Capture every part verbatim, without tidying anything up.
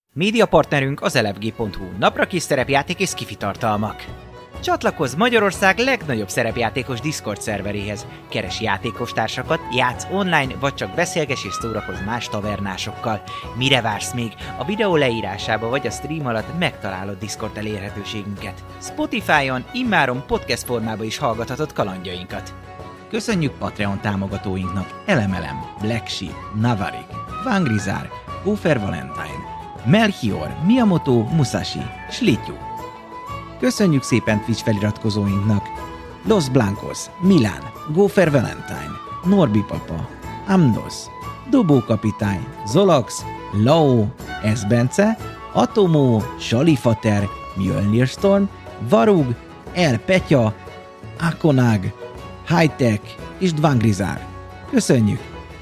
Médiapartnerünk az elefg pont hu, napra kis szerepjáték és sci-fi tartalmak. Csatlakozz Magyarország legnagyobb szerepjátékos Discord szerveréhez, keres játékostársakat, játsz online, vagy csak beszélges és szórakozz más tavernásokkal. Mire vársz még? A videó leírásába vagy a stream alatt megtalálod Discord elérhetőségünket. Spotify-on immáron podcast formában is hallgathatod kalandjainkat. Köszönjük Patreon támogatóinknak Elemelem, Black Sheep, Navarik, Vangrizár, Gófer Valentine, Melchior, Miyamoto, Musashi, Slityu. Köszönjük szépen Twitch feliratkozóinknak Los Blancos, Milán, Gófer Valentine, Norbi Papa, Amnos, Dobó Kapitány, Zolax, Lao, Esbence, Atomó, Salifater, Mjölnir Storm, Varug, El Petya, Akonag, Hightech és Dvangrizár. Köszönjük!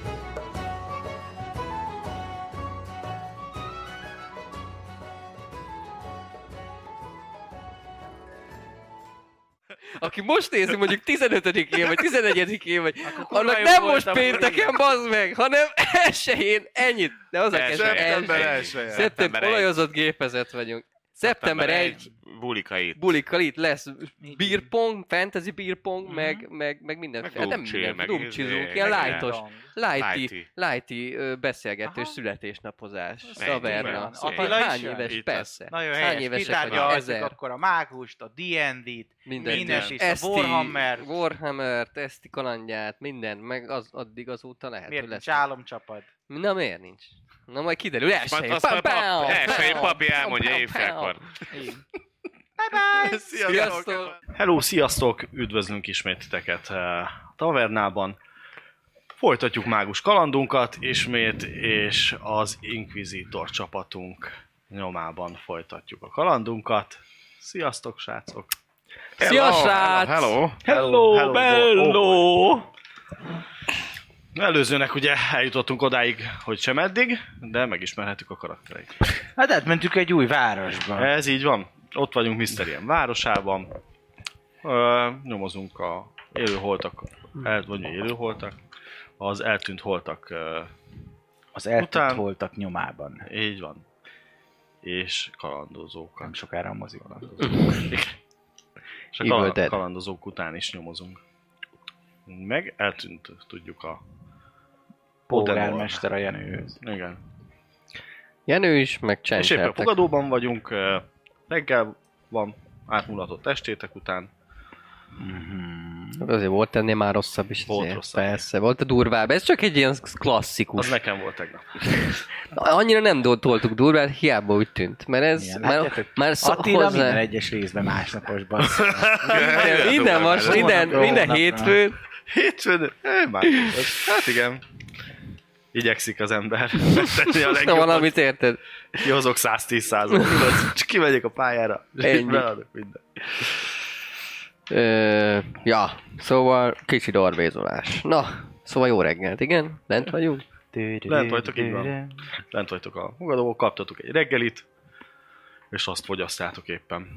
Aki most nézi mondjuk tizenötödikén vagy tizenegyedikén vagy, annak nem most pénteken, bazd meg, hanem elsőjén ennyit. De az a Szeptember elsője. Szeptember olajozott gépezet vagyunk. Szeptember egy Bulika itt. Bulika itt lesz beerpong, fantasy beerpong, mm-hmm. meg, meg, meg minden. Meg hát nem dumcsill, minden, meg dumcsizunk, izé, ilyen meg lightos, lighty, lighty beszélgetős születésnapozás, taverna. Hány éves? Persze. Nagyon Hány helyes. évesek vagyunk? Ezer. Akkor a mágust, a dé and dé-t, minden is, a Warhammer. Warhammer-t, Eszti kalandját, mindent, meg az, addig azóta lehet, miért hogy nincs lesz. álomcsapad? Na miért nincs? Na majd kiderül, elsőjén. Elsőjén papi elmondja évfélkor. Bye-bye! Sziasztok! Hello, sziasztok! Üdvözlünk ismét titeket a tavernában. Folytatjuk mágus kalandunkat ismét, és az Inquisitor csapatunk nyomában folytatjuk a kalandunkat. Sziasztok, srácok! Szia, srác! Hello! Hello, hello, bello! Előzőnek ugye eljutottunk odáig, hogy sem eddig, de megismerhetjük a karaktereik. Hát átmentünk egy új városba. Ez így van. Ott vagyunk Mysterien városában. Ö, nyomozunk a élőholtak, el, vagy élőholtak, az eltűnt holtak ö, az eltűnt után, holtak nyomában. Így van. És kalandozók. Nem sokára a moziban. És a kal- kalandozók után is nyomozunk. Meg eltűnt, tudjuk, a polgármester a Jenőhöz. Igen. Jenő is, meg És éppen csenseltek. fogadóban vagyunk, reggel van, átmulatott estétek után. Mm-hmm. Azért volt ennél már rosszabb is. Volt azért. rosszabb. Persze, volt a durvább. Ez csak egy ilyen klasszikus. Az nekem volt tegnap. Annyira nem toltuk durvát, hiába úgy tűnt. Mert ez Igen, már, látjátok, már szó, Attila hozzá... minden egyes részben másnaposban. minden, minden, vas, minden, minden hétfőn. Hétfőn? Eh, már. Hát igen. Igyekszik az ember megtenni a Na legjobbat. valamit érted. Kihozok száztíz százalékot, csak kimegyek a pályára, és beadok mindent. Ö, ja, szóval kicsi dorvézolás. Na, szóval jó reggelt, igen? Lent vagyunk? Lent vagytok, így van. Lent vagytok a fogadóból, kaptatok egy reggelit, és azt fogyasztátok éppen.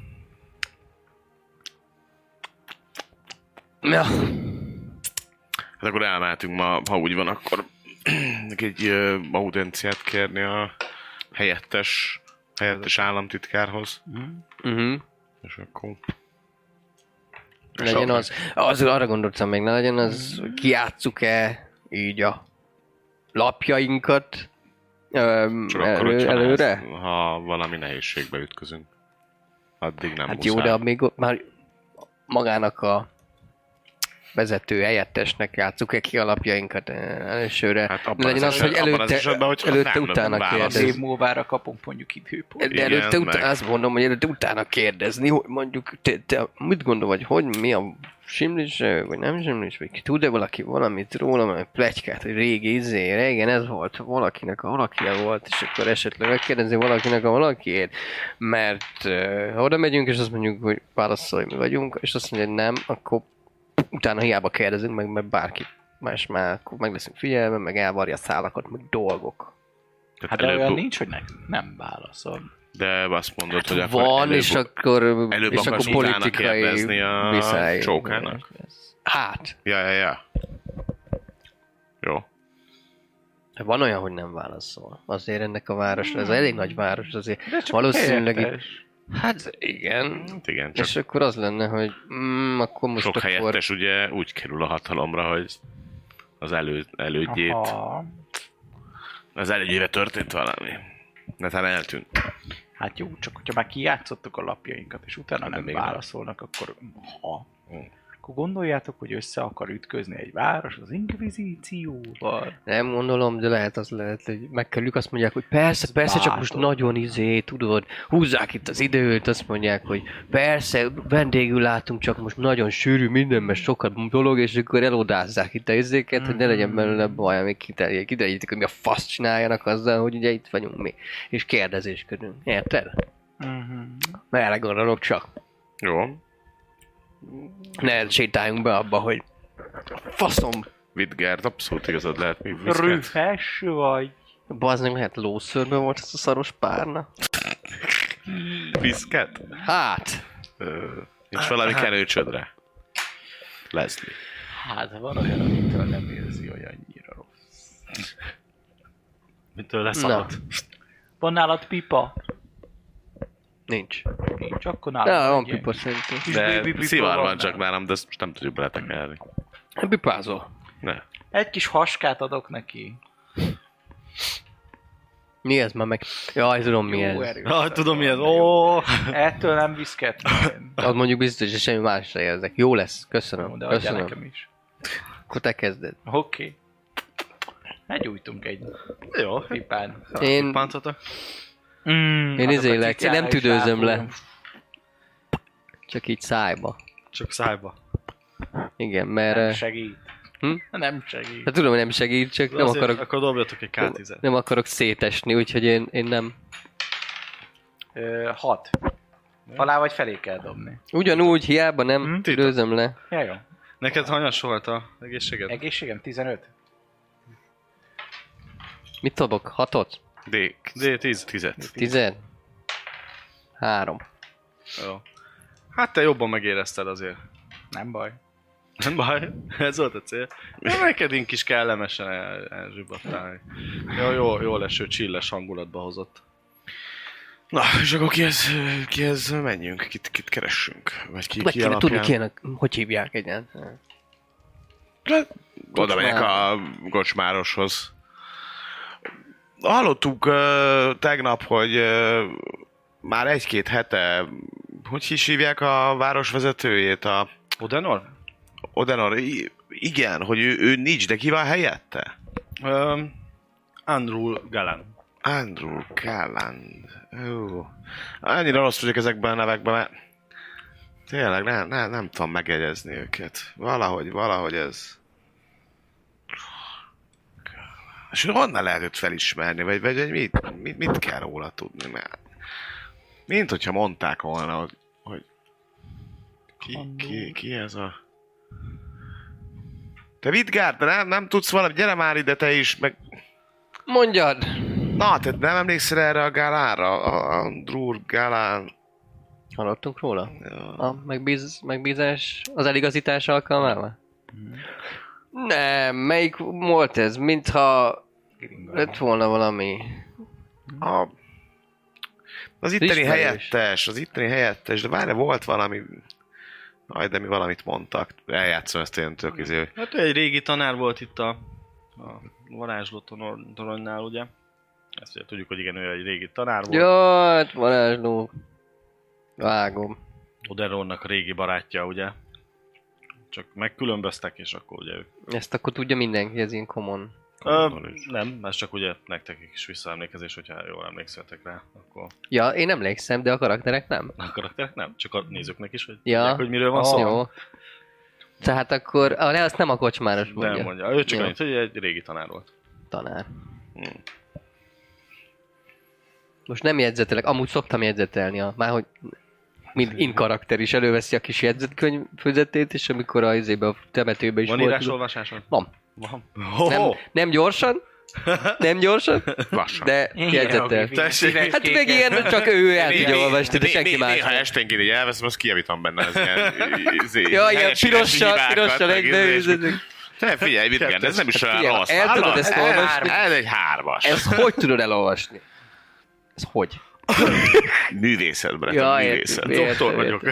Ja. Hát akkor elmehetünk ma, ha úgy van, akkor egy uh, audenciát kérni a helyettes, helyettes államtitkárhoz. Uh-huh. És akkor... Legyen az, az, arra gondoltam még, ne legyen az, hogy kijátsszuk-e így a lapjainkat öm, elő, előre? Ha valami nehézségbe ütközünk. Addig nem hát muszáj. jó, de még már magának a vezető helyettesnek játsszuk-e ki a lapjainkat elsőre. Hát abban legyen az, az hogy esetben, előtte, esetben, hogy előtte nem utána válasz. kérdezni. Év múlvára kapunk mondjuk időpont. De előtte Igen, utána, meg- azt mondom, hogy előtte utána kérdezni, hogy mondjuk te, te mit gondol, vagy hogy mi a simlis, vagy nem simlis, vagy ki tud-e valaki valamit róla, vagy pletykát, hogy régi izé, régen ez volt, valakinek a valakije volt, és akkor esetleg megkérdezi valakinek a valakiét, mert uh, ha oda megyünk, és azt mondjuk, hogy válaszolj, mi vagyunk, és azt mondja, hogy nem, akkor utána hiába kérdezünk meg, mert bárki más már akkor meg leszünk figyelve, meg elvarja a szálakat, meg dolgok. Hát de olyan nincs, hogy ne, nem válaszol. De azt mondod, hogy Hát akkor van, előbb, és akkor, előbb és akkor akarsz utána politikai kérdezni a viszály. csókának? Hát. Ja, ja, ja. Jó. Van olyan, hogy nem válaszol. Azért ennek a városra, ez elég nagy város, azért De csak valószínűleg... helyettes. Hát igen. Hát igen, csak És akkor az lenne, hogy mm, akkor most sok akkor... helyettes ugye úgy kerül a hatalomra, hogy az elő, elődjét, Aha. az elődjére történt valami. De talán eltűnt. Hát jó, csak hogyha már kijátszottuk a lapjainkat, és utána De nem még válaszolnak, akkor ha. Hmm. Akkor gondoljátok, hogy össze akar ütközni egy város az inkvizícióval? Nem gondolom, de lehet az lehet, hogy megkerüljük, azt mondják, hogy persze, persze, csak most Bátor. nagyon izé, tudod, húzzák itt az időt, azt mondják, hogy persze, vendégül látunk, csak most nagyon sűrű minden, mert sokat dolog, és akkor elodázzák itt a izéket, hogy ne legyen belőle baj, amíg kiteljék, kiderítik, hogy mi a fasz csináljanak azzal, hogy ugye itt vagyunk mi, és kérdezésködünk, érted? Uh-huh. Mert erre gondolok csak. Jó. Ne sétáljunk be abba, hogy faszom, Vidgard, abszolút igazad lehet. Mi viszket? Rühes vagy. bazd meg, lehet lószörben volt ez a szaros párna. Viszket? Hát, Ö, Nincs valami kenőcsödre. Leslie. Hát van olyan, amitől nem érzi olyannyira rossz. Mitől leszakadt? Van nálad pipa? nincs. Nincs, akkor nálad De van legyen. pipa szerintem. Kis De baby pipa szivár van van csak nála. nálam, de ezt most nem tudjuk beletekerni. Pipázol. Ne. Egy kis haskát adok neki. Mi ez már meg? Jaj, tudom mi Jó ez. erős. Ah, tudom mi ez. Ó, Ettől nem viszket. Az mondjuk biztos, hogy semmi másra érzek. Jó lesz, köszönöm. De adjál Köszönöm. nekem is. Akkor te kezded. Oké. Okay. Meggyújtunk egy jó. pipán. Én, Páncoltak. Mm, én azok a izélek, én nem cicára is tüdőzöm le. ráfogom. Csak így szájba. Csak szájba. Igen, Nem mert... segít. Hm? Nem segít. Hát tudom, hogy nem segít, csak De nem azért, akarok, Akkor dobjatok egy ká tízet. nem akarok szétesni, úgyhogy én, én nem. Ö, hat. Alá vagy felé kell dobni. Ugyanúgy, hiába nem Hm? tüdőzöm le. Ja, jó. Neked hanyas volt a egészséged? Egészségem tizenöt. Mit dobok? Hatot? D. D tíz. Tizet. Tized? Három. Jó. Hát te jobban megérezted azért. Nem baj. Nem baj, ez volt a cél. Ja, neked is kellemesen el, elzsibbattál. Jó, jó, jó leső, chilles hangulatba hozott. Na, és akkor kihez, kihez menjünk? Kit, kit keressünk? Vagy ki, Meg ki kéne tudni, alapján? kéne, hogy hívják egyáltalán. Oda megyek a kocsmároshoz. Hallottuk uh, tegnap, hogy uh, már egy-két hete, hogy is hívják a városvezetőjét? A Odenor? Odenor, I- igen, hogy ő, ő nincs, de ki van helyette? Um, Andrew Galán. Andrew Galland. Ó. Annyira rossz vagyok ezekben a nevekben, mert tényleg nem, nem, nem tudom megjegyezni őket. Valahogy, valahogy ez... És honnan lehet őt felismerni, vagy, vagy, vagy mit, mit, mit kell róla tudni? Mert mint hogyha mondták volna, hogy, hogy ki, ki, ki ez a... Te Vidgard, te nem, nem tudsz valami, gyere már ide te is, meg... Mondjad! Na, te nem emlékszel erre a Galánra? A Andrew Galán... Hallottunk róla? Ja. A megbíz, megbízás az eligazítás alkalmával? Nem, melyik volt ez? Mintha lett volna valami... A... Az itteni Ismerős. helyettes, az itteni helyettes, de várj, volt valami... Aj, de mi valamit mondtak. Eljátszom ezt én tök izé, hogy... Hát ő egy régi tanár volt itt a, a varázsló tonor- toronynál, ugye? Ezt ugye tudjuk, hogy igen, ő egy régi tanár volt. Jaj, varázsló. Vágom. Oderonnak a régi barátja, ugye? Csak megkülönböztek, és akkor ugye ők... Ezt akkor tudja mindenki, ez ilyen common. Ö, nem, ez csak ugye nektek egy kis visszaemlékezés, hogyha jól emlékszetek rá, akkor Ja, én emlékszem, de a karakterek nem. a karakterek nem, csak a nézőknek is, hogy Ja. tudják, hogy miről van Oh. szó. Jó. Tehát akkor, ah, de azt nem a kocsmáros mondja. Nem mondja, ő csak Jó. annyit, hogy egy régi tanár volt. Tanár. Hmm. Most nem jegyzetelek, amúgy szoktam jegyzetelni, a, már hogy mint in karakter is előveszi a kis jegyzetkönyv füzetét, és amikor a izébe a temetőbe is Van volt. írásolvasáson? Van. Van. Nem, Oh, nem gyorsan, nem gyorsan, Lassan. de jegyzetel. Tessék. Hát meg ilyen, csak ő el tudja Né- olvasni, de né- senki né- más. Néha nem. esténként így elveszem, azt kijavítom benne az ilyen... izé, Ja, ilyen helyesírási pirossal, hibákat, pirossal meg egybe izé, és őződik. Te figyelj, mit kell, ez nem is olyan Figyelj, rossz. el tudod Hallod? ezt Ez- olvasni? Ez egy hármas. Ezt hogy tudod elolvasni? Ez hogy? Művészet, Breton, Ja, művészet. értem. Doktor vagyok.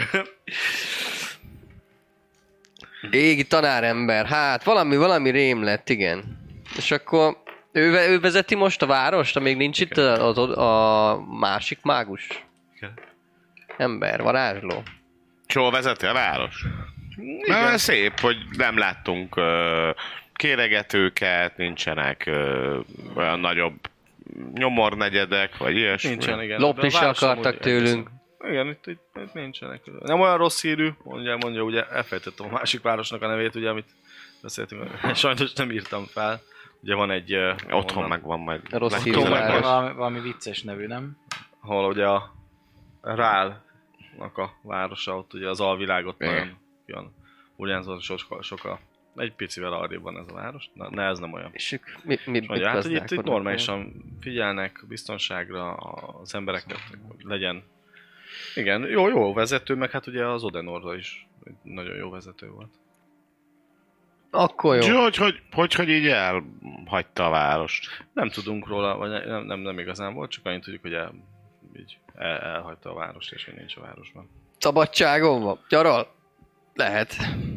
Égi tanárember, hát valami, valami rém lett, igen. És akkor ő, ve- ő vezeti most a várost, amíg nincs itt a, a, a másik mágus? Igen. Ember, varázsló. És hol vezeti a város? Na, szép, hogy nem láttunk uh, kéregetőket, nincsenek uh, olyan nagyobb nyomornegyedek, vagy ilyesmi. Nincsen, igen. Lopni De a se város akartak amúgy tőlünk. egészen- Igen, itt, itt, itt nincsenek. Nem olyan rossz hírű, mondja, mondja, ugye elfejtettem a másik városnak a nevét, ugye, amit beszéltünk, sajnos nem írtam fel. Ugye van egy... uh, Otthon ahonnan- meg van majd. Rossz Lehet, hírű hogy város. meg- Valami, valami vicces nevű, nem? ahol ugye a Rálnak a városa, ott ugye az alvilágot Igen. nagyon jön. Ugyanazon sokkal, sokkal, egy picivel arrébb van ez a város, na, ne ez nem olyan. És ők mi, mi, mit Mondja, hát, hogy itt, itt gazdálkodnak? normálisan figyelnek biztonságra az embereket, hogy legyen. Igen, jó, jó vezető, meg hát ugye az Odenorra is egy nagyon jó vezető volt. Akkor És jó. hogy, hogy, hogy, hogy így elhagyta a várost? Nem tudunk róla, vagy nem, nem, nem igazán volt, csak annyit tudjuk, hogy el, így el, elhagyta a várost, és hogy nincs a városban. Szabadságon van. Gyarol? Lehet.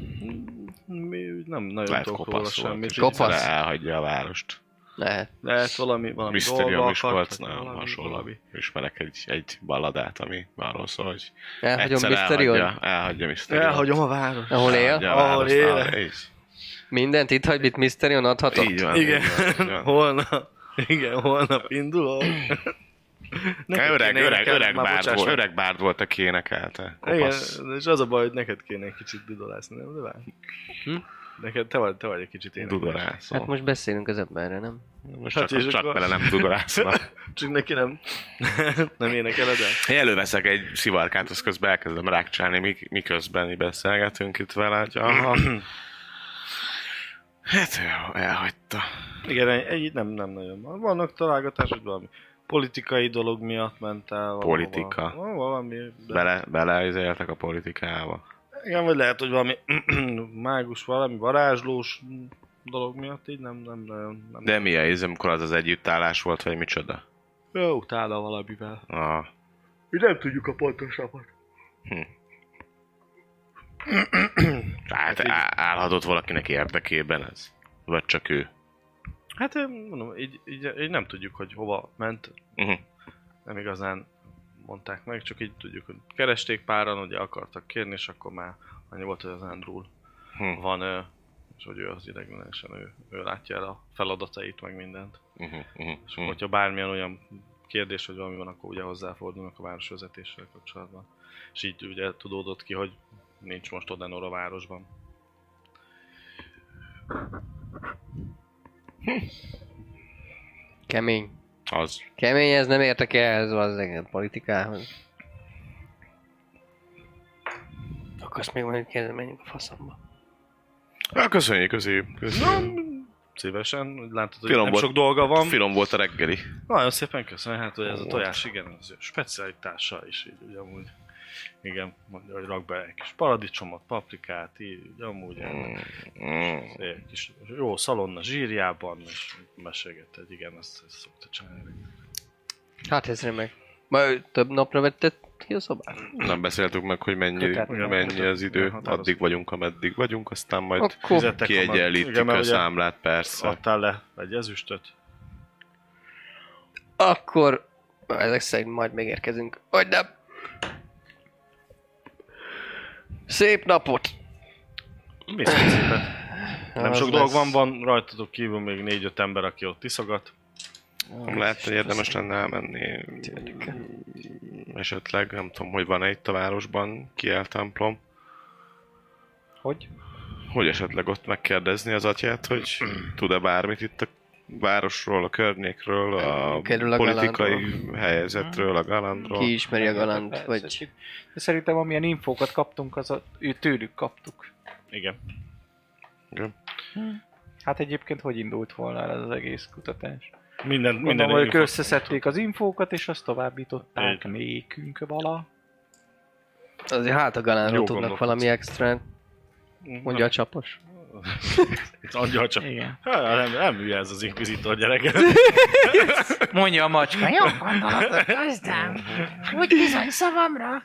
Mi nem nagyon Lehet tudok róla kopasz volt, semmit. és így- Kopasz. elhagyja a várost. Lehet. Lehet valami, valami Mysterium dolga is akart, volt, vagy nagyon valami, hasonló. valami. Ismerek egy, egy balladát, ami arról szól, hogy Elhagyom egyszer Mysterion. elhagyja, elhagyja Mysterion. Elhagyom a város. Ahol él? Elhagyja a Ahol várost, él. ahol él. Mindent itt hagy, mit Mysterion adhatott? Így van. Igen, így van, így van. holnap, igen, holnap indulok. Neked Öreg, kéne öreg, énekelni, öreg már bárd bocsáss volt, meg. öreg bárd volt, aki énekelte. Kopasz. Igen, és az a baj, hogy neked kéne egy kicsit dudolászni, nem? De várj. Hm? Neked, te vagy, te vagy egy kicsit énekelni. Dudorászol. Hát most beszélünk az emberre, nem? Most Hát csak, és csak akkor- vele nem dudorászol. Csak neki nem, nem énekeled el? Én előveszek egy szivarkát, azt közben elkezdem rákcsálni, mik- miközben mi beszélgetünk itt vele, hogy aha. Hát jó, elhagyta. Igen, egy, egy, nem, nem nagyon van. Vannak találgatások, hogy valami politikai dolog miatt ment el. valahova. Politika. Val- Valami. De... Bele, beleizéltek a politikába. Igen, vagy lehet, hogy valami mágus, valami varázslós dolog miatt így nem, nem nagyon. Nem De mi a íz, amikor az az együttállás volt, vagy micsoda? Jó, utána valamivel. Ah. Mi nem tudjuk a pontosabbat. Tehát á- állhatott valakinek érdekében ez? Vagy csak ő? Hát én mondom, így, így, így nem tudjuk, hogy hova ment. Uh-huh. Nem igazán mondták meg, csak így tudjuk, hogy keresték páran, ugye akartak kérni, és akkor már annyi volt, hogy az Andrew Hm. van, ő, és hogy ő az ideiglenesen, ő, ő látja el a feladatait, meg mindent. Uh-huh. Uh-huh. És uh-huh. hogyha bármilyen olyan kérdés, hogy valami van, akkor ugye hozzáfordulnak a városvezetéssel kapcsolatban. És így ugye tudódott ki, hogy nincs most Odenor a városban. Kemény. Az. Kemény, ez nem értek ehhez az egész politikához. Akarsz még valamit kérdezni, menjünk a faszomba. Ja, köszönjük, köszönjük. köszönjük. Szívesen, hogy látod, hogy Finom nem volt. sok dolga van. Finom volt a reggeli. Nagyon szépen köszönöm, hát hogy ez a tojás, igen, az specialitása is így, ugye amúgy. Igen, mondja, hogy rak be egy kis paradicsomot, paprikát, így, ugye amúgy Mm. mm. Mm. egy kis jó szalonna zsírjában, és mesélgette, hogy igen, ezt, ezt szokta csinálni. Hát ez remek. Majd több napra vetted ki a szobát? Nem beszéltük meg, hogy mennyi, Kötet. mennyi az idő. Határozott. Addig vagyunk, ameddig vagyunk, aztán majd Akkor Fizettek, ha már- igen, kiegyenlítjük mert a ugye számlát, persze. Adtál le egy ezüstöt. Akkor ezek szerint majd megérkezünk. Hogy nem. Szép napot! Viszont szépen. Nem Az sok lesz. dolog van, van rajtatok kívül még négy-öt ember, aki ott iszogat. Nem lehet, hogy érdemes lenne elmenni. Esetleg, nem tudom, hogy van-e itt a városban kiáll templom. Hogy? Hogy esetleg ott megkérdezni az atyát, hogy tud-e bármit itt a városról, a környékről, a Kerül a politikai Galandról. helyzetről, a Galandról. Ki ismeri a galant, Persze, vagy... de szerintem amilyen infókat kaptunk, az a, ő tőlük kaptuk. Igen. Igen. Hát egyébként hogy indult volna el ez az egész kutatás? Minden, Minden minden hogy info- összeszedték az infókat, és azt továbbították Így. nékünk vala. Azért hát a galánról Jó tudnak gondolkodsz. valami extrát. Mhm. Mondja a csapos. Az angyal csak... Igen. Hát, nem, nem hülye ez az inkvizitor gyerek. Mondja a macska, jó gondolatot, gazdám. Úgy bizony szavamra.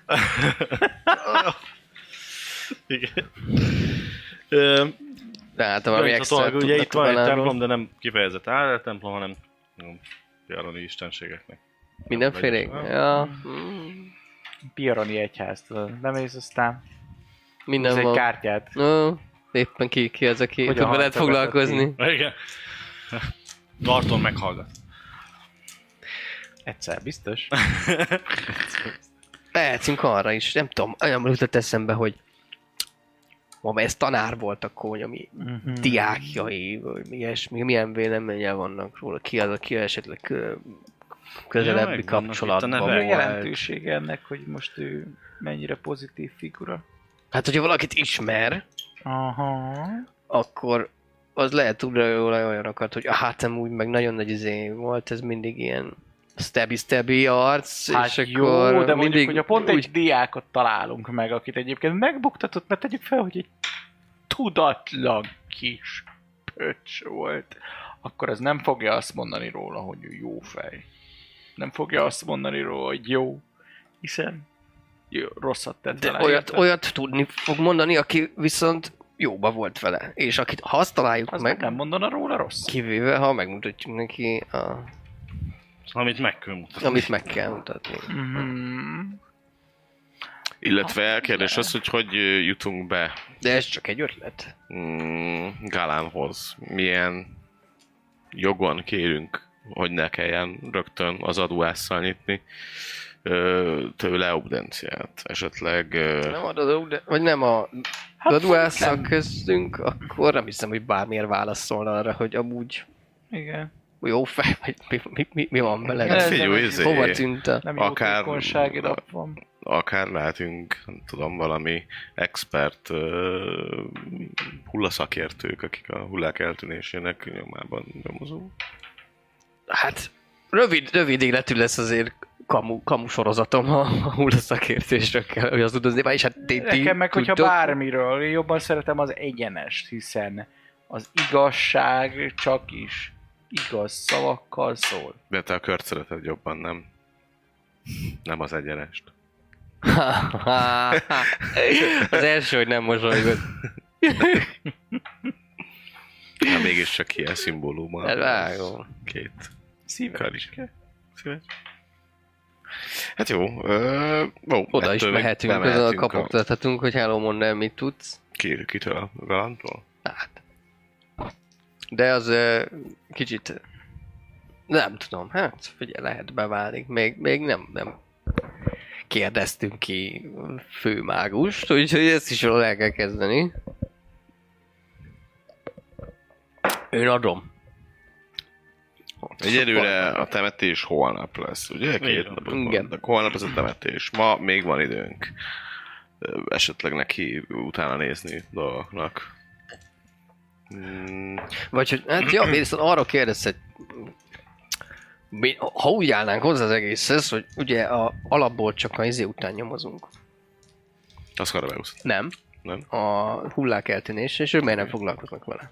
Igen. Ö, De hát valami extra Gyanítatóan, ugye itt van egy tudatánáról. templom, de nem kifejezett áll templom, hanem piaroni istenségeknek. Mindenféle. Ja. Pironi egyház, tudod. Nem ész aztán. Minden Ez egy van. kártyát. No, éppen ki, ki az, aki Hogyan tud veled hallgatott foglalkozni. Igen. Tarton meghallgat. Egyszer biztos. Lehetünk arra is, nem tudom, olyan jutott eszembe, hogy ma ez tanár volt akkor, ami Mhm. diákjai, vagy ilyesmi, milyen véleménye vannak róla, ki az, aki esetleg ö, közelebbi Ja, megvannak kapcsolatban itt a Mi a nevek. volt. jelentősége ennek, hogy most ő mennyire pozitív figura? Hát, hogyha valakit ismer, Aha. akkor az lehet tudni róla olyanokat, hogy hát amúgy meg nagyon nagy izé volt, ez mindig ilyen stabby-stabby arc, Hát és jó, akkor de mondjuk, mindig hogyha pont úgy, egy diákot találunk meg, akit egyébként megbuktatott, mert tegyük fel, hogy egy tudatlan kis pöcs volt, akkor ez nem fogja azt mondani róla, hogy ő jó fej. Nem fogja azt mondani róla, hogy jó, hiszen jó, rosszat tett de vele, olyat, érted? olyat tudni fog mondani, aki viszont jóba volt vele. És akit, ha azt találjuk Az meg, meg nem mondana róla rossz. kivéve, ha megmutatjuk neki, a, Amit meg kell mutatni. amit meg kell mutatni. Mhm. Illetve kérdés az, hogy hogy ö, jutunk be De ez csak egy ötlet. mm, Galánhoz. Milyen jogon kérünk, hogy ne kelljen rögtön az adóásszal nyitni ö, tőle audenciát. Esetleg ö, Nem adod, de, vagy nem a Hát Daduásszal nem. köztünk, akkor nem hiszem, hogy bármiért válaszolna arra, hogy amúgy Igen. jó fej, vagy mi, mi, mi, mi van vele. hát Ez figyelj, nem- izé, Hova tűnt a... Nem Akár- jótékonysági nap van. akár lehetünk, nem tudom, valami expert uh, hullaszakértők, akik a hullák eltűnésének nyomában nyomozó. Hát rövid, rövid életű lesz azért kamu, kamu sorozatom, ha a hullaszakértésről kell, hogy az udozni. És hát ti, ti Nekem meg, hogyha tudtok- bármiről, én jobban szeretem az egyenest, hiszen az igazság csak is igaz szavakkal szól. De te a kört szereted jobban, nem? Nem az egyenest. Az első, hogy nem mosolygott. Hát mégiscsak ilyen szimbóluma. Ez vágó. Két. Szívecske. Szíves. Hát jó. Ö, ó, Oda is ettől még mehetünk, oda bemehetünk kapogtathatunk, hogy hello, mondd el, mit tudsz. Ki, kitől? Galantól? Hát. De az ö, kicsit... Nem tudom, hát figyelj, lehet beválik. Még, még nem, nem kérdeztünk ki főmágust, úgyhogy ezt is jól el kell kezdeni. Én adom. Egyelőre a temetés holnap lesz, ugye? Két Igen. napot Igen. mondtak. Holnap ez a temetés. Ma még van időnk ö, esetleg neki utána nézni dolgoknak. Mm, Vagy hogy, hát ja, viszont arra kérdezted, mi- ha úgy állnánk hozzá az egészhez, hogy ugye a alapból csak a izé után nyomozunk. az Karabeusz. Nem. Nem? A hullák eltűnése, és ők miért nem foglalkoznak vele.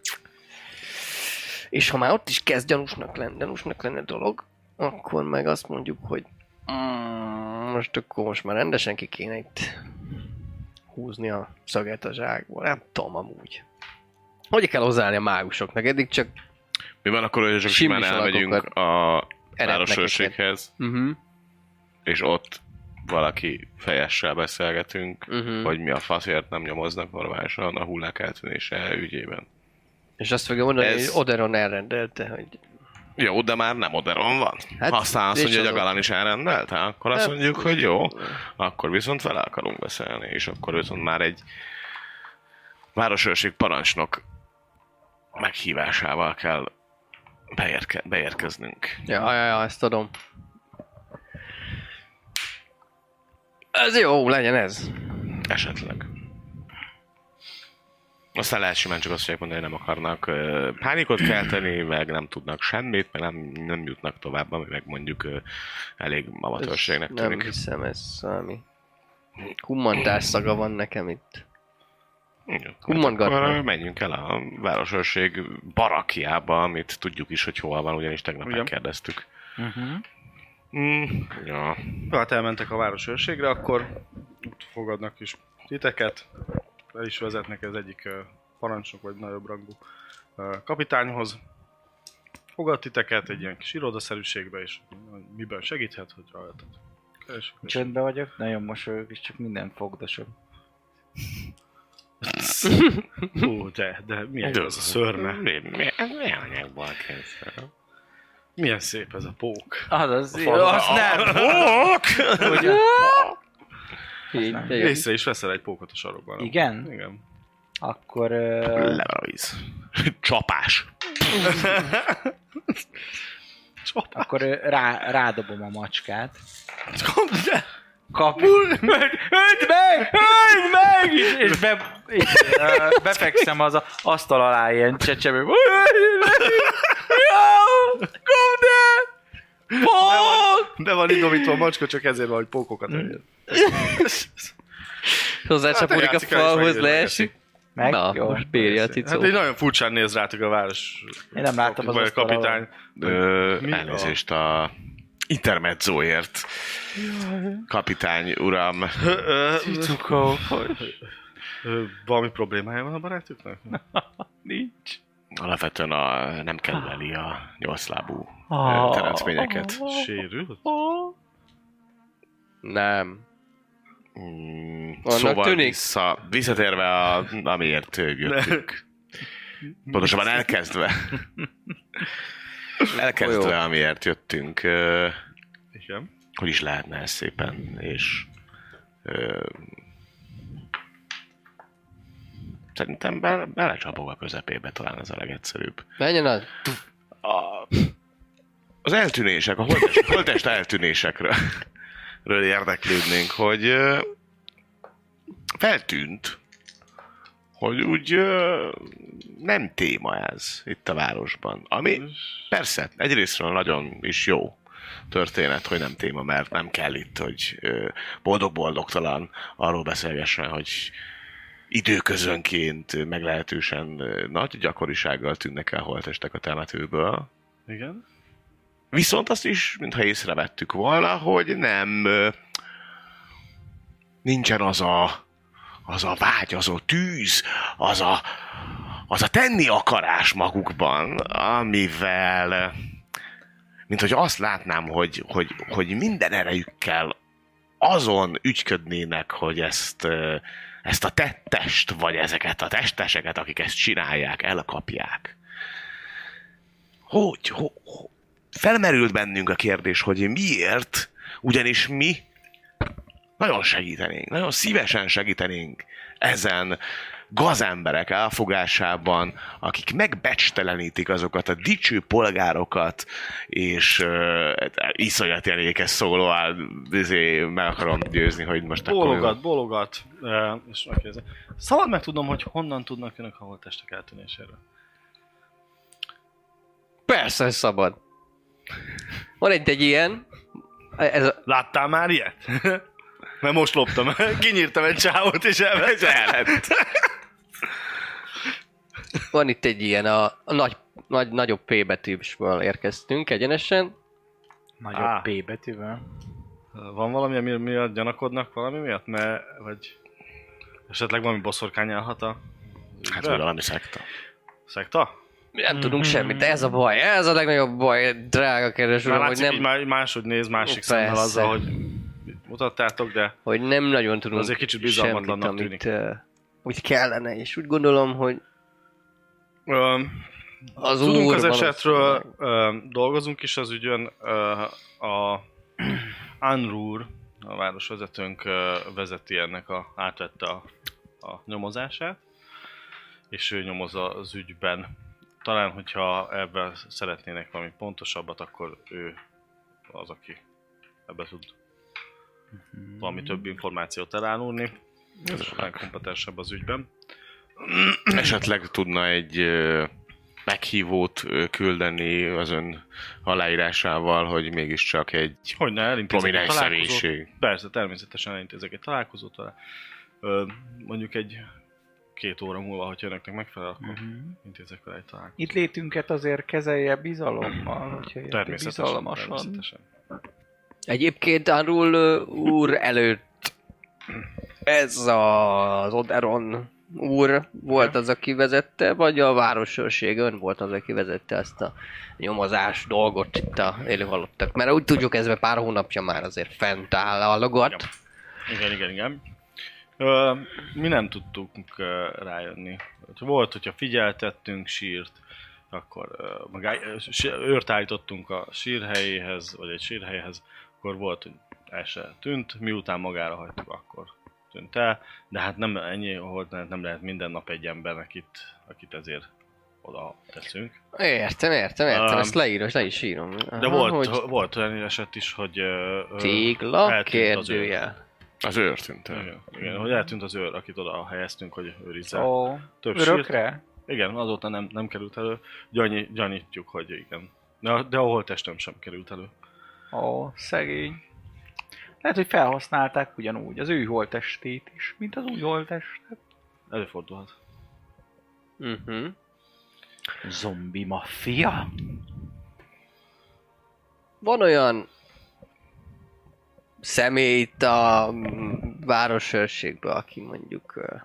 És ha már ott is kezd gyanúsnak lenni, gyanúsnak lenni a dolog, akkor meg azt mondjuk, hogy mm, most akkor most már rendesen ki kéne itt húzni a szöget a zsákból. Nem tudom amúgy. Hogy kell hozzáállni a mágusoknak? Eddig csak Mi van akkor, hogy csak Simlis simán elmegyünk alakokat a erednek városőrséghez, uh-huh, és ott valaki fejessel beszélgetünk, uh-huh. hogy mi a faszért nem nyomoznak normálisan a hullák eltűnése ügyében. És azt fogja mondani, Ez- hogy Oderon elrendelte, hogy Jó, de már nem Oderon van. Hát, Hát, Aztán azt és mondja, hogy a az Galán is elrendelte, akkor azt Hát, mondjuk, hogy jó, akkor viszont vele akarunk beszélni, és akkor viszont már egy városőrség parancsnok meghívásával kell beérke, beérkeznünk. Ja, ja, ja, ezt adom. Ez jó, legyen ez. Esetleg. Aztán lehet simán csak azt fogják mondani, hogy nem akarnak ö, pánikot kelteni, meg nem tudnak semmit, meg nem, nem jutnak tovább, ami meg mondjuk ö, elég amatőrségnek Nem tűnik. hiszem, ez valami hummantás szaga van nekem itt. Humangatnak. Akkor menjünk el a városőrség barakjába, amit tudjuk is, hogy hol van, ugyanis tegnap Igen. megkérdeztük. Uh-huh. Mm, ja. Hát elmentek a városőrségre, akkor ott fogadnak is titeket, el is vezetnek az egyik ö, parancsnok vagy nagyobb rangú ö, kapitányhoz. Fogad titeket egy ilyen kis irodaszerűségbe, és miben segíthet, hogy rajtad. És- és- Csöndben vagyok, nagyon mosolyog, és csak minden fogdosok. Ó, de, de milyen ez a szörme? Mi, mi, milyen anyagból kezdve? Milyen szép ez a pók. Az az, falba. az nem! Hogy, Így, de jó. Észre is veszel egy pókot a sarokban. igen? Igen. Akkor... Uh, Level a víz. Csapás. akkor ö, rá, rádobom a macskát. Kap, Kap! Öld meg! Öld meg! És, és be, és, uh, befekszem az a, asztal alá ilyen csecsemő. Kapd el! Pók! Be van idomítva a macska, csak ezért van, hogy pókokat eljön. Hozzácsapódik a játszik el, és falhoz, megint leesik. Meg? Na, Jó. most bírja a cicó. Hát egy nagyon furcsán néz rátok a város. Én nem láttam az vagy a asztal kapitány. Ö, Mi elnézést a intermezzóért. Kapitány uram. Cicukó. Ö, Valami problémája van a barátoknak? Nincs. Alapvetően a, nem kedveli a nyolclábú Ah. ö, teremtményeket. Sérült? Nem. Mm, Annak szóval tűnik? vissza, visszatérve, a, amiért jöttünk. Pontosabban elkezdve. Elkezdve, Jó. amiért jöttünk. ö, Igen. Hogy is lehetne ez szépen, és ö, szerintem be, belecsapok a közepébe, talán ez a legegyszerűbb. Menjen az. A, az eltűnések, a holtest, holtest eltűnésekről ről érdeklődnénk, hogy ö, feltűnt, hogy úgy ö, nem téma ez itt a városban. Ami persze, egyrésztről nagyon is jó történet, hogy nem téma, mert nem kell itt, hogy ö, boldog-boldogtalan arról beszélgessen, hogy időközönként meglehetősen ö, nagy gyakorisággal tűnnek el holtestek a temetőből. Igen. Viszont azt is, mintha észrevettük volna, hogy nem... ö, nincsen az a, az a vágy, az a tűz, az a, az a tenni akarás magukban, amivel... mint hogy azt látnám, hogy, hogy, hogy minden erejükkel azon ügyködnének, hogy ezt, ö, ezt a tettest, vagy ezeket a testeseket, akik ezt csinálják, elkapják. Hogy, hogy, hogy? Felmerült bennünk a kérdés, hogy miért, ugyanis mi nagyon segítenénk, nagyon szívesen segítenénk ezen gazemberek elfogásában, akik megbecstelenítik azokat a dicső polgárokat, és uh, iszonyat jelékes szólóval izé, meg akarom győzni, hogy most Bólogat, akkor... bólogat. E, és megkérdezi. Szabad megtudnom, hogy honnan tudnak önök a holttestek eltűnéséről? Persze, hogy szabad. Van egy, egy ilyen. Ez a... Láttál már ilyet? Mert most loptam. Kinyírtam egy csávot, és elment. Van itt egy ilyen, a, a nagy, nagy, nagyobb P betűsből érkeztünk egyenesen. Nagyobb Á. P betűvel. Van valami, ami miatt gyanakodnak valami miatt? Mert, vagy esetleg valami boszorkány állhat a... Hát vagy valami szekta. Szekta? Nem tudunk semmit, de ez a baj, ez a legnagyobb baj, drága kedves Már uram, hogy látszik, nem, így máshogy néz másik Ó, szemmel persze. azzal, hogy mutattátok, de hogy nem nagyon tudunk azért kicsit semmit, bizalmatlannak amit tűnik. uh, úgy kellene, és úgy gondolom, hogy Öm, az Tudunk úr az esetről, valószínűleg- ö, dolgozunk is az ügyön, ö, a Anrúr, a városvezetőnk ö, vezeti ennek a, átvette a, a nyomozását, és ő nyomoz az ügyben. Talán, hogyha ebben szeretnének valami pontosabbat, akkor ő az, aki ebbe tud valami több információt elárulni. Ez a legkompetensebb az ügyben. Esetleg tudna egy ö, meghívót ö, küldeni az ön aláírásával, hogy mégiscsak egy Hogyne, elintézek egy prominens találkozót. személyiség. Persze, természetesen elintézek egy találkozót vele. Ö, mondjuk egy két óra múlva, hogyha önöknek megfelel, akkor Uh-huh. intézek vele egy találkozót. Itt létünket azért kezelje bizalommal, hogyha érti, Természetesen, bizalmasan. természetesen. Egyébként Anrul ö, úr előtt ez az Oderon úr volt az, aki vezette, vagy a városőrség ön volt az, aki vezette ezt a nyomozás dolgot itt a élőhalottak? Mert úgy tudjuk, ez pár hónapja már azért fent áll a logot. Igen, igen, igen. Ö, mi nem tudtunk ö, rájönni. Volt, hogyha figyeltettünk sírt, akkor ö, meg áll- ö, sí- őrt állítottunk a sírhelyéhez, vagy egy sírhelyhez, akkor volt, hogy el se tűnt, miután magára hagytuk, akkor tűnt el. De hát nem ennyi, ahol nem lehet minden nap egy embernek itt, akit ezért oda teszünk. Értem, értem, értem, Um, ezt leírom, le is írom. De Aha, volt, hogy volt olyan eset is, hogy ö, ö, tégla, eltűnt az őr. kérdőjel. Az őr tűnt el. Igen, igen, hogy eltűnt az őr, akit oda helyeztünk, hogy őrizze. Ó, Több örökre? Igen, azóta nem, nem került elő. Gyanyi, gyanítjuk, hogy igen. De, de a holttestem sem került elő. Ó, szegény. Lehet, hogy felhasználták ugyanúgy az ő holttestét is, mint az új holttestet. Előfordulhat. Uh-huh. Zombi maffia? Van olyan személy itt a mm, városőrségben, aki mondjuk ö,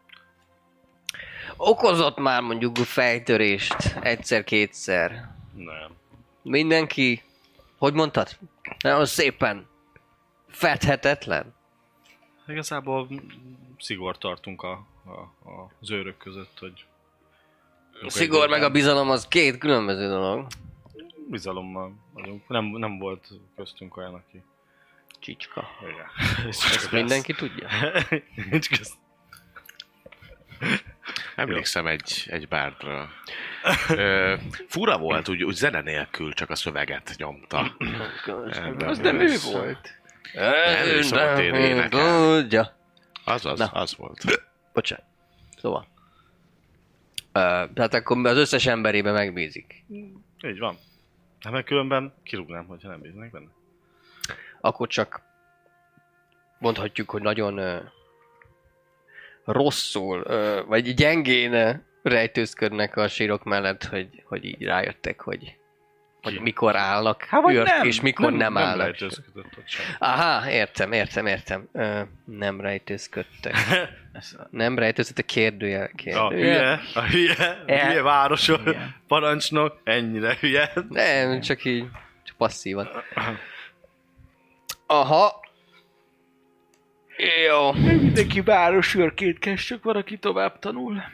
okozott már mondjuk fejtörést egyszer-kétszer. Nem. Mindenki, hogy mondtad? Nagyon szépen fedhetetlen. Igazából mm, szigort tartunk a, a, a, az őrök között, hogy... A szigor meg a bizalom az két különböző dolog. Bizalommal vagyunk. Nem, nem volt köztünk olyan, aki... Csicska. Igen. Ezt mindenki tudja. Nincs közt. Emlékszem egy, egy bárdra. Ö, fura volt, úgy, úgy zene nélkül, csak a szöveget nyomta. Ebben Az nem ő ez- volt. ő szokott én énekelni. Tudja. Az az, Na. az volt. Bocsánat. Szóval. Ö, tehát akkor az összes emberébe megbízik. Így van. Hát meg különben kirúgnám, hogyha nem bíznak benne. Akkor csak mondhatjuk, hogy nagyon ö, rosszul, ö, vagy gyengén ö, rejtőzködnek a sírok mellett, hogy, hogy így rájöttek, hogy, hogy mikor állnak Há, vagy őrt, nem. és mikor nem, nem Nem állnak. rejtőzködött ott sem. Aha, értem, értem, értem. Ö, nem rejtőzködtek. Nem rejtőzködtek, kérdőjel, A kérdőjel. hülye, a hülye, a El- hülye városos Igen. parancsnok, ennyire hülye. Nem, csak így, csak passzívan. Aha. Jó. Mindenki városőrként kezd, csak van, aki tovább tanul.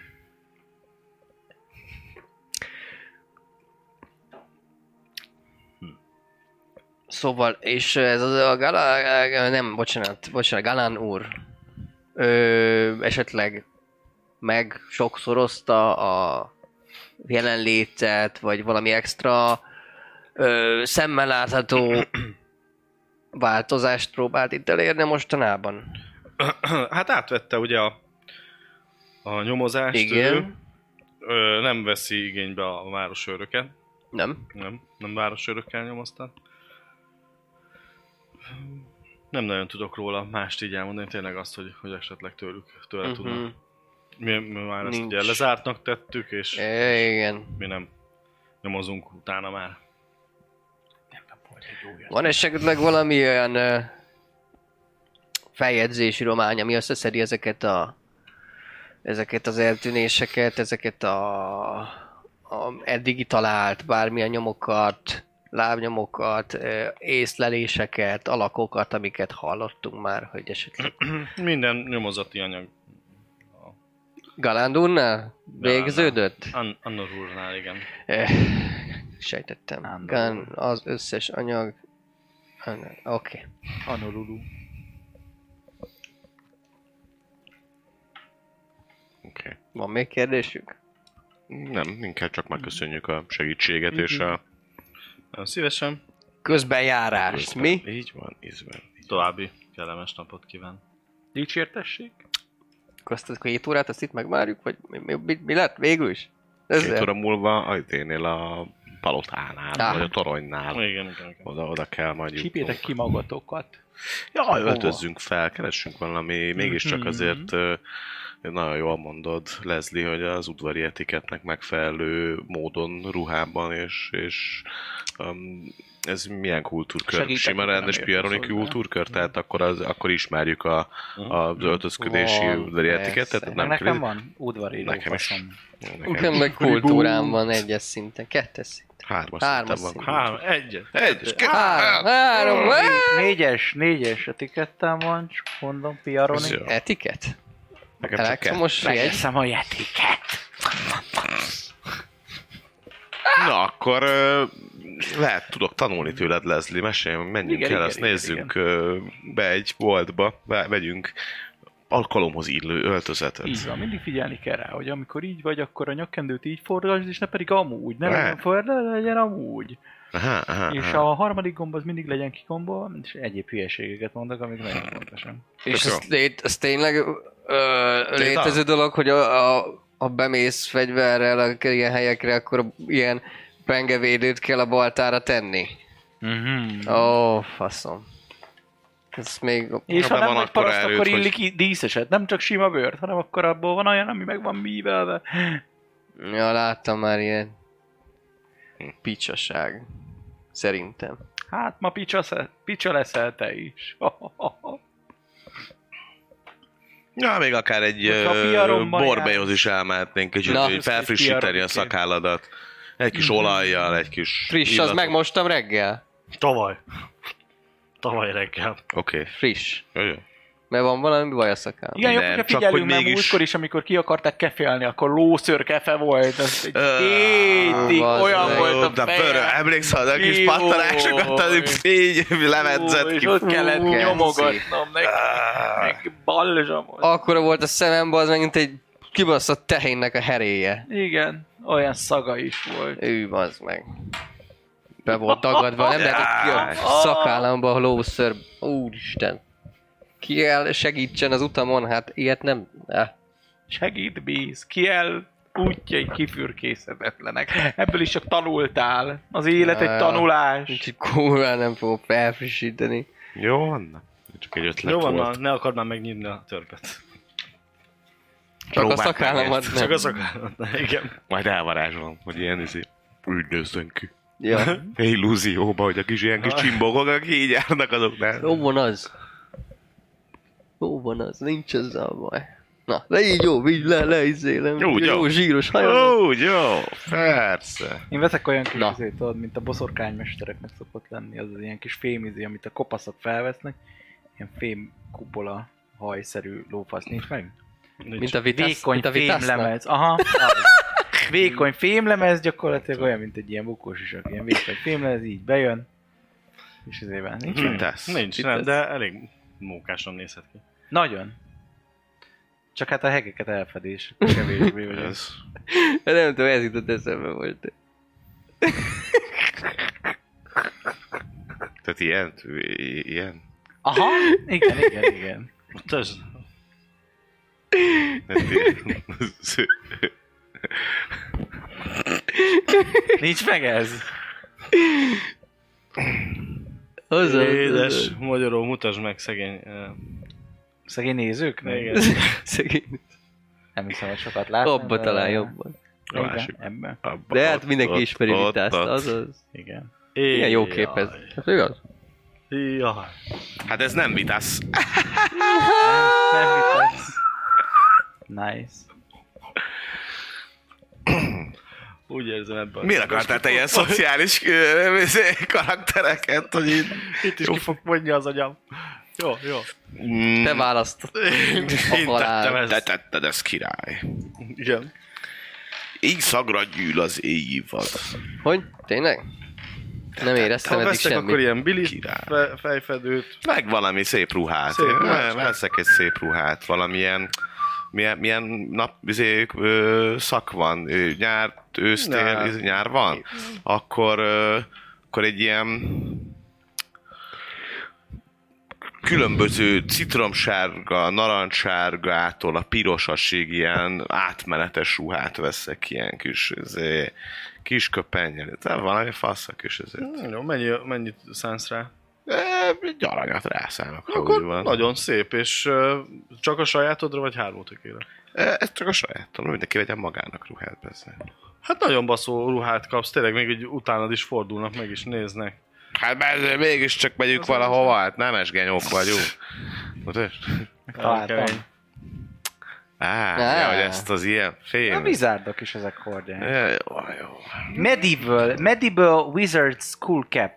Szóval, és ez az a Gala, nem, bocsánat, bocsánat, Galán úr ö, esetleg meg sokszorozta a jelenlétet, vagy valami extra ö, szemmel látható változást próbált itt elérni mostanában? Hát átvette ugye a, a nyomozást. Igen. Ő, ö, nem veszi igénybe a városőröket. Nem? Nem, nem városőrökkel nyomozta. Nem nagyon tudok róla mást így elmondani, tényleg azt, hogy, hogy esetleg tőlük, tőle uh-huh. tudnak. Mi, mi már ezt Nincs. ugye lezártnak tettük, és, É, és igen. mi nem nyomozunk utána már. Van esetleg valami olyan ö, feljegyzési romány, ami összeszedi ezeket a ezeket az eltűnéseket, ezeket a, a eddigi talált bármilyen nyomokat, lábnyomokat, ö, észleléseket, alakokat, amiket hallottunk már, hogy esetleg Minden nyomozati anyag Galándurnál végződött? An- Annor úrnál, igen. Eh, sejtettem. Andor. Gán, az összes anyag. Oké. Okay. Honolulu. Oké. Okay. Van még kérdésük? Nem, inkább csak megköszönjük a segítséget és a... Nagyon szívesen. Közbenjárást, mi? Így van, ízben. További kellemes napot kíván. Dicsértesség? Akkor azt a két órát, azt itt megvárjuk, vagy mi, mi, mi, mi lett végül is? Ez Két óra múlva ajténél a palotánál, Á. vagy a toronynál. Igen, igen, igen. Oda, oda kell majd Csípétek jutnunk. ki magatokat. Ja, öltözzünk fel, keressünk valami, mégiscsak azért ö, nagyon jól mondod, Leslie, hogy az udvari etiketnek megfelelő módon ruhában, és, és um, ez milyen kultúrkör? Segítek, Sima nem rendes értesz piaroni hozzá. kultúrkör? Tehát akkor, az, akkor ismerjük a, az öltözködési Van, udvari persze. etikettet? Meg Nem nekem kell- van udvari Nekem is. lófaszom. Nekem meg kultúrám van egyes szinten, kettes szinten. Hármas Hármas szinten van. szinten. Három, egyet. Egy, Három, három, Négyes, négyes etikettem van, csak mondom, piaroni. Ez jó. etiket? Nekem csak kettő. Elektromos jegy? Megeszem a etiket. Na, akkor ö, lehet, tudok tanulni tőled, Leslie, mesélj, menjünk Igen, el, igen, ezt igen, nézzünk ö, be egy boltba, be, vegyünk alkalomhoz illő öltözetet. Így van, mindig figyelni kell rá, hogy amikor így vagy, akkor a nyakkendőt így forgasd, és ne pedig amúgy. Ne Ne. legyen fordra, legyen amúgy. Aha, aha, És aha. a harmadik gomb az mindig legyen kigombolva, és egyéb hülyeségeket mondok, amik nagyon fontosan. És Tök ez, lét, ez tényleg ö, létező dolog, hogy a, a, a bemész fegyverrel a ilyen helyekre, akkor ilyen pengevédőt kell a baltára tenni. Mm-hmm. Ó, oh, faszom. Ez még... És Ha ha be nem van vagy akkora paraszt, erőd, akkor hogy- illik hogy... díszeset, nem csak sima bőrt, hanem akkor abból van olyan, ami meg van mívelve. Ja, láttam már ilyen picsaság. Szerintem. Hát ma picsa, sze- picsa leszel te is. Ja, még akár egy Hogyha ö, piaromban borbéhoz jársz. is elmehetnénk kicsit, Na. hogy felfrissíteni Piarom, a oké. szakálladat. Egy kis olajjal, egy kis Friss, az illat- megmostam reggel. Tavaly. Tavaly reggel. Oké, Friss. jó, jó. Mert van valami baj a szakám. Igen, jobb, Nem, hogyha csak figyelünk, hogy mert mégis- múltkor is, amikor ki akarták kefelni, akkor lószőr kefe volt, az egy Ö, hétig bazd olyan meg. volt a de feje. pörő, emlékszel, a kis Jó. pattanásokat, az így lemedzett És ki. ott kellett Fú, nyomogatnom neki, Ah. meg balzsamot. Akkora volt a szemembe, az megint egy kibaszott tehénnek a heréje. Igen, olyan szaga is volt. Ő, bazd meg. Be volt dagadva, nem lehetett ki a szakállamba a lóször. Úristen. Ki kell segítsen az utamon, hát ilyet nem... Ah. Segít, bíz, ki el útjai kifürkészhetetlenek. Ebből is csak tanultál. Az élet egy Ja. tanulás. Úgyhogy kurván nem fogok felfrissíteni. Jó van, csak egy ötlet Jó van, volt. na, ne akard már megnyitni a törpet. Csak a Próbáld szakállamat meg nem. Csak a szakállat, igen. Majd elvarázsolom, hogy ilyen izé üldözzön ki. Ja. Illúzióba, hogy a kis ilyen kis csimbogok, akik így járnak, azok nem. Jó van az. Jó van az, nincs ezzel a baj. Na, de így jó, így le, le, izélem. Úgy, jó. Jó, zsíros hajam. Úgy, jó, persze. Én veszek olyan kis Na. izét, tudod, mint a boszorkánymestereknek szokott lenni, az az ilyen kis fémizé, amit a kopaszok felvesznek. Ilyen fém kupola hajszerű lófasz nincs meg? Mint a vitász, Vékony mint a vitásznak. fémlemez. Aha, az. Vékony fémlemez gyakorlatilag olyan, mint egy ilyen bukós is, ilyen vékony fémlemez, így bejön. És ezében nincs meg? Tesz. Nincs, Itt nem, ez. de elég mókásan nézhet ki. Nagyon. Csak hát a hegeket elfedés. Kevésbé vagy. Ez. Nem tudom, ez jutott eszembe volt. Tehát ilyen, i- ilyen. Aha, igen, igen, igen. Ott ez... Tehát ilyen. Nincs meg ez? Az az, Édes, az magyarul mutasd meg szegény... eh, Szegény nézők? Igen. az. Szegény. Nem hiszem, hogy sokat látnak. Abba de- talán jobban. A másik. Igen, ebben. Abba, De hát ott, mindenki ott, ismeri ott, Vitászt, ott. azaz. Igen. Milyen jó kép ez. Ez igaz? Jaj. Hát ez nem vitász. Nem vicces. Nice. Úgy érzem ebben. Miért akartál te ilyen szociális ö, izé, karaktereket, hogy így... Itt is ki fog mondja az agyam. Jó, jó. Mm, Te választod. Én halál. tettem te ezt. tetted, ez király. Igen. Így szagra gyűl az éjjévad. Hogy? Tényleg? Nem éreztem Ha eddig veszek akkor semmit. ilyen bilis Király. fe, fejfedőt. Meg valami szép ruhát. Szép Én ruhát. Veszek egy szép ruhát, valamilyen... Milyen, milyen nap, izé, ö, szak van? Ö, Nyár, ősztél, Nyár. nyár, nyár van? Akkor, ö, akkor egy ilyen különböző citromsárga, narancssárgától a pirosasig ilyen átmenetes ruhát veszek, ilyen kis, izé, kis köpennyel. Tehát valami fasz a kis ezért. Hmm, jó, mennyi, mennyit szánsz rá? Egy aranyat rászállnak, ha úgy Akkor van. nagyon szép, és uh, csak a sajátodra, vagy hármótökére? Ez csak a sajátom, mindenki vegyen magának ruhát, persze. Hát nagyon baszó ruhát kapsz, tényleg még egy utánad is fordulnak, meg is néznek. Hát mert mégiscsak megyünk valahova, hát nem esgenyók vagyunk. Mutasd. Találtam. Á, Á. ja, hogy ezt az ilyen A fém. Wizardok is ezek hordják. Ja, jó, jó. Medieval, Medieval Wizard School Cap.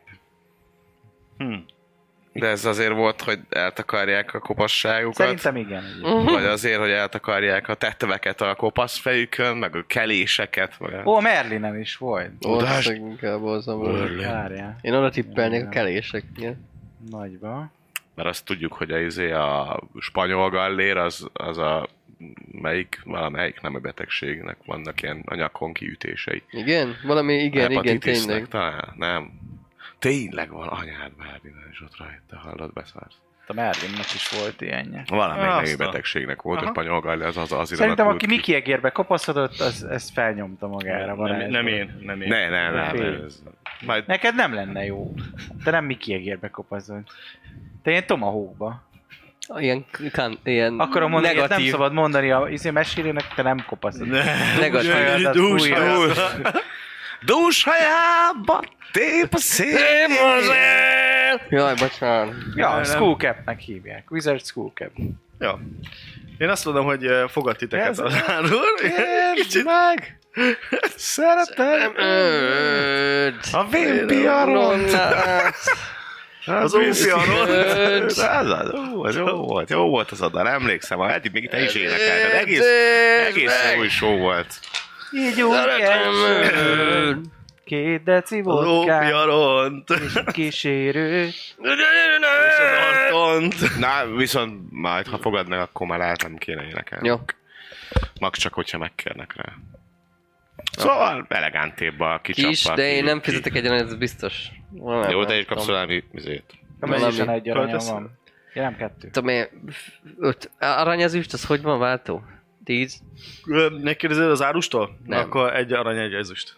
Hm. De ez azért volt, hogy eltakarják a kopasságukat? Szerintem igen. egyébként. Vagy azért, hogy eltakarják a tetveket a kopasz fejükön, meg a keléseket, meg a... Ó, a Merlinen is volt. Tudás? Ott inkább hozzam. Várjál. Én oda tippelnék a kelések. Igen. Nagyba. Mert azt tudjuk, hogy a, izé a spanyol gallér az, az a melyik, valamelyik nem a betegségnek vannak ilyen a nyakon kiütései. Igen? Valami igen, igen, Hepatitisnek tényleg. talán? Nem. Tényleg van, anyád már innen is ott rajta, hallod, beszársz. A Merlinnek is volt ilyenje. Valamelyik Azt nevű a- betegségnek volt, Aha. a spanyol gallér, az az, az Szerintem alakult aki ki. Mickey egérbe kopaszodott, az ezt felnyomta magára. Nem, varázsba. nem én, nem én. Ne, ne, ne, Fél. ne, ez... Majd Neked nem lenne jó. Te nem Mickey egérbe kopaszod. Te ilyen Tomahawkba. Ilyen, kan, ilyen Akarom mondani, hogy nem negatív. szabad mondani a izé mesélének, te nem kopaszod. Negatív. Hajad, az Dús, újra. dús. Dús hajába tép a szél. Jaj, bocsánat. Ja, Nem. School Capnek hívják. Wizard School Cap. Ja. Én azt mondom, hogy eh, fogad titeket Ez- az árul. Értsd meg! Szeretem Öd. a vénpiaront! Az ópiaron. Ez az, ó, ez jó volt, jó volt az adal, emlékszem, ha eddig még te is énekelted, egész, egész jó show volt. Így úgy Öd. Két deci Az vodkát, ópiaront. és egy kísérő. És az artont. Na, viszont majd, ha fogadnak, akkor már lehet nem kéne énekelni. Jó. Max csak, hogyha megkérnek rá. Szóval elegántébb a kicsapva. Kis, de én nem fizetek egyenlően, ez biztos. Valami, Jó, de is nem kapsz tudom. valami vizét. Mennyi Valami. egy aranyam Költesz? van? Ja, nem kettő. Tudom én, öt. Aranyezüst, az hogy van váltó? Tíz? Ö, Megkérdezed az árustól? Nem. Akkor egy arany, egy ezüst.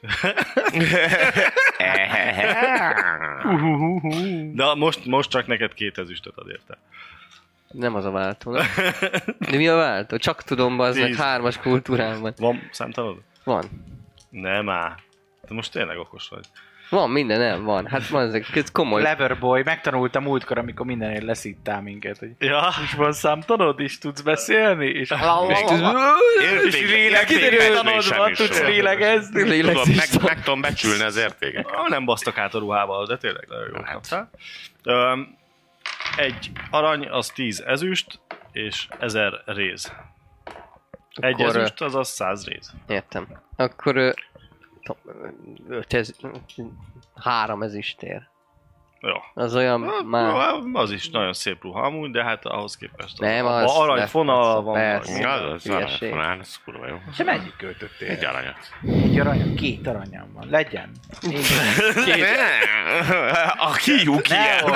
De most, most csak neked két ezüstöt ad érte. Nem az a váltó, nem? De mi a váltó? Csak tudom, az meg Tíz. hármas kultúrámban. Van számtalad? Van. Nem á. Te most tényleg okos vagy. Van, minden nem van. Hát van, ezek ez komoly. Leverboy, megtanultam múltkor, amikor mindenért leszíttál minket, hogy Ja. is van számtanod, és tudsz beszélni, és Érték, kiderül, tanod van, tudsz lélegezni. Tudom, meg, meg tudom becsülni az értéket. Ah, nem basztak át a ruhával, de tényleg nagyon jó Hát. kaptál. Öm, Egy arany az tíz ezüst, és ezer réz. Egy Akkor, ezüst, az az száz réz. Értem. Akkor ö, to- öt ez, három ezüstér. Jó. Az olyan már... Az is nagyon szép ruha amúgy, de hát ahhoz képest Nem, az, az- arany de- fonal van. persze. meg. Az, az, Hülyeség. az, ez kurva jó. És mennyit költöttél? Egy aranyat. Egy aranyam, két aranyam van. Legyen. Én A kiúk ilyen.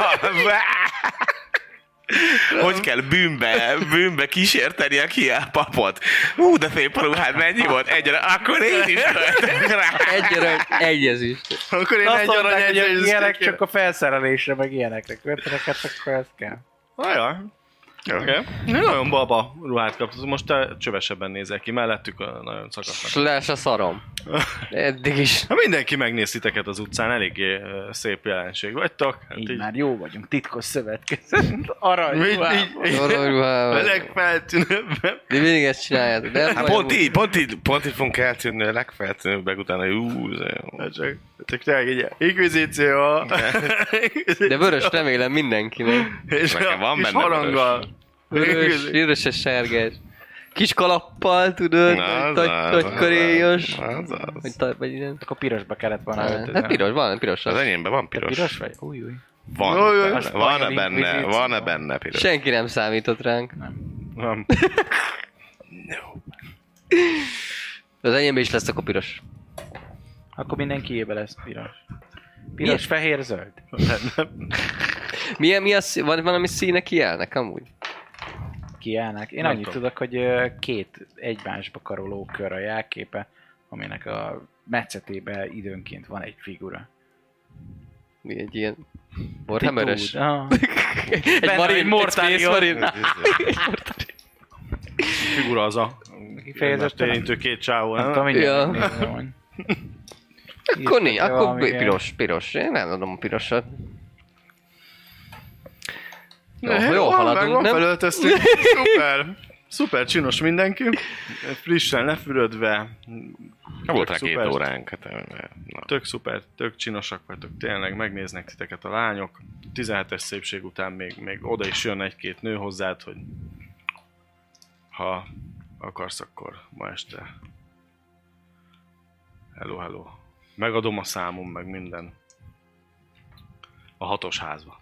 Hogy kell bűnbe, bűnbe kísérteni a kiel papot? Hú, de szép a ruhád, mennyi volt? Egy arany, akkor én is költök rá. Egy arany, egy ezüst. Akkor én azt egy arany, mondták, egy hogy ezüst. ilyenek csak a felszerelésre, meg ilyenekre költenek, hát akkor ez kell. Ajaj. Okay. Nagyon baba ruhát kaptad, most te csövesebben nézel ki, mellettük a nagyon szakasznak. Slash a szarom. Eddig is. Ha mindenki megnéz titeket az utcán, eléggé ö, szép jelenség vagytok. Hát Így már jó vagyunk, titkos szövetkezet. Arany Így- ruhában. így- így- Arany A ruhával. legfeltűnőbb. De mindig ezt csináljátok. De Hát pont így, pont így, pont így fogunk eltűnni a legfeltűnőbbek utána, hogy ú, ez jó. Hát csak, csak tényleg így, inkvizíció. De vörös remélem mindenkinek. És Nekem van kis benne haranggal. Vörös, vöröses sárgás. Kis kalappal, tudod, Na, az vagy az, nagy az karéjos. az, az. Vagy ta- vagy ilyen. Akkor pirosba kellett volna öltözni. Hát piros, van, piros. Az enyémben van Te piros. piros vagy? Új, új. Van, Jó, jó, benne, az van-e spanyol benne, inkvizíció. van-e benne piros? Senki nem számított ránk. Nem. Az enyémben is lesz akkor piros. Akkor mindenkiébe lesz piros. Piros, fehér, zöld. Milyen, mi a szí- van valami színe kiállnak amúgy? Kiállnak. Én Nem annyit tudom. tudok, hogy ö, két egymásba karoló kör a jelképe, aminek a metszetében időnként van egy figura. Mi egy ilyen Warhammeres? Ah. Egy marin, egy Mortarion. Space Marine. Figura az a Kifejezetten érintő két csávó, nem nem? tudom, mindjárt Ja. megnézem, hogy... Akkor né, Írtak-e akkor valamiket? piros, piros. Én nem adom a pirosat. Jó, Ne, jól van, haladunk, megvan, nem? felöltöztük. Szuper. Szuper csinos mindenki. Frissen lefürödve. Volt rá Tök két szuper. óránk. Hát, na. Tök szuper, tök csinosak vagytok, tényleg megnéznek titeket a lányok. tizenhetes szépség után még, még oda is jön egy-két nő hozzád, hogy ha akarsz, akkor ma este. Hello, hello. Megadom a számom, meg minden. A hatos házba.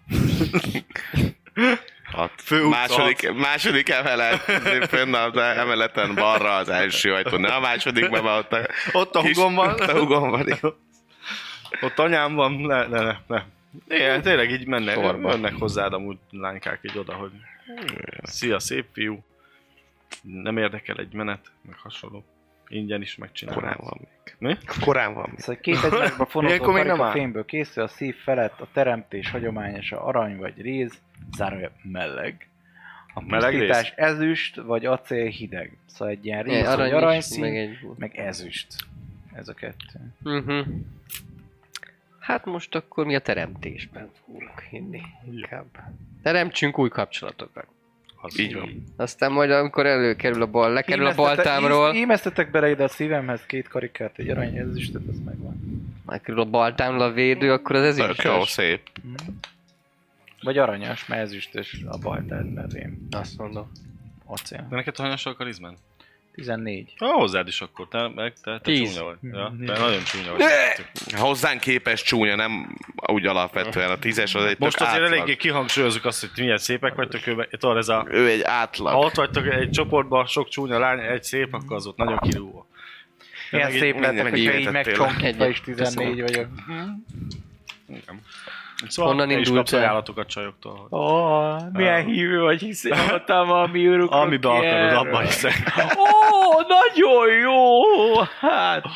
A Fő utca második, második emelet, fönn az emeleten balra az első ajtó, ne a másodikban, mert ott a, Ott a kis- hugom van. ott a hugom van. Ott anyám van, ne, ne, ne, ne. Igen, tényleg így mennek, Sorba. mennek hozzád amúgy lánykák így oda, hogy szia, szép fiú, nem érdekel egy menet, meg hasonló. Ingyen is megcsinálom. Korán van még. Mi? Korán van még. Szóval két egymásba fonódó Ilyenkor még nem karika áll. fémből készül, a szív felett a teremtés hagyományosa arany vagy réz, zárójel meleg. A Meleg rész? pusztítás ezüst vagy acél hideg. Szóval egy ilyen réz Egy vagy arany aranyszín, is, meg meg, egy... meg ezüst. Ez a kettő. Uh-huh. Hát most akkor mi a teremtésben fogunk hinni. Inkább. Teremtsünk új kapcsolatokat. Az Így van. Aztán majd amikor előkerül a bal, lekerül a Ímeztetek- baltámról, í- Ímeztetek bele ide a szívemhez két karikát, egy arany ezüstöt, az megvan. lekerül a baltámról a védő, akkor az ez Tök is. jó, szép. Vagy aranyas, mert ezüstös a baltád, mert én Azt mondom. acél. De neked hanyas a karizmán? tizennégy. Ha hozzád is akkor, te, meg, te, te Tíz. csúnya vagy. Ja, Mm. te nagyon csúnya vagy. Hozzánk képes csúnya, nem úgy alapvetően. A tízes az egy Most tök azért átlag. eléggé kihangsúlyozzuk azt, hogy milyen szépek vagytok, ő, tudod, ez a... Ő egy Ha átlag. ott vagytok egy csoportban, sok csúnya lány, egy szép, akkor az ott nagyon kirúgó. Milyen meg így- szép lettek, mennyi hogyha így évetettél? megcsonkítva is Egyet. tizennégy vagyok. Igen. Szóval Honnan te is indult kapsz el? ajánlatokat csajoktól. Hogy Ó, milyen hívő vagy, hiszen hallottam a mi urukról. amibe akarod, ilyenről. abban hiszek. Ó, nagyon jó! Hát...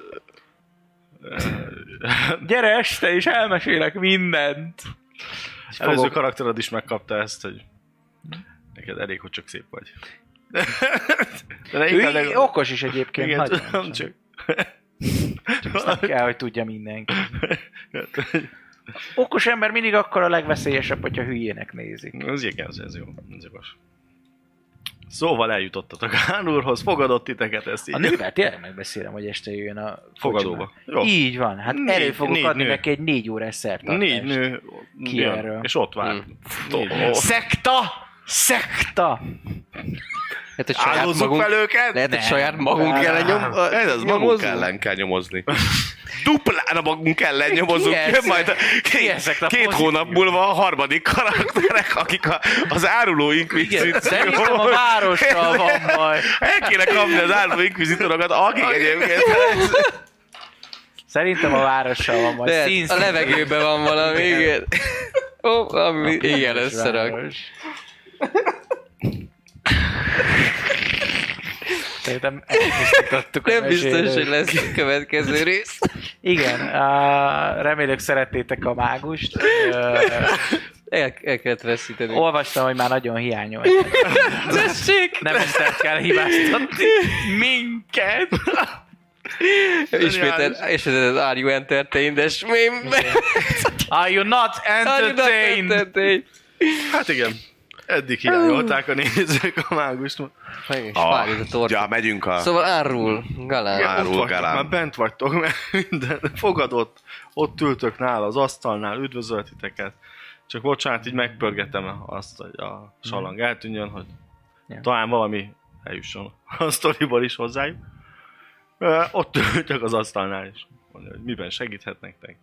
Gyere este, és elmesélek mindent. Előző Fogok- karaktered is megkapta ezt, hogy neked elég, hogy csak szép vagy. De ne Ő inkább í- ne- okos is egyébként, Igen, nagyon. tudom, csak... Azt nem kell, hogy tudja mindenki. Okos ember mindig akkor a legveszélyesebb, hogyha hülyének nézik. Ez igen, ez, ez jó, ez jogos. Szóval eljutottatok Hán úrhoz, fogadott titeket ezt így. A nővel tényleg megbeszélem, hogy este jöjjön a Fogadóba. kocsma. Jó. Így van, hát Négy- elő fogok négy adni nő. neki egy négy órás szertartást. Négy nő Ki jön, erről? és ott vár. Hmm. Négy nő. Szekta! Szekta! Lehet, hogy saját Áldozzuk magunk, fel őket? lehet, hogy Ne. saját magunk ellen nyom, Ez az magunk nyomozzunk? ellen kell nyomozni. Duplán a magunk ellen nyomozunk. Ki Jön ezek? majd a, Ki ezek a két pozitív? hónap múlva a harmadik karakterek, akik a, az áruló inkvizíció. Szerintem a várossal van baj. El kéne kapni az áruló inkvizitorokat, akik egyébként... Szerintem a várossal van baj. Lehet, Színsz- a levegőben van valami, igen. Ó, ami, igen, összerak. Város. Szerintem elpusztítottuk a Nem biztos, mesélőt. hogy lesz következő rész. Igen, uh, remélem szerettétek a mágust. Uh, El, el kellett veszíteni. olvastam, hogy már nagyon hiányolt. Tessék! Nem ezt kell hibáztatni minket. Ismétel, és ez az Are You Entertained-es meme. Are you not Are you not entertained? entertained? Hát igen. Eddig hiányolták a nézők a mágust. És Ah, várjuk a torta. ja, megyünk a... Szóval árul, galán. Igen. Ott Árul vagytok, Galán. már bent vagytok, mert minden fogadott, ott ültök nála az asztalnál, üdvözöltiteket. Csak bocsánat, így megpörgetem azt, hogy a salang eltűnjön, hogy Ja. talán valami eljusson a sztoriból is hozzájuk. Ö, Ott ültök az asztalnál is, mondja, hogy miben segíthet nektek.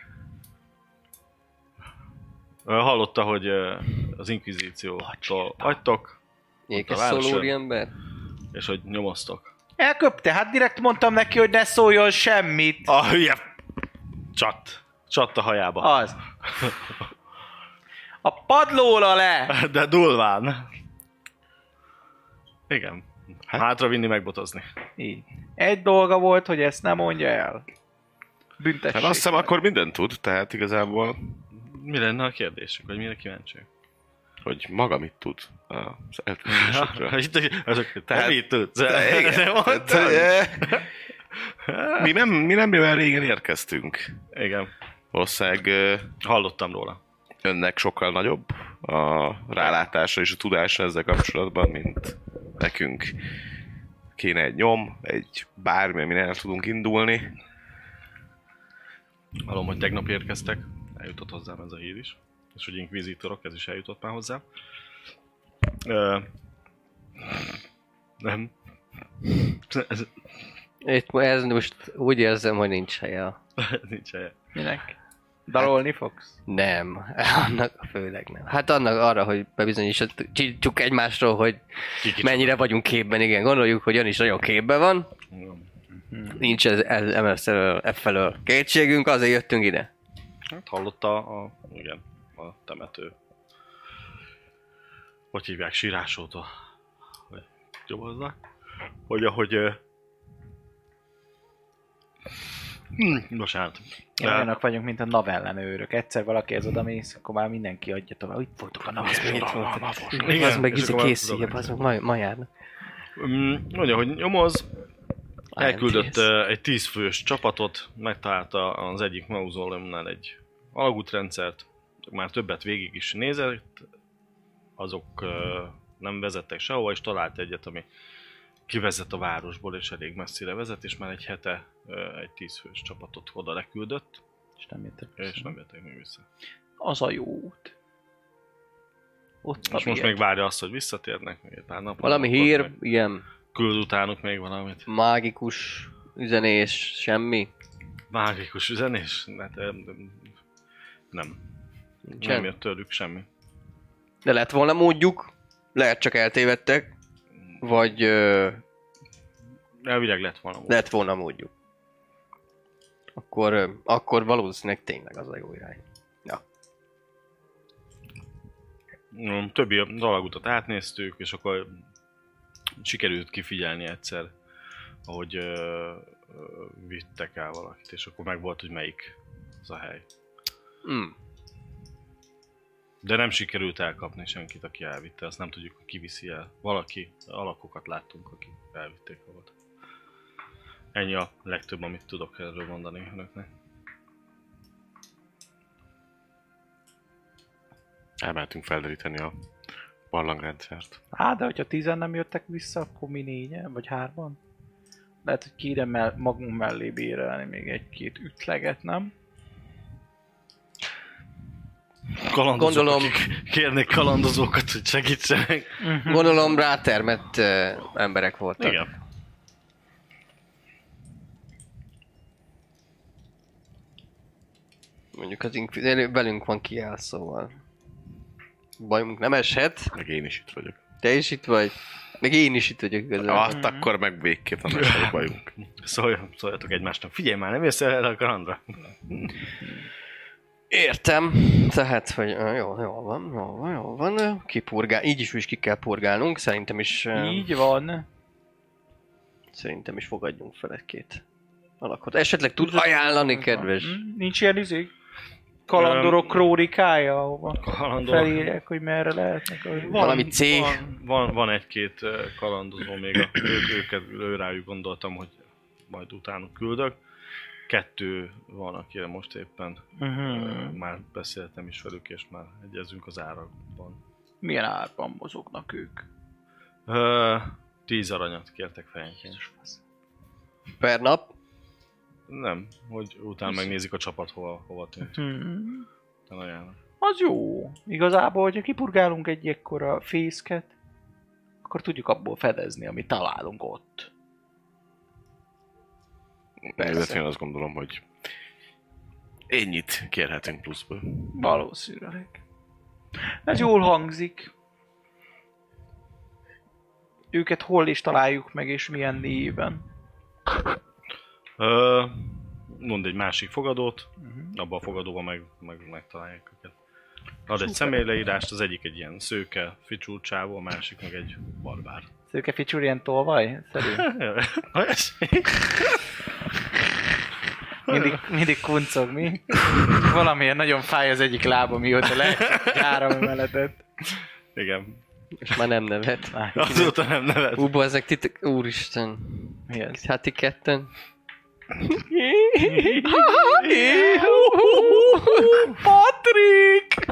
Ö, Hallotta, hogy ö, az inkvizíciótól vagytok, Ékes a város szóló jön. ember. és hogy nyomoztok. Elköpte, hát direkt mondtam neki, hogy ne szóljon semmit. A hülye csat. Csatt a hajába. Az. A padlóra le! De durván. Igen. Hátra vinni, megbotozni. Így. Egy dolga volt, hogy ezt nem mondja el. Büntessék. Hát azt hiszem, akkor mindent tud, tehát igazából, Mi lenne a kérdésük, vagy mire kíváncsiak? hogy maga mit tud az eltűnésekről. Azok, Tehát- te mit tudsz? Te- igen, Te mondtad? tehát, eh, mi nem, mi nem olyan régen érkeztünk. Igen, Valószínűleg eh, hallottam róla. önnek sokkal nagyobb a rálátása és a tudása ezzel kapcsolatban, mint nekünk. Kéne egy nyom, egy bármi, amin el tudunk indulni. Hallom, hogy tegnap érkeztek, eljutott hozzám ez a hír is. És hogy inkvizitorok, ez is eljutott már hozzám. Ö, nem. Ez, Itt ez most úgy érzem, hogy nincs helye. a- nincs helye. Minek? Dalolni fogsz? Nem, annak főleg nem. Hát annak arra, hogy bebizonyítsuk egymásról, hogy Kiki mennyire vagyunk képben, igen. Gondoljuk, hogy ön is nagyon képben van. Nincs ez, ez, ez e felől kétségünk, azért jöttünk ide. Hát hallotta a, igen, a temető. Hogy hívják, sírásóta. Hogy jobbhozzá. Hogy ahogy... ö, Hm, bocsánat. Ja, olyanok vagyunk, mint a NAV ellenőrök. Egyszer valaki ez oda mész, akkor már mindenki adja tovább. Itt voltak a NAV ellenőrök. Igen, Az meg és izé akkor készülje, már- az meg ma, ma járnak. Mm, mondja, hogy nyomoz, elküldött Eltész. uh, egy tízfős csapatot, megtalálta az egyik mauzóleumnál egy alagútrendszert, már többet végig is nézett, azok uh, nem vezettek sehova, és talált egyet, ami kivezet a városból, és elég messzire vezet, és már egy hete uh, egy tízfős csapatot oda leküldött, És nem jöttek és vissza. nem jöttek még vissza. Az a jó út. Ott És most még várja azt, hogy visszatérnek még egy pár napra. Valami akkor hír, meg ilyen Küld utánuk még valamit. mágikus üzenés, semmi. Mágikus üzenés? Hát, em, em, nem. Nincsen. Nem jött tőlük semmi. De lett volna módjuk, lehet csak eltévedtek, vagy ö, Elvileg lett valami. lett volna módjuk. Akkor, ö, akkor valószínűleg tényleg az a jó irány. Ja. Mm, Többi dalagutat átnéztük, és akkor sikerült kifigyelni egyszer, ahogy ö, ö, vittek el valakit, és akkor meg volt, hogy melyik az a hely. Mm. De nem sikerült elkapni senkit, aki elvitte, azt nem tudjuk, hogy ki viszi el. Valaki, alakokat láttunk, akik elvitték volt. Ennyi a legtöbb, amit tudok erről mondani önöknek. Elmentünk felderíteni a barlangrendszert. Á, de hogyha tízen nem jöttek vissza, akkor mi négyen, vagy hárman? Lehet, hogy kéne mell- magunk mellé bérelni még egy-két ütleget, nem? Kalandozók, Gondolom- akik kérnék kalandozókat, hogy segítsenek. Gondolom rátermett ö, emberek voltak. Igen. Mondjuk az inkvi- velünk van kiáll, szóval bajunk nem eshet. Meg én is itt vagyok. Te is itt vagy. Meg én is itt vagyok igazából. Hát akkor meg végképp nem lesz a bajunk. Szólj, szóljatok egymásnak. Figyelj már, nem jössz el erre a kalandra? Értem. Tehát, hogy ö, jó, jó van, jó van, jó van. ö, Kipurgál. Így is, is ki kell purgálnunk. Szerintem is, ö, Így van. szerintem is fogadjunk fel egy-két alakot. Esetleg tud ajánlani, kedves. Hm? Nincs ilyen izé? Kalandorok krónikája, ahova Kalandorok. felírják, hogy merre lehetnek. Hogy Valami cég. Van, van, van egy-két ö, kalandozó még, a, ők, őket, ő rájuk gondoltam, hogy majd utánuk küldök. Kettő van, akire most éppen Uh-huh. ö, már beszéltem is velük, és már egyezünk az árakban. Milyen árban mozognak ők? Ö, tíz aranyat kértek fejenként. Per nap. Nem, hogy utána megnézik a csapat, hova, hova tűnt. Hmm. Utána ajánlok. Az jó. Igazából, hogyha kipurgálunk egy ekkora fészket, akkor tudjuk abból fedezni, amit találunk ott. Illetve én azt gondolom, hogy ennyit kérhetünk pluszból. Valószínűleg. Ez jól hangzik. Őket hol is találjuk meg, és milyen néven? Ö, mond egy másik fogadót, Uh-huh. abban a fogadóban meg, meg megtalálják őket. Ad egy személyleírást, az egyik egy ilyen szőke, ficsú csávó, a másik meg egy barbár. Szőke ficsúr ilyen tolvaj? Szerint? Olyasmi? Mindig, mindig kuncog, mi? Valamiért nagyon fáj az egyik lába, mióta le három emeletet. Igen. És már nem nevet. Azóta nem nevet. Úba, ezek titek... Úristen. Mi ez? Hát ti ketten. Patrik!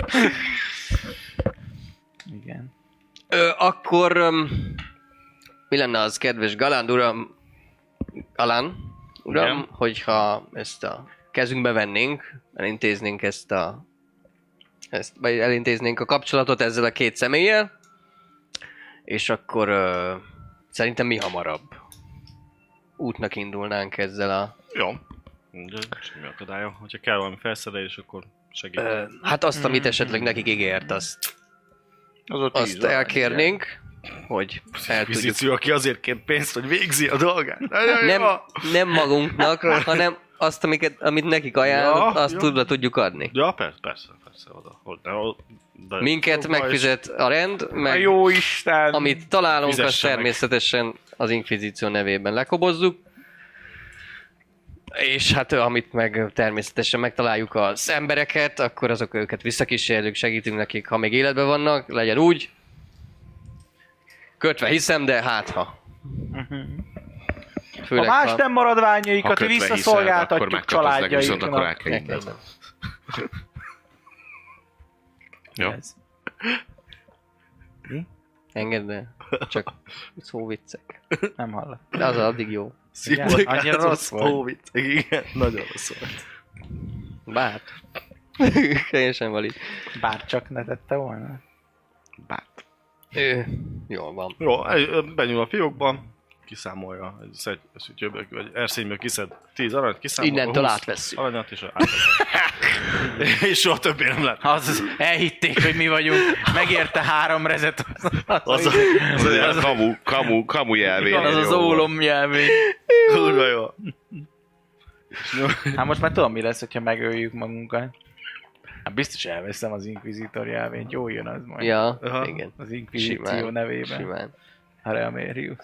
Igen. Ö, akkor... Um, mi lenne az, kedves Galand uram? Alan, uram, Igen. hogyha ezt a kezünkbe vennénk, elintéznénk ezt a... Ezt, vagy elintéznénk a kapcsolatot ezzel a két személlyel, és akkor ö, szerintem mi hamarabb útnak indulnánk ezzel a... Jó. De semmi akadálya. Hogyha kell valami felszerelés, akkor segít. Ö, hát azt, amit esetleg nekik ígért, azt, Az ott azt elkérnénk, hogy el tudjuk. Inkvizíció, aki azért kér pénzt, hogy végzi a dolgát. Nagyon Nem, jó. nem magunknak, hanem azt, amiket, amit nekik ajánlott, Ja, azt jó. tudva tudjuk adni. Ja, persze, persze, persze, oda. oda, oda Minket oda megfizet a rend, A meg jó Isten! amit találunk, azt Fizesse meg. természetesen az Inkvizíció nevében lekobozzuk. És hát amit meg természetesen megtaláljuk az embereket, akkor azok őket visszakísérjük, segítünk nekik, ha még életben vannak, legyen úgy. Kötve hiszem, de hát ha. Ha Főleg, más ha... nem maradványaikat kötve hiszed, visszaszolgáltatjuk akkor megcsatoznak, viszont akkor el családjainknak. kell innen. Neked. Jó. Ez. Engedd el. Csak szóviccek. Nem hallott. De az addig jó. Szívják, Annyira ez rossz a volt. Covid. Igen, nagyon rossz volt. Bár. Teljesen valid. Bár csak ne tette volna. Bár. Ő, jól van. Jó, el- benyúl a fiókba, kiszámolja, egy szed, szütyőből, vagy erszényből kiszed tíz aranyat, kiszámolja. Innentől húsz átvesszük. Aranyat, és átveszünk. És soha többé nem lett. Az, elhitték, hogy mi vagyunk. Megérte három rezet. Az, Az, az, Az az a kamu, kamu, kamu jelvény. az, az ólom nyelvény. kurva jó. Hát most már tudom, mi lesz, hogyha megöljük magunkat. Hát biztos elveszem az Inquisitor jelvényt. Jó jön az majd. Ja, Aha. igen. Az Inquisició Simán. nevében. Simán. A Remerius.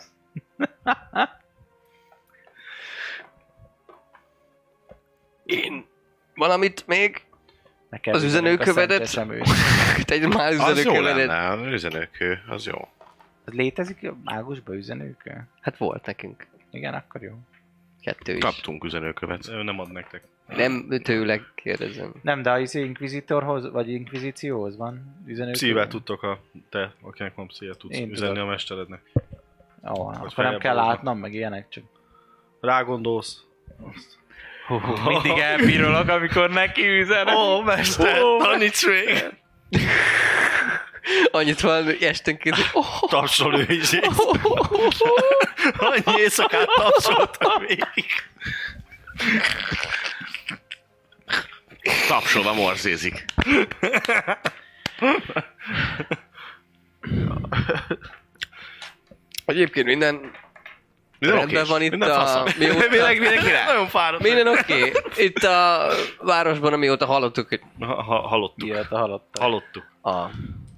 Én valamit még? Nekem Az üzenőkövedet? Egy már Az jó üzenőkövedet. lenne, az üzenőkő, az jó. Létezik a mágusba üzenőkő? Hát volt nekünk. Igen, akkor jó. Kettő is. Kaptunk üzenőkövet. Ő nem ad nektek. Nem tőle kérdezem. Nem, de az Inquisitorhoz, vagy Inquizícióhoz van üzenőkő? Pszivel tudtok a te, akinek van pszíje, tudsz Én üzenni tudok. a mesterednek. Ó, akkor nem feljebb kell oldva. látnom, meg ilyenek csak. Rágondolsz. Hú, hú, mindig elpirolok, amikor neki üzenek. Ó, mester, Ó, taníts még! Annyit valami estenként, hogy oh, Tapsol ő is. Annyi éjszakát tapsoltam végig. Tapsolva morzézik. egyébként minden Minden rendben okés, van itt minden a... faszom. Mióta, Mindenki, mindenki rá. Nagyon fáradt. minden oké. Okay. Itt a városban, amióta hallottuk, hogy Ha, ha, hallottuk. Ilyet a halottak. Hallottuk. a...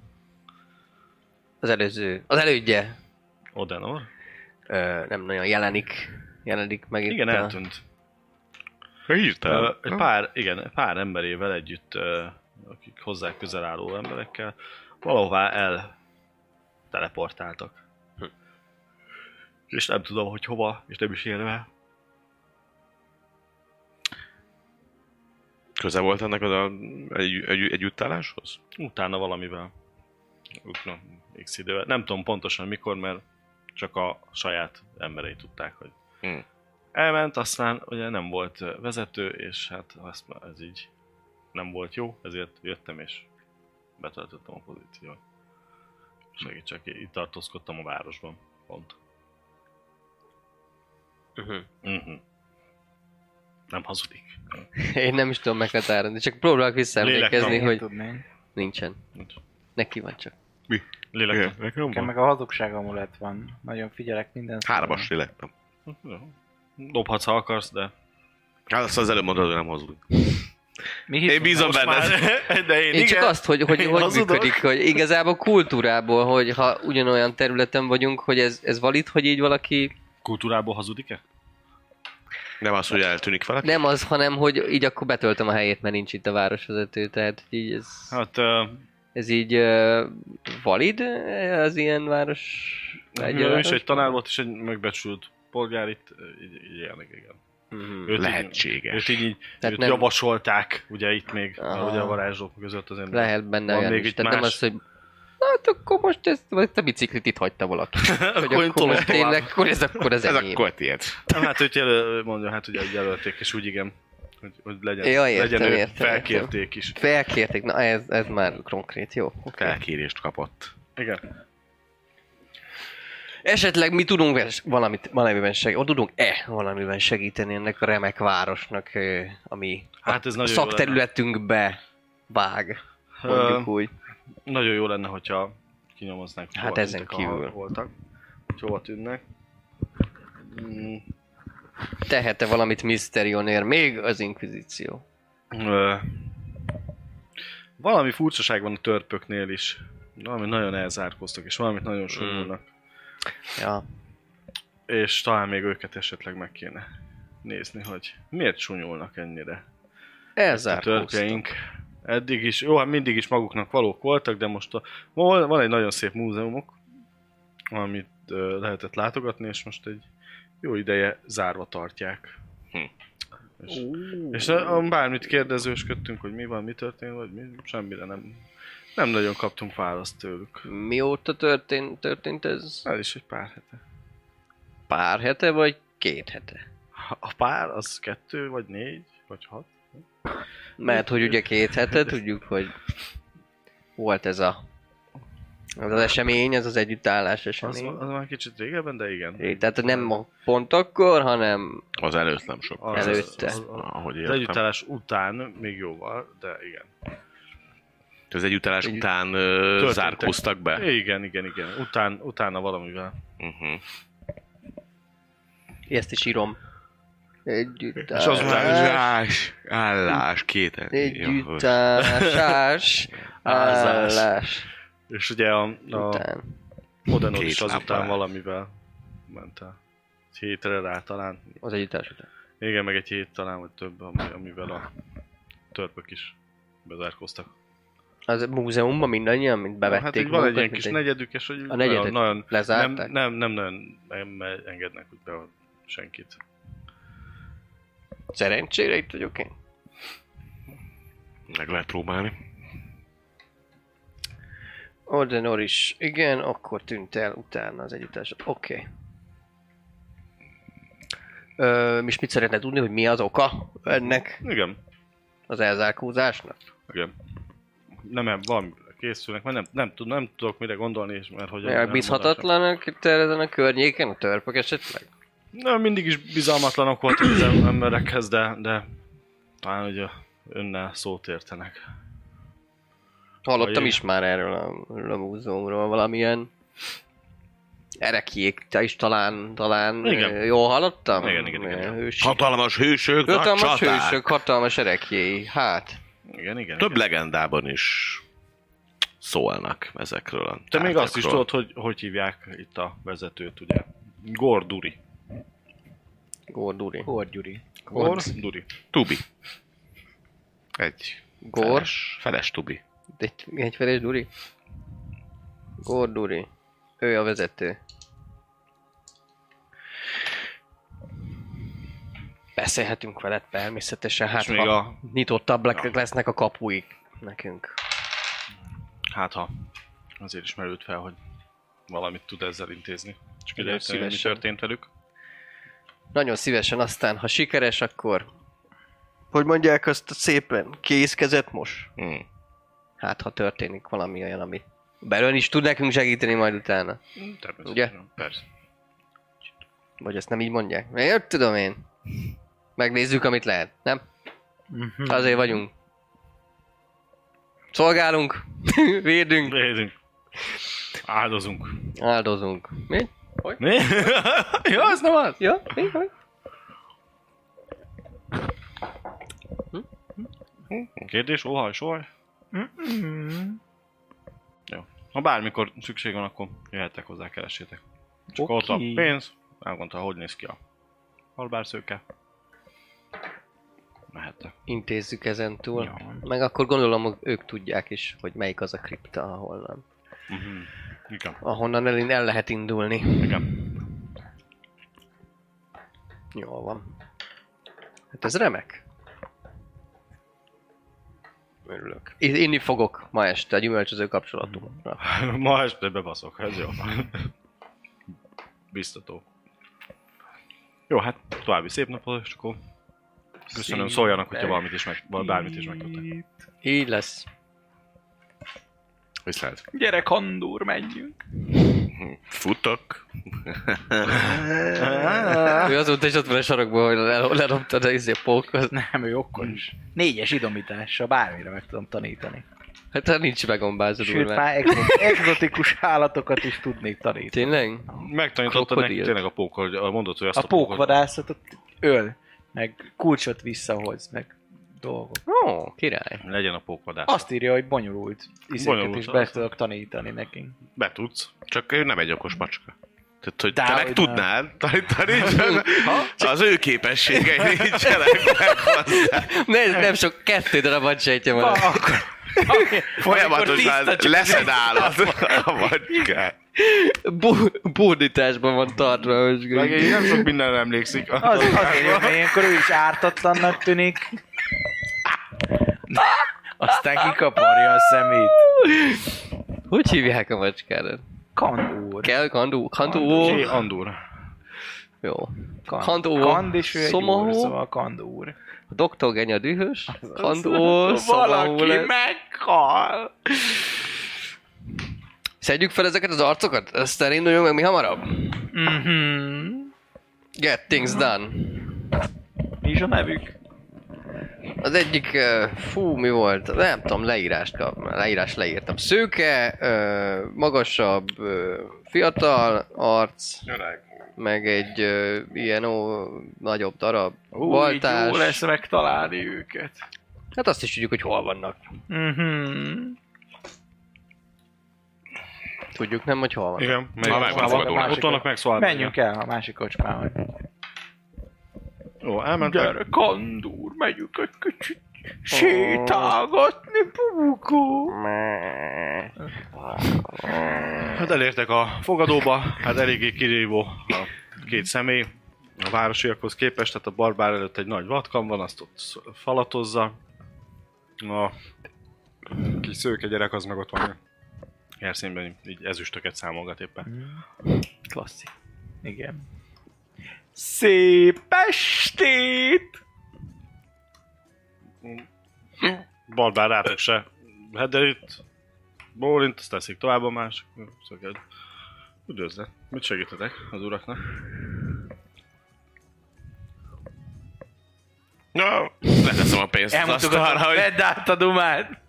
Az előző, az elődje Odenor. ö, nem nagyon jelenik, jelenik meg itt Igen, a... eltűnt. Hirtelen. Ö, Egy pár, igen, pár emberével együtt, ö, akik hozzá közel álló emberekkel, valahová el teleportáltak. Hm. És nem tudom, hogy hova, és nem is érve. Köze volt ennek az a egy, egy, együttálláshoz? Utána valamivel. Utána x idővel. Nem tudom pontosan mikor, mert csak a saját emberei tudták, hogy Hm. elment, aztán ugye nem volt ö, vezető, és hát azt, ez így nem volt jó, ezért jöttem és betöltöttem a pozíciót. Segítsek, itt tartózkodtam a városban, pont. Uh-huh. Uh-huh. Nem hazudik. Én nem is tudom meghatározni, csak próbálok visszaemlékezni, Lélektan. hogy Tudnék. nincsen. Nincs. Neki van csak. Lélek. Igen, nekem Nekem van. meg a hazugság amulett van. Nagyon figyelek minden Hármas lélektem. Dobhatsz, ha akarsz, de... Hát azt az előbb mondod, hogy nem hazud. Mi Én bízom Most benned. már- De én, Én igen. csak azt, hogy hogy, Én hogy hazudok. működik, hogy igazából kultúrából, hogy ha ugyanolyan területen vagyunk, hogy ez, ez valid, hogy így valaki... Kultúrából hazudik-e? Nem az, hogy eltűnik valaki? Nem az, hanem hogy így akkor betöltöm a helyét, mert nincs itt a városvezető, tehát így ez, Hát uh, ez így uh, valid az ilyen város ő is egy tanár volt, és egy megbecsült polgár itt, így, így élnek, igen. Mm-hmm. Őt Lehetséges. Így, őt így, Tehát őt nem- javasolták, ugye itt még, Aha. ugye a varázslók között azért. Lehet benne van olyan még is. itt Tehát nem más- az, hogy hát akkor most ezt, ezt a biciklit itt hagyta valaki. Hogy Akkor én akkor most tovább. tényleg, akkor ez akkor az Ez enyém. akkor tiéd. Nem, hát őt jelöl, mondja, hát ugye jelölték, és úgy igen, hogy, hogy legyen, Ja, értem, legyen ő, értem, felkérték is. Felkérték, na ez, ez már konkrét, jó. Okay. Felkérést kapott. Igen. Esetleg mi tudunk vers- valamit, valamiben segíteni, tudunk-e valamiben segíteni ennek a remek városnak, ö, ami Hát ez a nagyon jó szakterületünkbe vág, mondjuk Ö, úgy. Nagyon jó lenne, hogyha kinyomoznánk, hogy Hát hova ezen tűntek, kívül. ahol voltak, hogy hova tűnnek. Mm, Tehet-e valamit Mysterion ér még az Inkvizíció? ö, valami furcsaság van a törpöknél is. Valami nagyon elzárkóztak, és valamit nagyon sonyolnak. Ja. És talán még őket esetleg meg kéne nézni, hogy miért sunyulnak ennyire. A Elzárkóztak. törpjeink eddig is, jó, hát mindig is maguknak valók voltak, de most a, van van egy nagyon szép múzeumok, amit ö, lehetett látogatni, és most egy jó ideje zárva tartják. Hm. És, és a, a, bármit kérdezősködtünk, hogy mi van, mi történt, vagy mi, semmire nem, nem nagyon kaptunk választ tőlük. Mióta történt, történt ez? Ez is egy pár hete. Pár hete vagy két hete? A pár az kettő, vagy négy, vagy hat. Mert hogy ugye két hete tudjuk, hogy volt ez a az, az esemény, ez az együttállás Az, esemény. az már kicsit régebben, de igen. É, tehát nem a pont akkor, hanem Az előtt nem sok. Az- előtte. Az, az, Ahogy az értem. együttállás után még jóval, de igen. Az együttállás Egy- után ö, Történtek. zárkóztak be? Igen, igen, igen. Után, utána valamivel. Uh-huh. ezt is írom. Együttállás. És az már Állás, állás, két Együttállás. Állás. Állás. És ugye a, a Után. Odenod Két is azután lábbal. valamivel ment el. Egy hétre rá talán. Az együttállás után. Igen, meg egy hét talán, vagy több, ami- amivel a törpök is bezárkóztak. Az múzeumban mindannyian, mint bevették Hát így van egy magukat, ilyen mint kis negyedük, és hogy A negyedet nagyon, nagyon nem, lezárták? nem, nem, nagyon nem engednek úgy be senkit. Szerencsére itt vagyok én. Meg lehet próbálni. Ordenor is. Igen, akkor tűnt el utána az együttállás. Oké. Okay. Ö, és mit szeretne tudni, hogy mi az oka ennek Igen, az elzárkózásnak? igen. Nem, eb- valami készülnek, mert nem, nem, tud, nem tudok mire gondolni, és mert hogy... nem Megbízhatatlanak itt ezen a környéken, a törpök esetleg? Nem, mindig is bizalmatlanok voltak az em- emberekhez, de, de talán ugye önnel szót értenek. Hallottam Vagy- is már erről a, erről a múzeumról, valamilyen erekjék, te is talán, talán Igen. ö, jól hallottam? Igen, igen, igen. Ö, Hős, Hatalmas hősök, nagy hatalmas csaták. hősök, hatalmas erekjéi, hát. Igen, igen. Több igen. legendában is szólnak ezekről a Te még azt is tárgyakról. tudod, hogy hogy hívják itt a vezetőt, ugye? Gorduri. Gorduri. Horgyuri. Gorduri. Tubi. Egy Gor? feles, feles Tubi. Egy, egy feles Duri? Gorduri. Ő a vezető. Beszélhetünk veled természetesen, hát És még ha a- nyitottabbak Ja. lesznek a kapuik nekünk. Hát ha azért is merült fel, hogy valamit tud ezzel intézni. Csak Igen, ide mi szívesen. történt velük. Nagyon szívesen, aztán ha sikeres, akkor... Hogy mondják azt szépen? Kézkezet most? Hmm. Hát ha történik valami olyan, ami... Belőle is tud nekünk segíteni majd utána. Természetesen. Ugye? Persze. Vagy ezt nem így mondják? Én tudom én. Megnézzük, amit lehet, nem? Azért vagyunk. Szolgálunk, védünk, Védünk. Áldozunk. áldozunk. Mi? Mi? ja, az nem az. Ja, mi? Mi? Kérdés? Óhaj, sohaj? Jó. Ha bármikor szükség van, akkor jöhettek hozzá, keressétek. Csak Oké. ott a pénz, elmondta, hogy néz ki a halbárszőke. mehettek. intézzük ezentúl. Jó. Meg akkor gondolom, hogy ők tudják is, hogy melyik az a kripta, ahonnan, Uh-huh. Igen. ahonnan el, el lehet indulni. Igen. Jól van. Hát ez remek. Örülök. Én inni fogok ma este a gyümölcsöző kapcsolatunkra. Ma este bebaszok, ez jó. Biztató. Jó, hát további szép napot, és akkor köszönöm, szóljanak, hogyha valamit is meg, bármit is megtudtak. Így lesz. Viszont. Gyere, Kandúr, menjünk. Futok. Ő azóta is ott van a sarokban, hogy le- lerobtad a izé pókot. Nem, ő okos. Négyes idomítással bármire meg tudom tanítani. Hát hát nincs megombázod Sőt, úr, már exo- exotikus állatokat is tudnék tanítani. Tényleg? Megtanítottad neki Krokodil. tényleg a pók, hogy mondod, hogy azt A a, pókot... pókvadászatot öl, meg kulcsot visszahoz, meg dolgok. Ó, király. Legyen a pókvadász. Azt írja, hogy bonyolult izéket Bonyolult, is be az. tudok tanítani nekünk. Be tudsz. Csak ő nem egy okos macska. Tehát, hogy te Dehogy meg tudnál tanítani, Ha? az ő képességei nincsenek meg hozzá. Ne, nem sok, kettő darab sejtje van. Akkor, Folyamatosan leszedálod a macskát. Bu- Bódításban van tartva, most. Meg így nem sok mindenre emlékszik. az, azért jön, mert ilyenkor ő is ártatlannak tűnik. Aztán kikaparja a szemét. Hogy hívják a macskádat? Kandúr. Kell, kandú, kandú, Jé, Andúr. jó. Kand, Kandó, Kand és ő egy Szomahó. úr, szóval Kandúr. A doktor Genya dühös, kandó, szomahó Valaki lesz. meghal. Szedjük fel ezeket az arcokat, aztán induljunk meg mi hamarabb. Mhm. Get things done. Mi is a nevük? Az egyik, uh, fú, mi volt? Nem tudom, leírást kap, leírás leírtam. Szőke, uh, magasabb, uh, fiatal arc, meg egy uh, ilyen ó, nagyobb darab, Ú, így baltás. jó lesz megtalálni őket. Hát azt is tudjuk, hogy hol vannak. Mhm. Tudjuk nem, hogy hol vannak. Igen, meg, Ha megvan a fogadónak. ott vannak meg, szóval... Menjünk el a másik kocsmához. Jó, elmentek. Gyere, Kandúr, megyünk egy kicsit sétálgatni, bubukó. Hát elértek a fogadóba, hát eléggé kirívó a két személy a városiakhoz képest, tehát a barbár előtt egy nagy vatkan van, azt ott falatozza. A kis szőke gyerek az meg ott van Erszényben, így ezüstöket számolgat éppen. Klasszik. Igen. Szép estét! Barbár rátok se hederít, bólint, azt teszik tovább a másik. Szöged. Üdvözlet. Mit segítetek az uraknak? No, leteszem a pénzt az asztalra, Elmutogatom, hogy vedd át a dumát!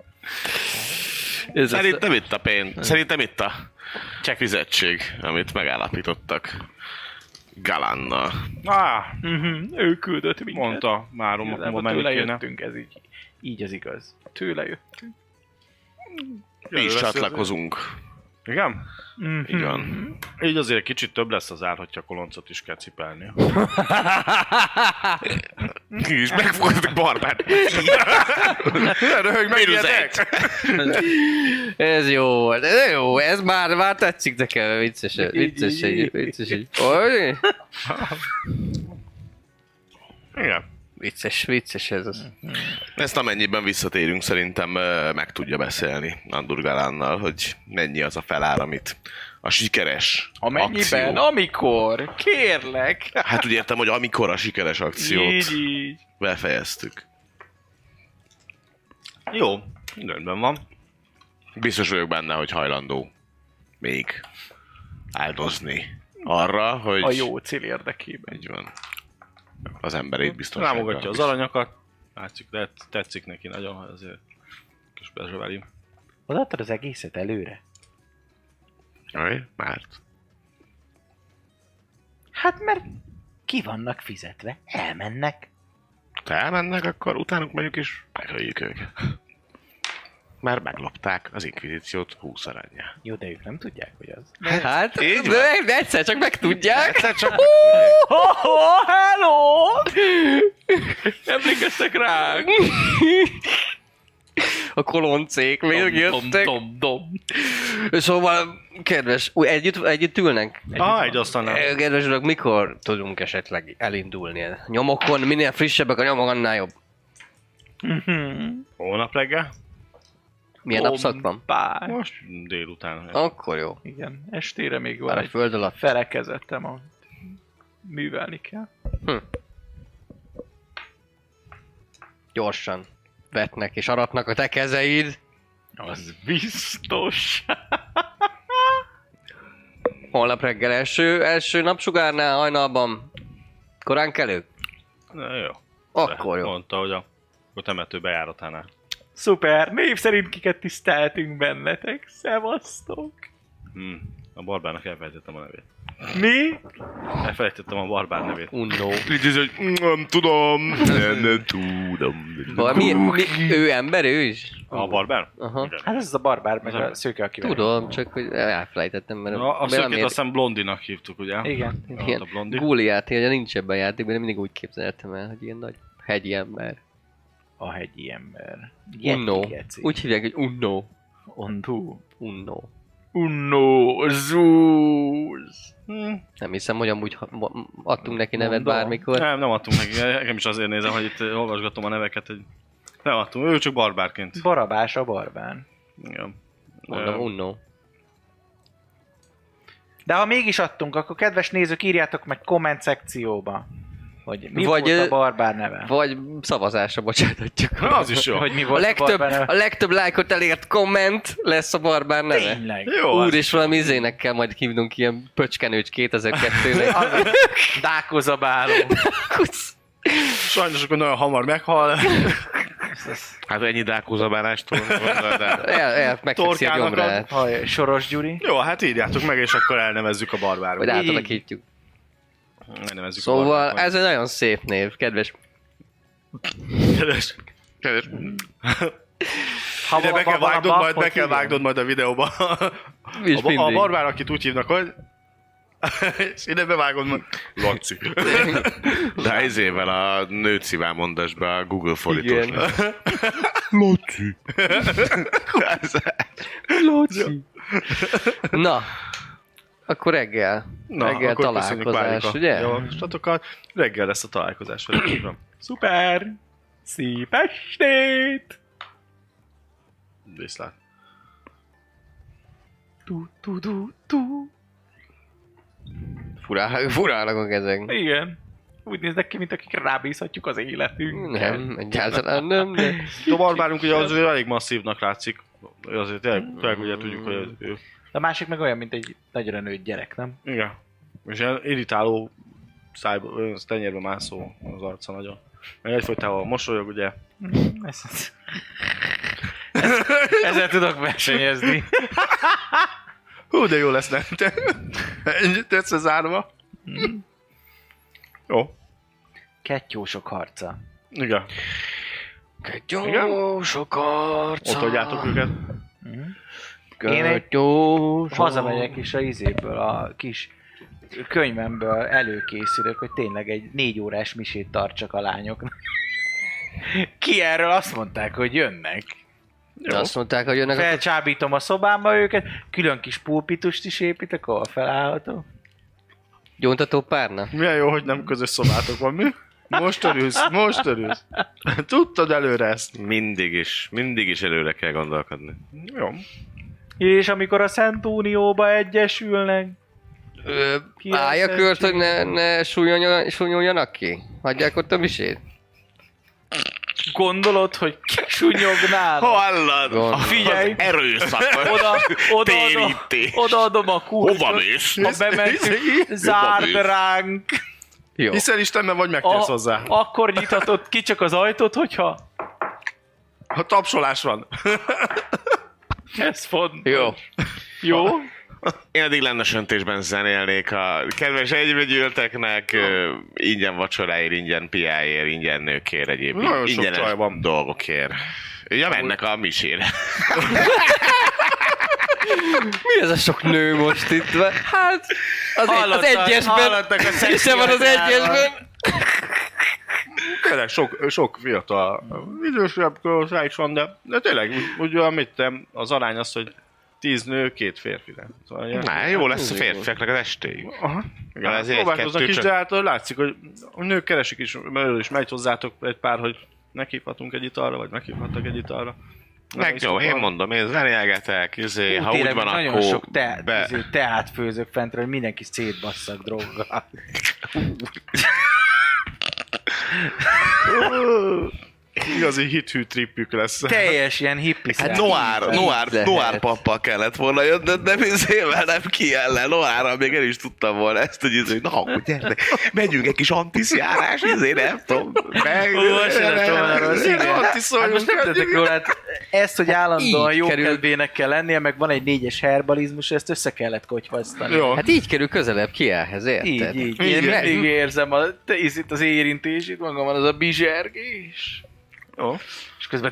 Ez szerintem itt a pénz, szerintem itt a csak fizetség, amit megállapítottak Galánnal. Ah, Mhm, ő küldött minket. mondta már, Igazából ma menni tőle kéne. jöttünk, ez így, így az igaz. Tőle jöttünk. Mi is Jövő lesz csatlakozunk. azért. Igen? Mhm. Így van. Így azért kicsit több lesz az ár, hogyha koloncot is kell cipelni. Ki is megfoghatok barbát. Röhög, megidjetek! Ez jó volt, ez jó, ez már, már tetszik nekem, vicces, vicces, egy, vicces, egy, oly, Igen. vicces, vicces ez az. Ezt amennyiben visszatérünk, szerintem ö, meg tudja beszélni Andúr Galánnal, hogy mennyi az a felár, amit a sikeres Amennyiben, akció. amikor, kérlek. Hát úgy értem, hogy amikor a sikeres akciót Így, így. befejeztük. Jó, rendben van. Biztos vagyok benne, hogy hajlandó még áldozni arra, hogy A jó cél érdekében. így van. Az emberét biztonságban. Rámogatja az aranyakat. Látszik, de tetszik neki nagyon, hogy azért kis bezsöveli. Odaadtad az egészet előre? Aj, Márt. Hát mert ki vannak fizetve, elmennek. Ha elmennek, akkor utánuk megyünk és megöljük őket. már meglopták az inkvizíciót húsz aranyja. Jó, de ők nem tudják, hogy az. Hát, Így de de egyszer csak megtudják. Egyszer csak Oh, oh, hello! Emlékeztek ránk? A koloncék még jöttek. Dom, dom. Szóval, kedves, új, együtt, együtt ülnek? Ah, egy asztalnál. Eh, Kedves urak, mikor tudunk esetleg elindulni? Nyomokon, minél frissebbek a nyomok, annál jobb. Holnap reggel? Milyen napszak van? Bár. Most délután. Akkor jó. Igen, estére még van Már a egy föld alatt. felekezetem, amit művelni kell. Gyorsan vetnek és aratnak a te kezeid. Az biztos. Holnap reggel első, első napsugárnál hajnalban. Korán kelő? Na, jó. Akkor jó. Mondta, hogy a, a temető bejáratánál. Szuper, név szerint kiket tiszteltünk bennetek. Szevasztok. Hmm. A barbárnak elfelejtettem a nevét. Mi? Elfelejtettem a barbár nevét. Unnó. így ez, hogy nem tudom, nem, nem tudom. Val- Mi, mi, ő ember, ő is? A barbár? Aha. Igen. Hát ez az a barbár, meg Az a a- szőke, akivel. Tudom, csak hogy elfelejtettem, mert Na, a mert szökét amiért- azt hiszem Blondinak hívtuk, ugye? Igen. Volt ilyen a Blondi. Góliát, hogy nincs ebben a játékban, de mindig úgy képzeltem el, hogy ilyen nagy hegyi ember. A hegyi ember. Unnó. Geci. Úgy hívják, hogy Unnó. Unnó. Unnó. Unnó. Zúz. Nem hiszem, hogy amúgy ha- ma- adtunk neki nevet Mondom. bármikor. Nem, nem adtunk neki. Nekem is azért nézem, hogy itt olvasgatom a neveket, hogy nem adtunk. Ő csak barbárként. Barabás a barbán. Igen. Mondom, Ö, Unnó. De ha mégis adtunk, akkor kedves nézők, írjátok meg komment szekcióba, hogy mi Vagy, volt ö, a barbár neve. Vagy szavazásra bocsátatjuk. Na, az is jó. Hogy mi A volt a, legtöbb, barbár neve. a legtöbb lájkot elért komment lesz a barbár neve. Tényleg. Jó, az Úr, és valami izének kell majd hívnunk ilyen pöcskenőcs kétezer-kettőnek. Dákozabáló. sajnos akkor nagyon hamar meghal. Hát ennyi dákózabálástól gondolod, de... El, el, megfekszi a Torkának gyomrát. Haj, Soros Gyuri. Jó, hát írjátok meg, és akkor elnevezzük a barbárot. Vagy átalakítjuk. Elnevezzük a Szóval barbárot. ez egy nagyon szép név, kedves. Kedves. Kedves, Ha Ide be kell van- vágnod van- majd, be hogy kell hívják? vágnod majd a videóba. És A, a mindig. barbár, akit úgy hívnak, hogy... és ide bevágod majd... Laci. de izével a nőcivál mondás be a Google fordítós. Igen. Laci. Na, akkor reggel. Na, reggel akkor köszönjük találkozás, várjuk a ugye? javaslatokat. Reggel lesz a találkozás velük. Szuper. Szép estét. Viszlát. Tu, tu, tu, tu. Furál, furálnak a kezek. Igen. Úgy néznek ki, mint akik rábízhatjuk az életünket. Nem, egyáltalán nem, de... A barbárunk ugye az elég masszívnak látszik. Azért tényleg, tényleg ugye tudjuk, hogy ő... ő- De a másik meg olyan, mint egy nagyra nőtt gyerek, nem? Igen. És ilyen irritáló szájba, olyan tenyérbe mászó az arca nagyon. Meg egyfolytában mosolyog, ugye. Ez, ez, ez, ezzel tudok versenyezni. Hú, de jó lesz nektek. Ennyit összezárva. Jó. Kettyósok harca. Igen. Jó, sok arca. Ott hagyjátok őket. Én egy Jó, hazamegyek és a izéből, a kis könyvemből előkészülök, hogy tényleg egy négy órás misét tartsak a lányoknak. Ki erről azt mondták, hogy jönnek. Jó. Azt mondták, hogy jönnek a... Felcsábítom a szobámba őket, külön kis pulpitust is építek, ahol felállható. Gyóntató párna? Milyen jó, hogy nem közös szobátok van, mi? Most örülsz, most örülsz. Tudtad előre ezt. Mindig is, mindig is előre kell gondolkodni. Jó. És amikor a Szentúnióba egyesülnek, Ö, Ki állja az kört, hogy egység? ne, ne súlyolja- súlyoljanak ki? Hagyják ott a misét? gondolod, hogy kisunyognának? Hallad? Gondolom. Figyelj! Az erőszak. Oda, oda, oda, Térítés. odaadom a kulcsot. Hova mész? Ha bementünk, zárd mész? ránk. Jó. Hiszel Istenben, vagy megtérsz A, hozzá. akkor nyithatod ki csak az ajtót, hogyha Ha tapsolás van. ez fontos. Jó. Jó? Én eddig lennes öntésben zenélnék a kedves egybegyűlteknek, ö, ingyen vacsoráért, ingyen piáért, ingyen nőkért, egyéb Nagyon sok ingyenes csaj van. dolgokért. Ja, mennek a misére. Mi ez a sok nő most itt? Hát, az, egy, az egyesben. Hallottak a Szexi van az egyesben. Tényleg sok, sok fiatal, idősebb korosztály is van, de, de tényleg úgy olyan, mit nem, az arány az, hogy tíz nő, két férfire. Szóval ilyen, Na, jó lesz a férfiaknak az estéig. Aha. Igen, Na, ezért próbálkoznak egy-kettő is, csak- de hát látszik, hogy a nők keresik is, belőle is megy hozzátok egy pár, hogy meghívhatunk egy italra, vagy meghívhattak egy italra. Meg jó, én mondom, én zenélgetek, izé, ha úgy Tényleg van, nagyon akkor sok te, be... izé, teát főzök fentről, hogy mindenki szétbasszak droggal. Igazi hithű trippük lesz. Teljes ilyen hippi Hát Noár, Noár, lehet. Noár pappal kellett volna jönni, de bizével nem ki ellen. Noárral még el is tudtam volna ezt, hogy izé, na, hogy gyere, megyünk egy kis antiszjárás, izé, nem tudom. Meg... Ó, se lett volna rossz, igen. Hát most nem tettek róla, hát ezt, hogy állandóan Így jó kerül. kedvének kell lennie, meg van egy négyes herbalizmus, ezt össze kellett kotyvasztani. Jó. Hát így kerül közelebb ki ehhez, érted? Így, így. Én Igen. mindig érzem a, te is itt az érintését, maga van az a bizsergés. Jó. És közben...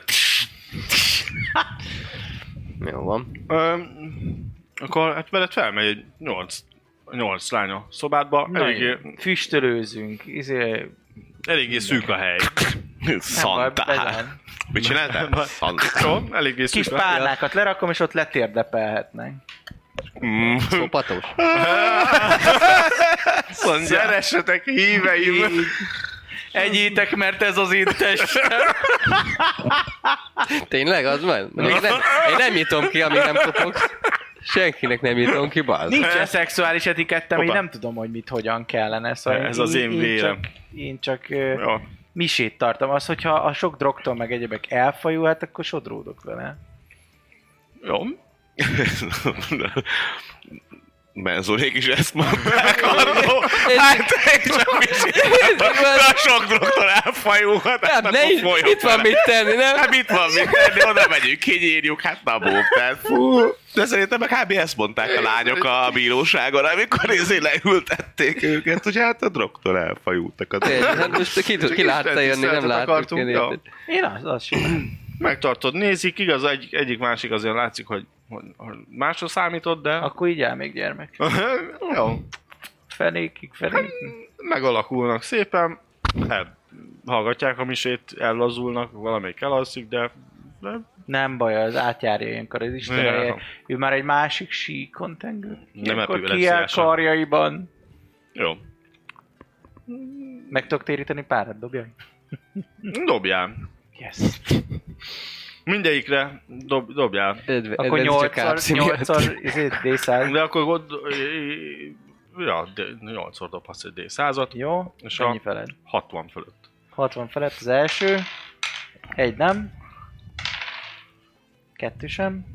Jó van. Ö, akkor hát veled felmegy egy nyolc, nyolc lány a szobádba. Eléggé, Nagyon füstölőzünk, izé... eléggé szűk a hely. Szantál. Bezán. Mit csináltál? Szantál. Jó, eléggé szűk Kis a hely. párnákat lerakom, és ott letérdepelhetnek. Mm. Szopatos. Szeressetek híveim! Egyétek, mert ez az én testem. Tényleg, az van? Még nem, én nem nyitom ki, amíg nem kopogsz. Senkinek nem nyitom ki, bazd. Nincsen szexuális etikettem, én Hoppá. nem tudom, hogy mit hogyan kellene. Szóval Ez az én én vérem. csak, én csak ö, Jó. misét tartom. Az, hogyha a sok drogtól meg egyebek elfajul, hát akkor sodródok vele. Jó. Benzolék is ezt mondták arról. Hát én csak miséltem, a sok drogtól elfajulhat, hát Hát akkor ne, folyjon itt van vele. mit tenni, nem? Hát mit van mit tenni, oda megyünk, kinyírjuk, hát na bók, tehát fú. De szerintem meg kb. Ezt mondták a lányok a bíróságon, amikor ezért leültették őket, hogy hát a drogtól elfajultak a Tényleg, hát most ki, ki látta jönni, nem láttuk. akartunk, Én, jó. érted? Én az, az simán. Megtartod, nézik, igaz, egy, egyik másik azért látszik, hogy, hogy, hogy másra számított, de... Akkor így el még gyermek. Jó. Fenékig, fenékig. Megalakulnak szépen, el, hallgatják a misét, ellazulnak, valamelyik elalszik, de... de Nem baj, az átjárja ilyenkor az Isten Ja. ereje. Ő már egy másik síkon tengő. Ilyenkor kiáll epilepsziásan. karjaiban. jó. Meg tudok téríteni párat, dobjak? Dobjál. Yes. Mindegyikre dob, dobjál. Edve- Akkor edvenc csak nyolcszor, ápszi miatt. nyolcszor, ezért dé száz. De akkor ott... Ja, nyolcszor dobhatsz egy dé százat, Jó, És ennyi a- feled. hatvan fölött. hatvan felett az első. Egy nem. Kettő sem.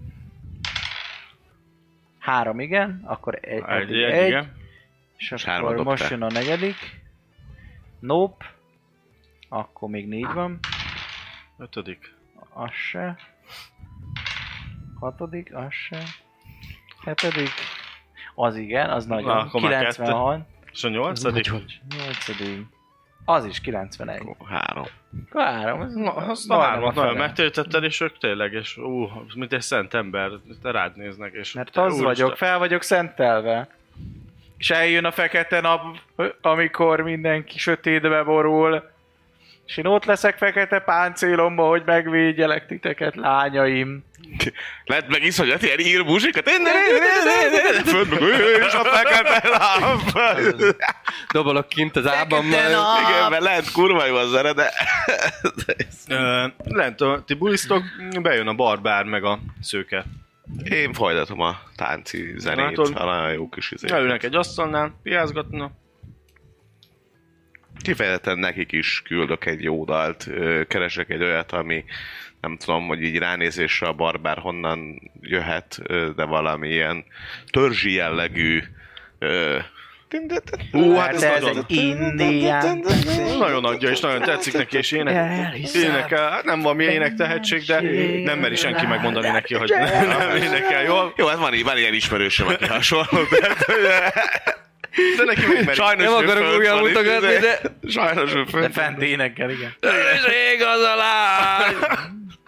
Három igen, akkor egy, Egy, egy, egy, egy igen. és És hármat akkor most dobtál. jön a negyedik. Nope. Akkor még négy van. Ötödik. Az se. Hatodik, az se. Hetedik. Az igen, az nagyon. akkor már kilencvenhat. És a nyolcadik? Nyolcadik. Az is kilencvenegy. Három. Akkor három. Az, Na, azt a majdnem hármat fele. nagyon megtöltötted, és ők tényleg, és ú, mint egy szent ember, te rád néznek, és... Mert az Úristen. vagyok, fel vagyok szentelve. És eljön a fekete nap, amikor mindenki sötétbe borul. És én ott leszek fekete páncélomba, hogy megvédjelek titeket, lányaim. Lett meg iszonyat ilyen írbusikat. Föld meg, és a fekete nap. Dobolok kint az ábammal. Igen, mert lehet kurva jó a zene, de... Ö, Lent, a- ti bulisztok, bejön a barbár meg a szőke. Én folytatom a tánci zenét, Látod? a nagyon jó kis izé. Leülnek egy asztalnál, piázgatnak. Kifejezetten nekik is küldök egy jó dalt, ö, keresek egy olyat, ami nem tudom, hogy így ránézésre a barbár honnan jöhet, ö, de valami ilyen törzsi jellegű ö, Hú, hát Hát ez ez nagyon, egy indián. nagyon adja, és nagyon tetszik neki, és ének, énekel. Hát nem van mi ének tehetség, de nem meri senki megmondani neki, hogy nem, nem énekel jól. Jó, hát van, van ilyen ismerősöm, aki hasonló, de, De neki megmeri. sajnos Nem ő akarok fönt újra van itt, mutogatni, de... Sajnos ő De fönt fent énekel, igen. Rég az a lány!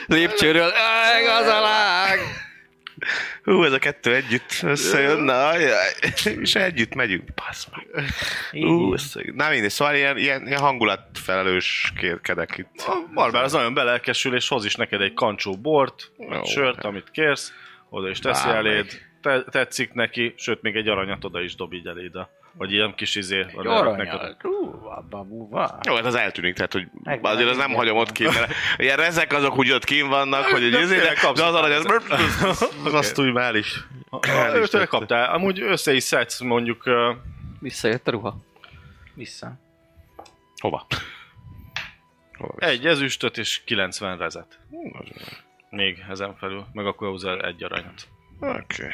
lépcsőről. Áj, az a lág! Hú, ez a kettő együtt összejön, na, ajaj. És együtt megyünk. Bassz meg. Hú, összejön. Na mindegy, szóval ilyen, ilyen, ilyen hangulatfelelős kedek itt. A barbár az nagyon belelkesül, és hoz is neked egy kancsó bort, Jó, egy sört, hát. amit kérsz, oda is teszi Bármelyik. eléd, te, tetszik neki, sőt még egy aranyat oda is dob így eléd, a- vagy ilyen kis izé. Egy neked- aranyat. Hú, abba búva. Jó, hát az eltűnik, tehát hogy Meg- azért az nem meg- hagyom ott kint, mert ilyen rezek azok úgy ott kint vannak, hogy egy izé, de, kapsz de az arany az, utána. az, az azt úgy már is. El is Őtől tette. kaptál. Amúgy össze is szedsz mondjuk ö, Visszajött a ruha. Vissza. Hova? Hova visz? egy ezüstöt és kilencven rezet. Hú, az jó. Még ezen felül, meg akkor hozzá egy aranyat. Oké.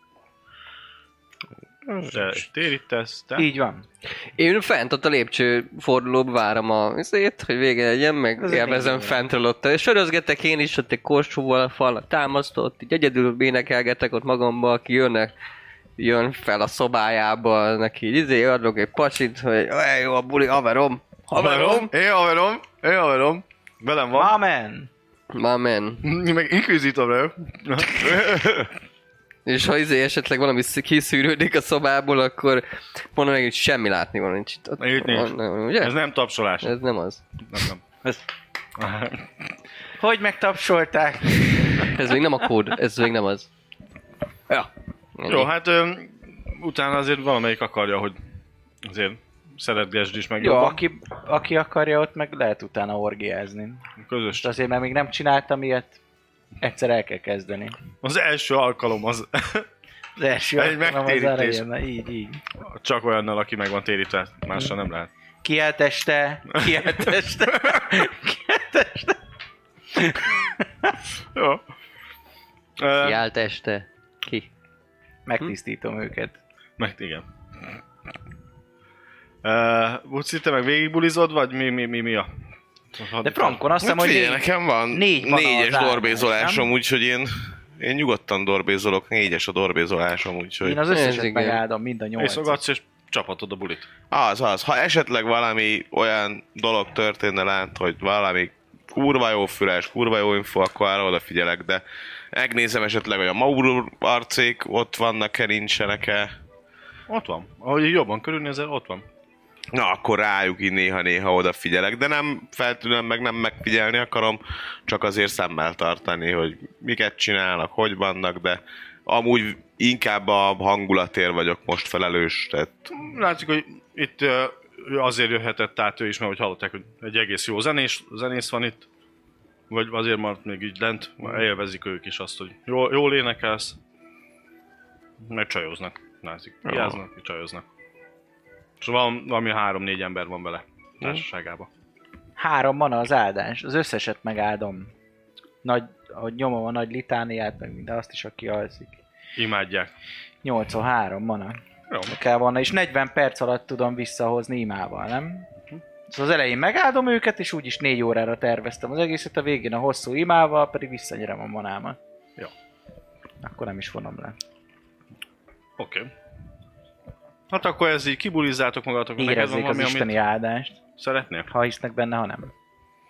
Te térítesz, te? Így van. Én fent ott a lépcső fordulóba várom a szét, hogy vége legyen, meg Ez élvezem egy jó. fentről ott. És sörözgetek én is, ott egy korsóval a falnak támasztott, így egyedül bénekelgetek ott magamba, aki jönnek, jön fel a szobájába, neki így izé, adok egy pacsit, hogy "Ej, jó a buli, haverom, haverom, Én haverom, én haverom. Velem van. Amen. mamen. Meg inkvizitor vagyok. És ha izé esetleg valami sz- kiszűrődik a szobából, akkor mondom meg, hogy semmi látni van, nincs itt. Itt nincs. Nem, ugye? Ez nem tapsolás. Ez nem az. Nem, nem. Ez... Hogy megtapsolták? Ez még nem a kód, ez még nem az. Ja. Jó, hát ö, utána azért valamelyik akarja, hogy azért szeretgesd is meg Jó, jobban. aki, aki akarja, ott meg lehet utána orgiázni. Közös. Most azért, mert még nem csináltam ilyet, egyszer el kell kezdeni. Az első alkalom az Az első Egy alkalom az megtérítés. elején, na így, így. csak olyannal, aki meg van térítve, mással nem lehet. Kielt este, kielt este, kielt este. Jó. Ö, Jált este. Ki? Megtisztítom őket. Meg igen. Uh, Buci, te meg végigbulizod, vagy mi, mi, mi, mi a... De Frankon azt hiszem, Hát hogy figyelj, négy, nekem van négy van négyes az állás, dorbézolásom, nem? úgyhogy én, én nyugodtan dorbézolok, négyes a dorbézolásom, úgyhogy... én az Ez összeset igen. megáldom, mind a nyolc. Észogatsz és csapatod a bulit. Az, az. Ha esetleg valami olyan dolog történne lát, hogy valami kurva jó füles, kurva jó info, akkor arra odafigyelek, de megnézem esetleg, hogy a Maur arcék ott vannak-e, nincsenek-e. Ott van. Ahogy jobban körülnézel, ott van. Na, akkor rájuk így néha-néha odafigyelek, de nem feltűnően meg nem megfigyelni akarom, csak azért szemmel tartani, hogy miket csinálnak, hogy vannak, de amúgy inkább a hangulatért vagyok most felelős, tehát Látszik, hogy itt ö, ő azért jöhetett át ő is, mert hogy hallották, hogy egy egész jó zenés, zenész van itt. Vagy azért maradt még így lent, élvezik ők is azt, hogy jól, jól énekelsz. Meg csajoznak. Látszik, Jó. vigyáznak, csajoznak. És van, valami három-négy ember van vele társaságában. Három mana az áldás, az összeset megáldom. Nagy, ahogy nyomom a nagy litániát, meg minden, azt is, aki alszik. Imádják. nyolcvanhárom mana. Jó. Kell volna, és negyven perc alatt tudom visszahozni imával, nem? Szóval az elején megáldom őket, és úgyis négy órára terveztem az egészet, a végén a hosszú imával pedig visszanyerem a manámat. Jó. Akkor nem is vonom le. Oké. Okay. Hát akkor ez így kibulizzátok magatok, neked van Érezzék az valami, isteni amit áldást, szeretnél? ha hisznek benne, ha nem.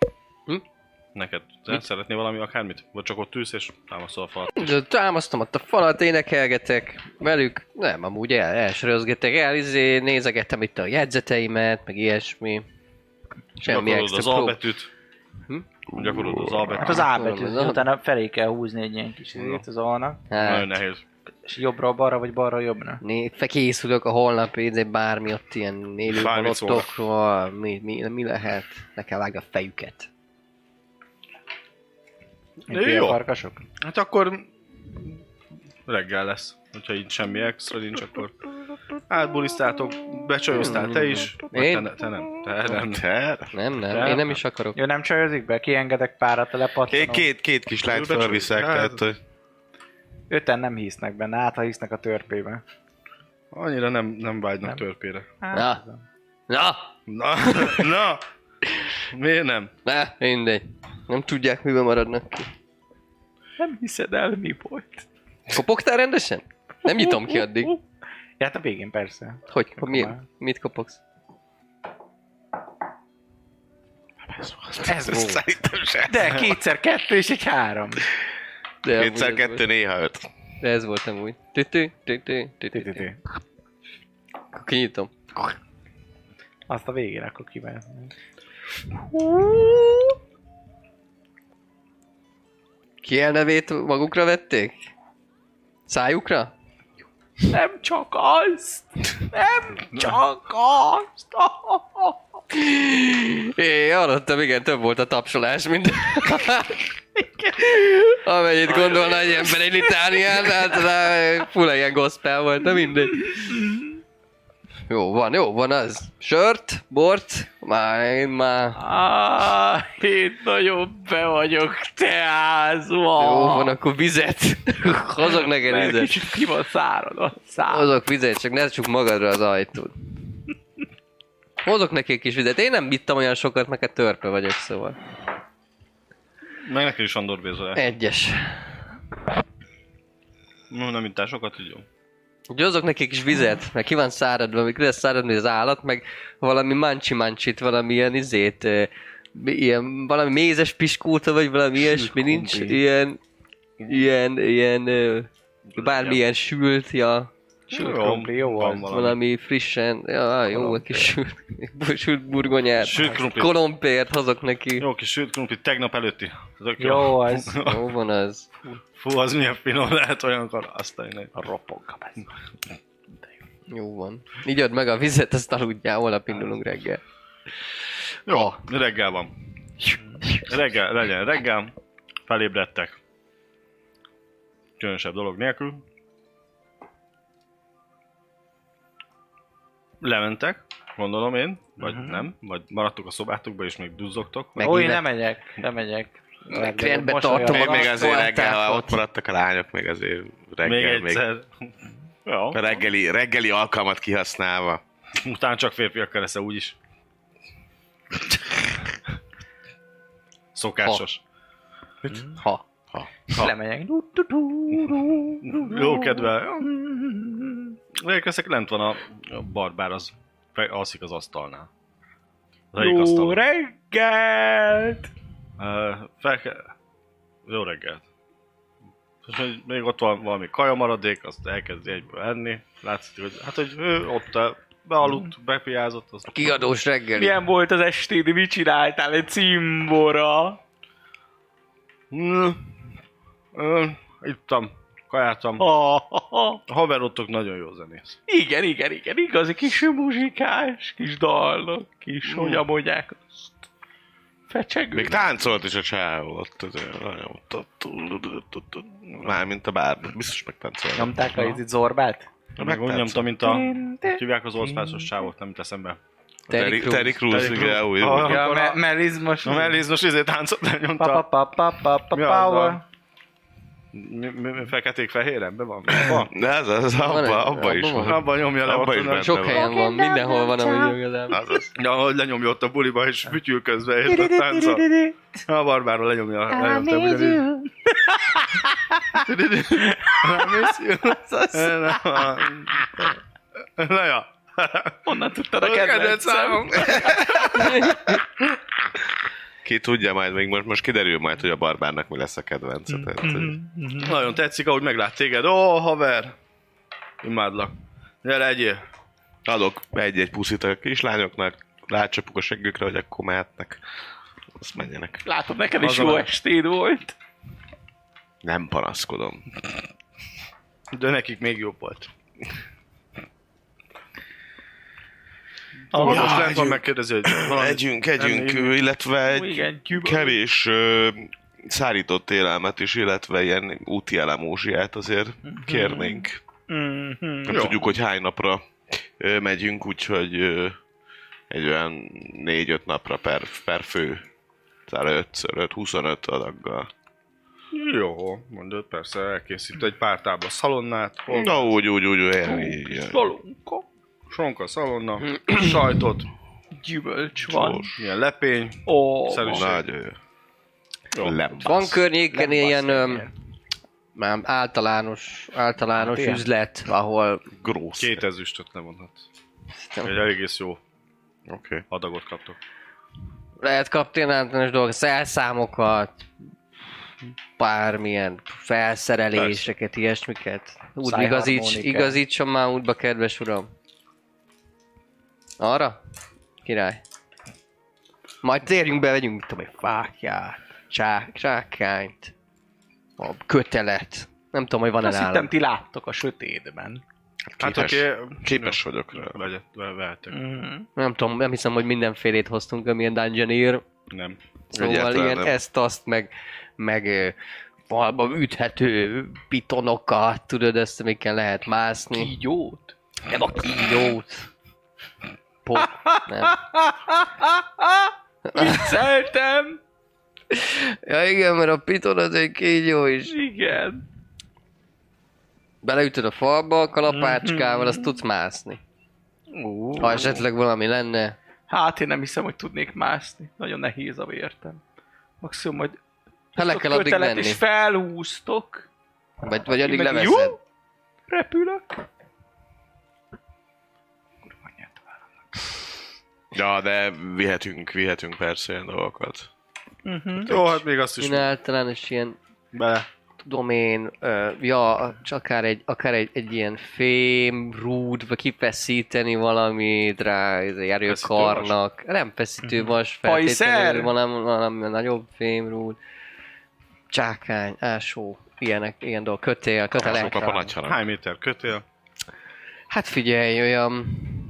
Neked? Te szeretnél valami akármit? Vagy csak ott ülsz és támaszol a falat? De támasztom ott a falat, énekelgetek velük. Nem, amúgy el, elsörözgetek el, izé, nézegettem itt a jegyzeteimet, meg ilyesmi. Semmi Gyakorolod extra az prób. albetűt. Hm? Gyakorolod az albetűt. Hát az A betűt, Az A- utána felé kell húzni egy ilyen kis izét az alnak, Nagyon Hát, nehéz. és jobbra balra, vagy balra jobbra. né, fe- készülök a holnap, izé, bármi ott ilyen élő Bármit szólnak. halottokról, mi, mi, mi lehet, le kell vágni a fejüket. Mint Jó. a farkasok. Hát akkor reggel lesz. Hogyha így semmi extra nincs, akkor átbulisztátok, becsajoztál te is. Vagy Én? Te, te nem. Te nem. te... Nem, nem, De- én nem is akarok. Jó, nem csajozik be? Kiengedek párat, Két, lepattanom. két, két kis lányt Becsülök. felviszek, Hát- tehát hogy... Öten nem hisznek benne, át ha hisznek a törpébe. Annyira nem, nem vágynak Nem. törpére. Hát, Na. Na, Na, na! Miért nem? na, mindegy. Nem tudják, miben maradnak ki. nem hiszed el, mi volt. Kopogtál rendesen? Nem nyitom ki addig. Ja, hát a végén persze. Hogy? Akkor Mi, már. mit kopogsz? Ez volt. Ez volt. Szerintem sem. De kétszer kettő és egy három. De amúgy Kétszer ez kettő, volt. néha öt. De ez volt amúgy. Tütü, tütü, tütü, tütü. Kinyitom. Azt a végén akkor kívánni. Ki elnevét magukra vették? Szájukra? Nem csak azt! Nem csak azt! É, hallottam, igen, több volt a tapsolás, mint amennyit gondolna egy ember egy litánián, hát rá full ilyen gospel volt, de mindegy. Jó van, jó van az. Sört, bort, már én már... Ah, én nagyon be vagyok teázva. Jó van, akkor vizet. Hozok neked Mert vizet. kicsit ki van száradva. Szárad. Hozok vizet, csak ne csuk magadra az ajtót. Hozok neki egy kis vizet. Én nem vittem olyan sokat, mert törpe vagyok, szóval. Meg neki is Andor bézolás. Egyes. No, nem ittál sokat, így jó. Úgyhogy hozok neki egy kis vizet, mert ki van száradva, amikor lesz száradni az állat, meg valami mancsi-mancsit, valami ilyen izét, uh, ilyen, valami mézes piskóta, vagy valami ilyesmi nincs, ilyen, ilyen, ilyen, uh, bármilyen sült, ja, Sült krumpli, jó van az. valami. valami frissen, ja, jó, egy kis sült, sült burgonyát, Sült krumpli. kolompért hozok neki. Jó kis sült krumpli, tegnap előtti. Tök Jó az. Jó van az. Fú, az milyen finom lehet olyankor, azt a innen. A ropogam ez. Jó van. Így add meg a vizet, azt aludjál, holnap indulunk reggel. Jó, reggel van. Reggel, legyen reggel. Felébredtek. Különösebb dolog nélkül. Lementek, gondolom én, vagy uh-huh. nem, vagy maradtok a szobátokba és még duzzogtok. Meg- Ó, én Megint- nem megyek, nem megyek. Rendben Most tartom olyan Még, magam. még azért reggel, ha Voltál ott maradtak a lányok, még azért reggel, Még még, egyszer. Jó. a reggeli, reggeli alkalmat kihasználva. Utána csak férfiakkal lesz úgyis. Szokásos. Ha. Lemegyek. Jó kedve. Érkeztek, lent van a, a barbár, az fe- alszik az asztalnál. Az egyik Jó asztalon. reggelt! Uh, fel kell... Jó reggelt. És még- még ott van valami kaja maradék, azt elkezdi egyből enni. Látszik, hogy hát, hogy ő ott a- bealudt, bepiázott. Azt Kiadós reggeli. Milyen volt az estéd? Mit csináltál? Egy cimbora? Mm. Mm. Ittam, kajáltam. Oh, A haverottok nagyon jó zenész. igen, igen, igen, igazi kis muzsikás, kis dalok, kis, Mm. hogy amondják azt. Fecsegő. Még táncolt is a csávó ott, azért nagyon ott, ott, ott, ott, ott, ott, mármint a bár, biztos megtáncolt. Nyomták a izit zorbát? Meg úgy nyomta, mint a... Hívják az oldspászos csávót, nem tesz ember. Terry Crews. Terry Crews, Terry igen, Crews. úgy. Ah. Ja, Akkor a- me- melizmos. Na melliznos izé táncot nem Pa, pa, nyomta. pa, pa, pa, pa, Mi az power. a- Mi, mi, mi feketék-fehéren? Be van? Van? De ez az, Van abba, egy- abba is abban van. Abban nyomja le Abba ott. is nem? benne Sok van. helyen van, mindenhol van, ahogy igazából. Azaz. Ja, hogy lenyomja ott a buliba, és fütyül közben, és a táncol. A barbára lenyomja, lenyomta ugyanígy. Rámész? Na ja. Honnan tudtad a A kedvenc kedvencem? számom. Ki tudja majd, még most, most kiderül majd, hogy a barbárnak mi lesz a kedvence. Tehát, hogy Nagyon tetszik, ahogy meglát téged. Ó, haver! Imádlak. Gyere, egyél. adok egy-egy puszit a kislányoknak, rácsapok a seggükre, hogy akkor mehetnek. Azt menjenek. Látom, neked is Haza jó megy. estéd volt. Nem panaszkodom. De nekik még jobb volt. Ah, Most Ja, lent van, együnk. megkérdezi, hogy valami... Együnk, együnk, enni- illetve Ó, egy igen, gyümölcs. kevés ö, szárított élelmet is, illetve ilyen úti elemózsiát azért kérnénk. Mhm. Nem Jó. tudjuk, hogy hány napra ö, megyünk, úgyhogy ö, egy olyan négy-öt napra per, per fő. Tehát ötször öt, huszonöt adaggal. Jó, mondod, persze elkészít egy pár tábla szalonnát. Na úgy, úgy, úgy, úgy, így, így. Szalonka. Sonka, szalonna, sajtot, Gyümölcs van. Sós. ilyen lepény, Ó, szerűség. Nagy Jó. lembasz. Van környéken Lembasz, ilyen öm, igen. már általános, általános Hát ilyen. üzlet, ahol Grósz. Két ezüstöt nem mondhatsz. Nem. Egy egész jó Oké. adagot kaptok. Lehet kapni ilyen általános dolgokat, szelszámokat, bármilyen felszereléseket, ilyesmiket. Úgy igazíts, igazítson már útba, kedves uram. Arra? Király. Majd térjünk be, vegyünk, mit tudom, egy fákját, csák, csákányt, a kötelet. Nem tudom, hogy van-e Azt nálam. hittem, ti láttok a sötétben. Hát Képes, oké, képes vagyok rá. Vegyet, ve- vehetek. Mm. Nem tudom, nem hiszem, hogy mindenfélét hoztunk, amilyen Dungeoneer. Nem. Szóval Egyáltalán ilyen nem. ezt, azt, meg, meg ö, falba üthető pitonokat, tudod, ezt amikkel lehet mászni. Kígyót? Nem a kígyót. Pop, nem. Vicceltem! Ja igen, mert a piton az egy kígyó is. Igen. Beleütöd a falba a kalapácskával, azt tudsz mászni. Uh. Ha esetleg valami lenne. Hát én nem hiszem, hogy tudnék mászni. Nagyon nehéz a vértem. Maximum, hogy Ha le a kell addig kötelet menni. és felhúztok. Vagy, vagy addig Én meg leveszed. jó? Repülök. Kurva anyját várom. Ja, de vihetünk, vihetünk persze ilyen dolgokat. Uh-huh. Jó, hát még azt is Én általános ilyen, bele. tudom én, ö, ja, csak akár egy, akár egy, egy ilyen fém rúd, vagy kifeszíteni valamit rá, ez egy erőkarnak. Nem feszítő vas Pajszer? feltétlenül, valami, valami nagyobb fém rúd. Csákány, ásó, ilyenek, ilyen dolgok, kötél, kötelek. Azok kap a nagy harag. Hány méter kötél? Hát figyelj, olyan...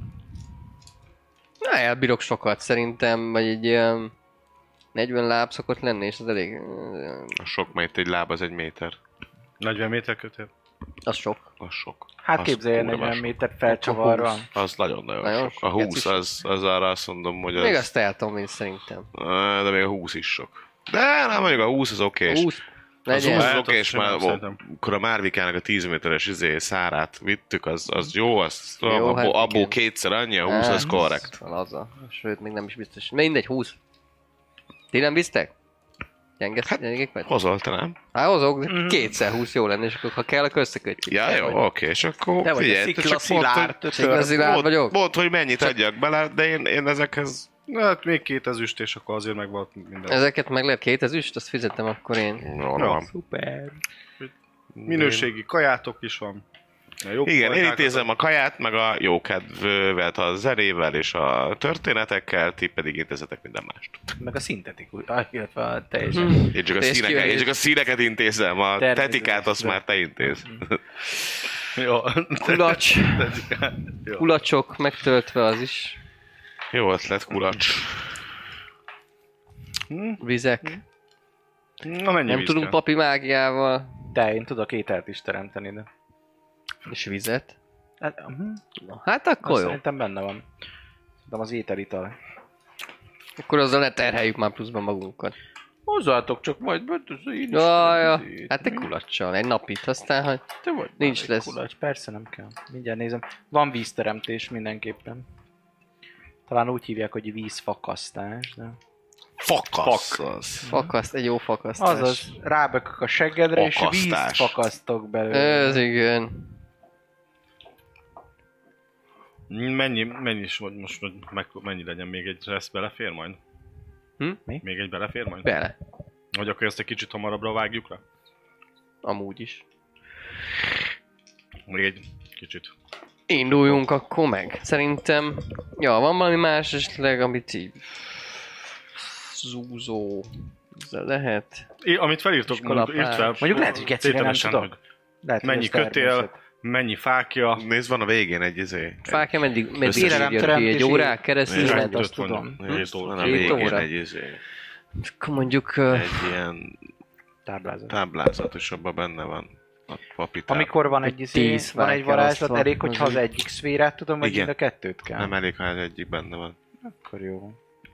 Na, elbírok sokat szerintem, vagy egy ilyen... negyven láb szokott lenni, és az elég... A sok méter, egy láb az egy méter. negyven méter kötél? Az sok. Az sok. Hát Az képzelj el kurva negyven sok. méter felcsavarva. Az nagyon-nagyon Nagyon sok. A sok, húsz az, az arra azt mondom, hogy az... Még azt el tudom én szerintem. Á, de még a húsz is sok. De nem, mondjuk a húsz az okés. húsz, Az legyen. húsz az Lehet, oké, azt és simán már szerintem. amikor a Márvikának a tíz méteres izé szárát vittük, az, az jó, az Jó, tudom, hát abból, abból igen. kétszer annyi, a húsz az Á, korrekt. Az a, sőt, még nem is biztos. Mindegy, húsz. Ti nem visztek? Gyenge, Hát, gyengék vagy? Hozol, te nem? Hát hozok, de kétszer húsz jó lenne, és akkor ha kell, akkor összekötjük. Ja, jó, oké, és akkor Te vagy a figyelj, te szikla csak mondd, hogy- szilárd. Sziklaszilárd mondd, vagyok? mondd, hogy mennyit adjak bele, de én, én ezekhez... Na, hát még két ezüst, és akkor azért meg volt minden. Ezeket meg lehet két ezüst, azt fizetem akkor én. Jól Jó. van. Szuper. Minőségi kajátok is van. A jobb Igen, én fajtákat- intézem a kaját, meg a jókedvet, a zenével és a történetekkel, ti pedig intézetek minden mást. Meg a szintetikus, ah, illetve a teljesen. Én csak a, És színeket, kijön- én csak a színeket intézem, a Természetesen. tetikát azt már te intéz. Jó. Kulacs, Jó. kulacsok megtöltve az is. Jó ötlet, kulacs. Vizek. Na mennyi Nem víz tudunk kell? papi mágiával. De én tudok ételt is teremteni, de... És vizet. Hát, uh-huh. Na, hát akkor Azt jó. szerintem benne van. Szerintem az ételital. Akkor azzal ne terheljük már pluszban magunkat. Hozzátok csak majd, mert ez így is Ja, ja. izét, Hát te mi? kulacsal, egy napit, aztán hogy Te vagy nincs már egy lesz. Kulacs. Persze nem kell. Mindjárt nézem. Van vízteremtés mindenképpen. Talán úgy hívják, hogy vízfakasztás, de... Fakasz az. fakaszt, egy jó fakasztás. Azaz, rábökök a seggedre, és Fakasztás. vízt fakasztok belőle. Ez igen. Mennyi, mennyi is, vagy most hogy meg, mennyi legyen még egy lesz belefér majd? Hm? Mi? Még egy belefér majd? Bele. Vagy akkor ezt egy kicsit hamarabbra vágjuk le? Amúgy is. Még egy kicsit. Induljunk akkor meg. Szerintem, ja, van valami más esetleg, amit így... Zúzó... ezzel lehet. É, amit felírtok, Iskolapár. mondjuk, írt fel. Mondjuk lehet, hogy gecire nem tételesen, tudok. hogy Lehet, hogy Mennyi ezt kötél, természet. mennyi fákja. Nézd, van a végén egy izé. Fákja meddig, meddig Összes- jön ki? Egy órák keresztül? Nézd, ment? azt mondjuk. tudom. Nézd, van a Két végén óra. egy izé. Akkor mondjuk... Uh, Egy ilyen Táblázat. táblázat, és abban benne van a papi táblázat. Amikor van egy, izé, tíz van egy fákja varázslat, osztva, elég, hogyha az az így. egyik szférát tudom, vagy Igen. mind a kettőt kell. Nem elég, ha az egyik benne van. Akkor jó.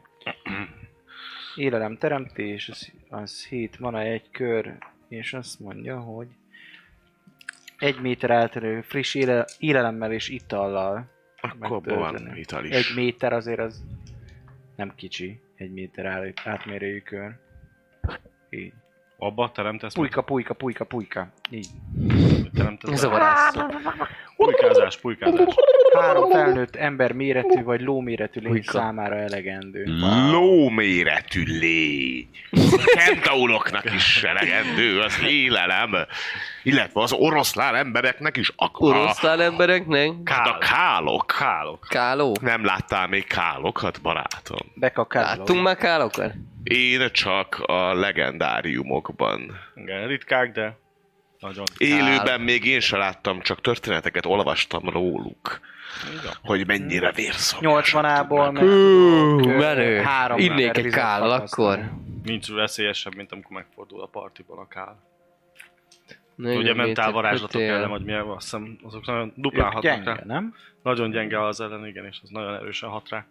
Élelem teremtés, az, az hét mana egy kör, és azt mondja, hogy egy méter elterő friss éle, élelemmel és itallal. Akkor abban van megtölteni. ital is. Egy méter azért az nem kicsi, egy méter át- átmérőjű kör. Így. Abba teremtesz? Pulyka, pulyka, pulyka, pulyka. Így. Teremtesz? ez a varázs. Pulykázás, pulykázás. Három felnőtt ember méretű vagy ló méretű lény Pulyka. számára elegendő. Lóméretű lény. Kentauroknak is elegendő az élelem. Illetve az oroszlán embereknek is. A, a, Oroszlán embereknek? hát a kálok. Kálok. Káló? Nem láttál még kálokat, barátom? Bekakáló. Láttunk már kálokat? Én csak a legendáriumokban. Igen, ritkák, de nagyon. Élőben még én sem láttam, csak történeteket olvastam róluk. Hogy mennyire vérszomjas. nyolcvanából meg Hú, tudok, ö, menő. három Innék liter egy vizet kállal fakasztani. akkor. Nincs veszélyesebb, mint amikor megfordul a partiban a kál. negyven Ugye méter mentál varázslatok kötél. ellen, vagy milyen, azt hiszem, azok nagyon duplán Ők hatnak gyenge, rá. nem? Nagyon gyenge az ellen, igen, és az nagyon erősen hat rá.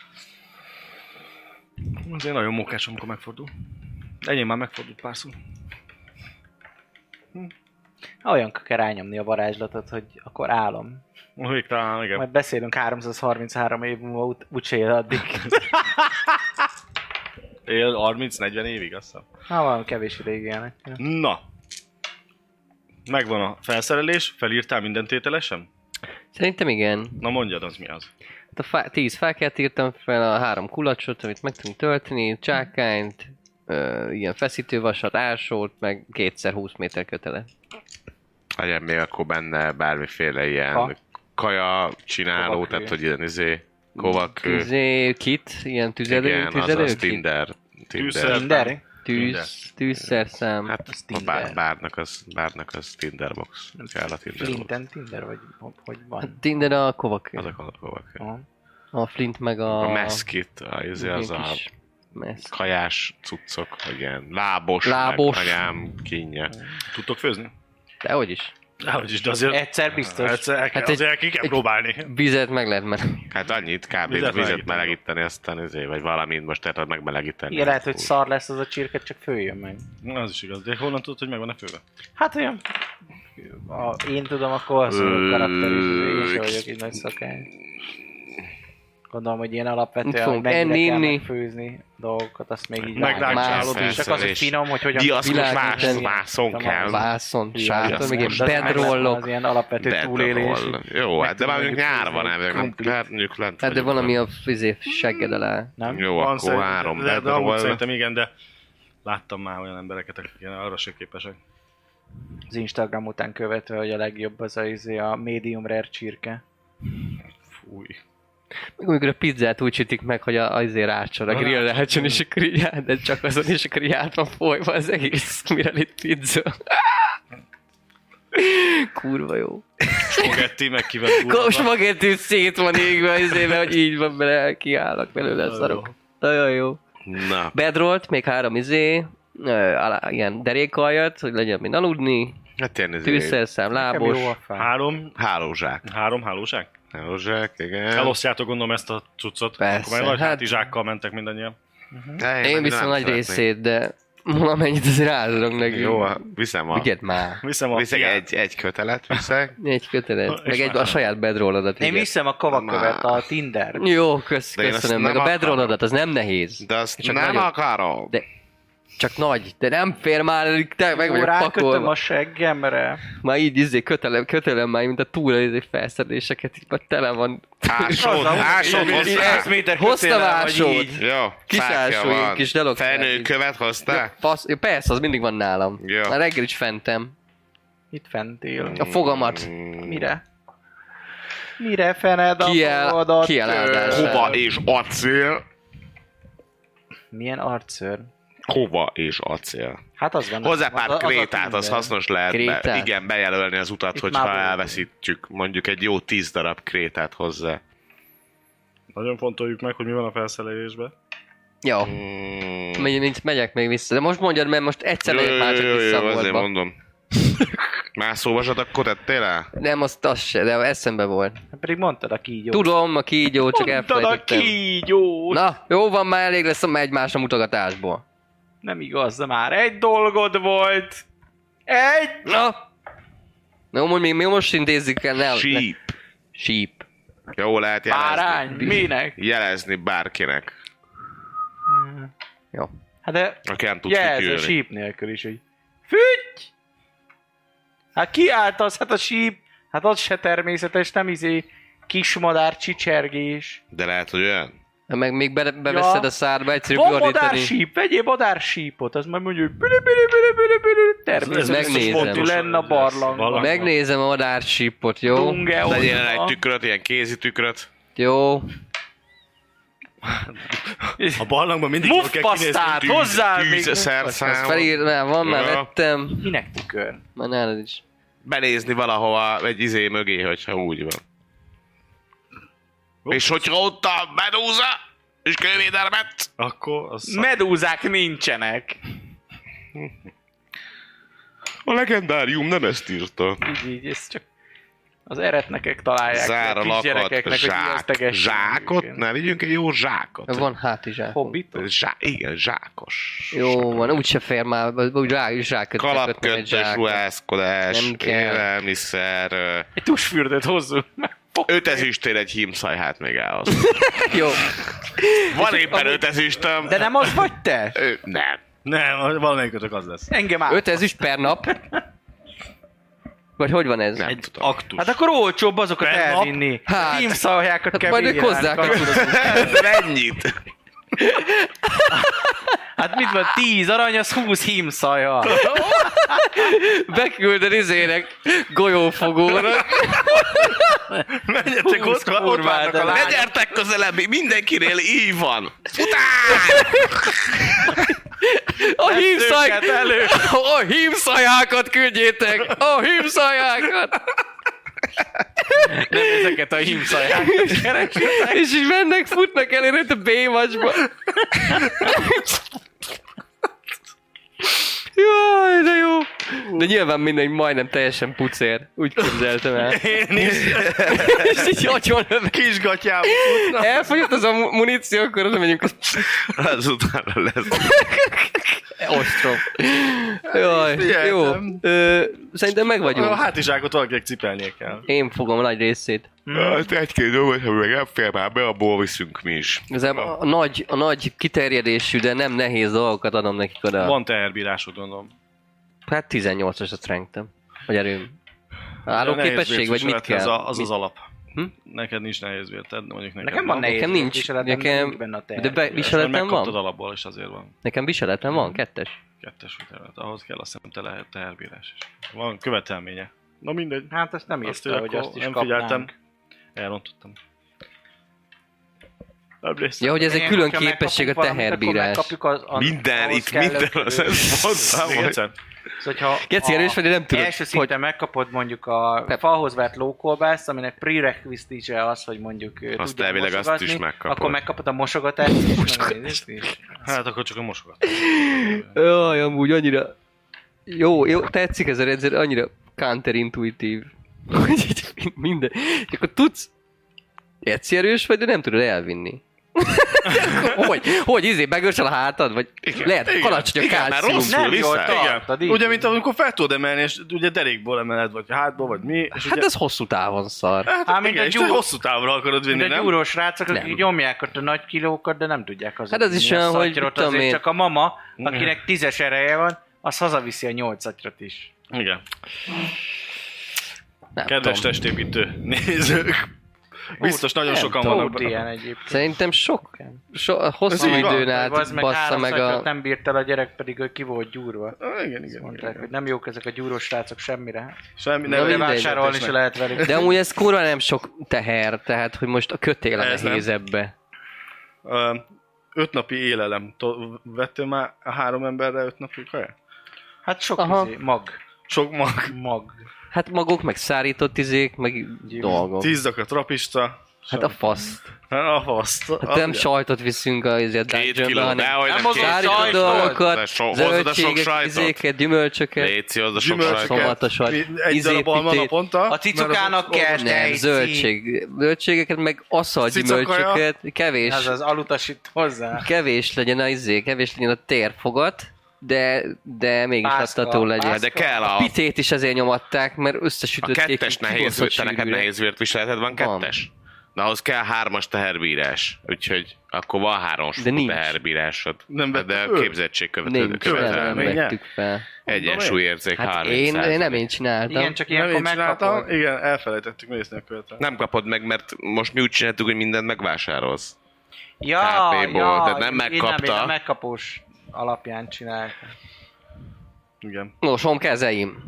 Azért nagyon mókás, amikor megfordul. Enyém már megfordult párszor. Olyankor kell rányomni a varázslatot, hogy akkor álom. Még talán, igen. Majd beszélünk háromszázharminchárom év múlva, út- úgyse él addig. Él harminc-negyven évig, azt hiszem. Ha valami kevés ideig élnek. Na. Megvan a felszerelés, felírtál minden tételesen? Szerintem igen. Na mondjad, az mi az? A fá- tíz fákját írtam fel, a három kulacsot, amit meg tudunk tölteni, csákányt, ö, ilyen feszítővasat, ásót, meg kétszer húsz méter kötelet. Legyen még akkor benne bármiféle ilyen Ha. kaja csináló, Kovakő. tehát hogy ilyen izé, kovakő. Izé, kit, ilyen tüzelő, Igen, tüzelő azaz kit? Tinder. Tűzszer. Tinder. Tinder? Tűz, tűzszerszám. Hát Az a Tinder. bár, bárnak az, bárnak az Tinderbox. Kell a Tinderbox. Flinten Tinder, vagy hogy- hogy A van? Tinder a kovakő. Azok a kovakő. Aha. A Flint meg a... A meszkit, a, izé, az ilyen a kis mesz. kajás cuccok, vagy ilyen lábos, Lábos. meg anyám kínja. Tudtok főzni? Dehogy is. Dehogy is, de azért... Egyszer biztos. Egyszer el kell, Hát egy- azért ki kell egy- próbálni. Vizet meg lehet menni. Hát annyit, kb. Vizet Vizet, melegíteni. melegíteni, aztán izé, vagy valamint most tehát megmelegíteni. Igen, lehet, hogy szar lesz az a csirke, csak följön meg. Na, az is igaz, de honnan tudod, hogy meg van-e főve? Hát olyan... A, én tudom, akkor az Ö, a karakteriző, én sem vagyok egy nagy szakány. Gondolom, hogy ilyen alapvetően, Mit hogy fogunk mennyire enni, kell inni? megfőzni dolgokat, azt még így Megrákcsálod vágom. is. Csak az, hogy És finom, hogy hogyan... Diaszmos világítani. vász, vászon kell. Vászon, Igen, sátor, az meg egy most az meg lesz bedrollok. Az ilyen alapvető túlélés. Bedroll. Jó, hát de már mondjuk nyár van, nem, nem, Krumpli. hát mondjuk lent Hát de vagyunk. valami a fizé segged alá. Nem? Jó, Van akkor szerint- három de, de, de amúgy bedroll. szerintem igen, de láttam már olyan embereket, akik ilyen arra se képesek. Az Instagram után követve, hogy a legjobb az a, izé a medium rare csirke. Fúj. Meg amikor a pizzát úgy sütik meg, hogy a, azért rácsol a A grill rácsol. rácson, és akkor így át, de csak azon, és akkor így át van folyva az egész Miralit pizza. Kurva jó. Spagetti, meg kivett Akkor spagetti szét van égve az éve, hogy így van bele, kiállnak belőle a szarok. Nagyon jó. Na, Bedrollt, még három izé, ö, alá, ilyen derékaljat, hogy legyen min aludni, hát ilyen izé, tűzszerszám, Nekem lábos. jó a fá. Három, hálózsák. három hálózsák? Hálózsák, igen. Elosztjátok gondolom ezt a cuccot. Persze, Akkor már nagy hát- hátizsákkal mentek mindannyian. De Én meg viszem nem nagy szeretnék. részét, de valamennyit azért átadok neki. Jó, viszem a... Vigyed már. Viszem a Viszek fiát. egy, egy kötelet, viszek. Egy kötelet, És meg egy már- a saját bedrolladat. Én viszem a kavakövet, a Tinder. Jó, kösz, De én azt köszönöm, nem meg a akarom. bedrolladat, az nem nehéz. De azt Csak nem nagyon- akarom. De csak nagy, de nem fér már, te meg Jó, vagyok rákötöm pakolva. a seggemre. Már így izé kötelem, kötelem már, mint a túra izé felszereléseket, így már tele van. Ásod, ásod hozzá. X méter Hoztam kötélel, vagy ásót. így. Jó, Kis fákja ásó, ilyen van. kis delok- Fejnőkövet hoztál? Fasz, ja, persze, az mindig van nálam. Jó. Már reggel is fentem. Itt fentél. A fogamat. Mire? Mire fened a Kiel- fogadat? kieládás. Kova és acél. Milyen arcszőr? Kova és acél. Hát az van. Hozzá az- pár az a krétát, az Tinder. hasznos lehet. Be, Krétát? igen, bejelölni az utat, Itt hogyha már volt. elveszítjük. Mondjuk egy jó tíz darab krétát hozzá. Nagyon fontoljuk meg, hogy mi van a felszerelésben. Jó. Mm. Megy, mint megyek még vissza. De most mondjad, mert most egyszer Jó, megyek jó, már csak jó, jó, vissza a azért boltba. mondom. Mászóvasat akkor tettél el? Nem, azt az se, de eszembe volt. Hát pedig mondtad a kígyót. Tudom, a kígyó, csak Mondtad a elfelejtettem. kígyót! Na, jó van, már elég lesz a egymásra mutogatásból. Nem igaz, de már egy dolgod volt. Egy! Na! Jó, mondj, még mi most intézzük el, ne... Sheep. Sheep. Jó lehet jelezni. Bárány? Minek? Jelezni bárkinek, Jó. Hát de aki nem tud jelz a fütyülni. síp nélkül is, hogy füty! Hát kiáltasz, hát a síp, Hát az se természetes, nem izé kismadár csicsergés. De lehet, hogy olyan? Meg még be, beveszed Ja. a szádba, egyszerű Van fordítani. madársíp, vegyél madársípot, az majd mondja, hogy büli, büli, büli, büli, büli, természetes megnézem. fonti lenne a barlangban. Valami. Megnézem a madársípot, jó? Dunge, Legyen el ott egy van. tükröt, ilyen kézi tükröt. Jó. A barlangban mindig jól kell Muffpasztát, kinézni. hozzá még Tűz, Ezt szerszám. felír, már van, már Ja. vettem. Minek tükör? Már nálad is. Benézni valahova egy izé mögé, hogyha úgy van. És hogyha ott a medúza, és kővédelmet, Akkor az Medúzák nincsenek. a legendárium nem ezt írta. Így, így, ez csak az eretnekek találják Zár ki a a lakat, kisgyerekeknek, hogy zsák, ijesztegessék zsákot? őket. Ne, vigyünk egy jó zsákot. Van hátizsák. Hobbit? Zsá, igen, zsákos. Jó van, úgyse fér már, úgy rá is rákötnek kötnek egy Kalapköntös, zsákot. ruházkodás, Nem kell. élelmiszer. ö, Egy tusfürdőt hozzunk meg. Öt ezüstér egy hímszaj, hát még elhoz. Jó. Van éppen öt ezüstöm. De nem az vagy te? Ő, nem. nem, valamelyikötök az lesz. Engem át. Öt ezüst per nap. Vagy hogy van ez? Nem Egy tudom. aktus. Hát akkor olcsóbb azokat Per nap? elvinni. Hát. Tímszaljákat Hát kell majd ők bírálni. hozzák a De ennyit. Hát mit van, tíz arany, az húsz hímszaja. Beküldöd izének golyófogóra. Menjetek Húsz ott, ott kurvát, várnak a de lányok. Ne gyertek közelebb, mindenkinél így van. Futár! A hímszaj... őket elő. A hímszajákat küldjétek! A hímszajákat! Nem ezeket a hímszajákat keresitek. És így mennek, futnak előre, itt a B-vacsba. Jaj, de jó! De nyilván mindegy, majdnem teljesen pucér. Úgy képzeltem el. Én is És így agyon lövök. kisgatyába futnak. Elfogyott az a mu- muníció, akkor oda megyünk. Azután lesz. Ostrom. Jaj, jó. Figyeltem. Ö, szerintem meg A vagyunk. hátizsákot valakinek cipelnie kell. Én fogom a nagy részét. Hát egy-két dolgot, ha meg nem fél már be, abból viszünk mi is. Igazából a nagy, a nagy kiterjedésű, de nem nehéz dolgokat adom nekik oda. Van teherbírásod, gondolom. Hát tizennyolcas a strength-em. Vagy erőm. Állóképesség, vagy mit kell? Ez a, az Mit- az alap. Hm? Neked nincs nehéz vérted, mondjuk neked Nekem van nehéz Nekem nincs. viseletem, Nekem- nincs benne a De teher. be, Viseletem viseletem megkaptad van? alapból, és azért van. Nekem viseletem van? Kettes? Kettes vitelet. Ahhoz kell azt hiszem te lehet teherbírás is. Van követelménye. Na mindegy. Hát ezt nem Azt írta, hogy akkor azt is nem kapnánk. figyeltem. Elrontottam. Nem lesz. Ja, hogy ez egy Igen, külön hogyha képesség a megkapunk valamit, akkor teherbírás. megkapjuk az, az, Minden, ahhoz itt kellő minden az körülmény. ez hozzá, Még vagy... egyszer? Szóval, hogyha Geci erős vagy, de nem tudod, első hogy- szinten megkapod mondjuk a Pep. falhoz vert lókolbászt, aminek prerequisite az, hogy mondjuk ő Azt tudja elvileg azt mosogatni, is megkapod. akkor megkapod a mosogatást is, meg a nézést is. Hát akkor csak a mosogat. Jaj, amúgy annyira... Jó, jó, tetszik ez a rendszer, annyira counterintuitív. Hogy így minden... És akkor tudsz... Geci erős vagy, de nem tudod elvinni. hogy? Hogy izé, megörsel a hátad? Vagy Igen, lehet, igen, kalacsony a igen, már kálcium. rosszul Nem jól viszed. tartad, így. Ugye, mint amikor fel tudod emelni, és ugye derékból emeled, vagy hátból, vagy mi. És Hát ugye, ez hosszú távon szar. hát, Ám, mint igen, a és gyúr- te hosszú távra akarod vinni, Mint a nem? gyúrós rácok, akik Nem. nyomják ott a nagy kilókat, de nem tudják az. Hát az is olyan, hogy mit tudom azért én. csak a mama, akinek tízes ereje van, az hazaviszi a nyolcatrat is. Igen. Nem Kedves tudom. testépítő nézők. Biztos nagyon nem sokan tudom. vannak Volt benne. ilyen egyébként. Szerintem sok, so, hosszú Ez így van. időn át Az meg bassza három meg szakrat a... nem bírt el a gyerek, pedig ő ki volt gyúrva. Ah, igen, igen, Mondták, igen. hogy nem jók ezek a gyúrós rácok semmire. Semmi, Na, nem mindegy. Vásárolni se lehet velük. De amúgy ez kurva nem sok teher, tehát hogy most a kötél a Ez nem. nehéz ebbe. Ö, öt napi élelem. To- vettél már a három emberre öt napi kaját? Hát sok Aha. izé, mag. Sok mag. Mag. Hát magok, meg szárított izék, meg dolgok. Tízzak a trapista. Hát a faszt. Hát a faszt. Hát nem sajtot viszünk a izé, a Két dungeonba, kiló, hanem dehogy Nem nem hozott két sajtot. szárított kiló. dolgokat, De so- hozzad a sok zöldségek, sajtot. izéket, gyümölcsöket. Léci, hozd a sok Gyümölcsöket. sajtot. Szomatosat, Mi- Egy darab alma izépítét. naponta. A cicukának mert kell az- Nem, tejci. zöldség, zöldségeket, meg asszal Cicakaja. gyümölcsöket, kevés, Ez az alutasít hozzá. kevés legyen a izé, kevés legyen a térfogat, de, de mégis Pászka. adható legyen. Hát de kell A a... pitét is ezért nyomatták, mert A összesütötték. kettes így nehéz, kibaszott te neked sűrűre. nehéz vért viseleted van, Van. kettes? Na, ahhoz kell hármas teherbírás, úgyhogy akkor van három De nincs. teherbírásod. Nem de vettük a őt? képzettség követő Nincs, nem, nem követelmény. vettük fel. Egyensúlyérzék Hát harminc én, százalék. én nem én csináltam. Igen, csak Nem ilyenkor én csináltam, megkapod. igen, elfelejtettük nézni a követel. Nem kapod meg, mert most mi úgy csináltuk, hogy mindent megvásárolsz. Ja, ká pé-ból, ja, tehát nem én megkapta. Nem, én a megkapós alapján csináltam. Igen. Mosom kezeim.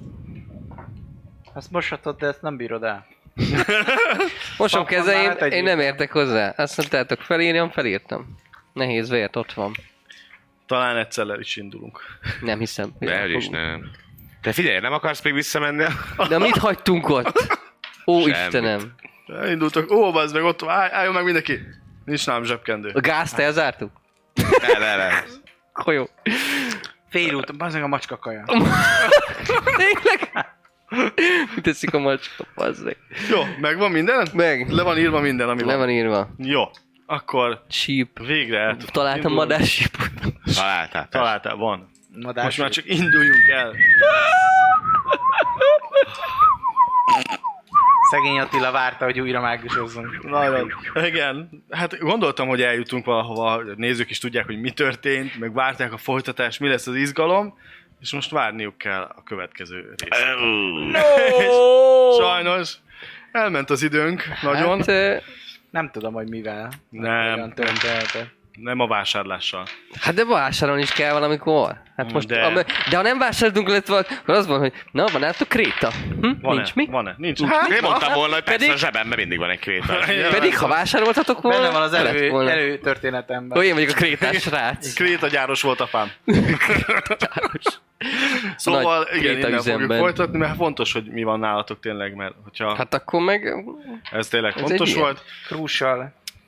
Azt moshatod, de ezt nem bírod el. Mosom Pappan kezeim, már egy én nem értek hozzá. Azt mondtátok felírjam, felírtam. Nehéz vért, ott van. Talán egyszer el is indulunk. Nem hiszem. hogy De el hogy is fogunk. nem. Te figyelj, nem akarsz még visszamenni? De mit hagytunk ott? Ó, Semmit. Istenem. Elindultak, ó, bazd meg, ott van, állj, álljon meg mindenki. Nincs nálam zsebkendő. A gázt elzártuk? Ne, ne, ne. Akkor jó. Fél út, bazd meg a macska kaja. Tényleg? Mit teszik a macska, bazzeg? Jó, megvan minden? Meg. Le van írva minden, ami Le van. van írva. Jó, akkor Sheep. végre el tudtuk Találtam indulni. madássípot. Találtál. Találtál, van. Madás. Most már csak induljunk el. Szegény Attila várta, hogy újra mágusozzunk. Nagyon. Igen. Hát gondoltam, hogy eljutunk valahova, hogy a nézők is tudják, hogy mi történt, meg várták a folytatást, mi lesz az izgalom, és most várniuk kell a következő részt. Sajnos elment az időnk nagyon. Hát, ö, Nem tudom, hogy mivel. Nem, Olyan történetet. nem a vásárlással. hát de vásárolni is kell valamikor. Hát most, De- de, de ha nem vásároltunk, lett valami, akkor az van, hogy na, van nálatok kréta? Hm? Van-e? Nincs mi? Van-e? Nincs. Nincs Hát, mi? Én mondtam Hát, volna, hogy persze pedig- a zsebemben mindig van egy kréta. Pedig ha vásároltatok volna, Benne van az lett elő, volna. előtörténetemben. Ó, én vagyok a krétás srác. Krétagyáros volt apám. Szóval Nagy igen, innen fogjuk krétaüzemben. folytatni, mert fontos, hogy mi van nálatok tényleg, mert hogyha Hát akkor meg... ez tényleg ez fontos egy ilyen. volt, Krússal.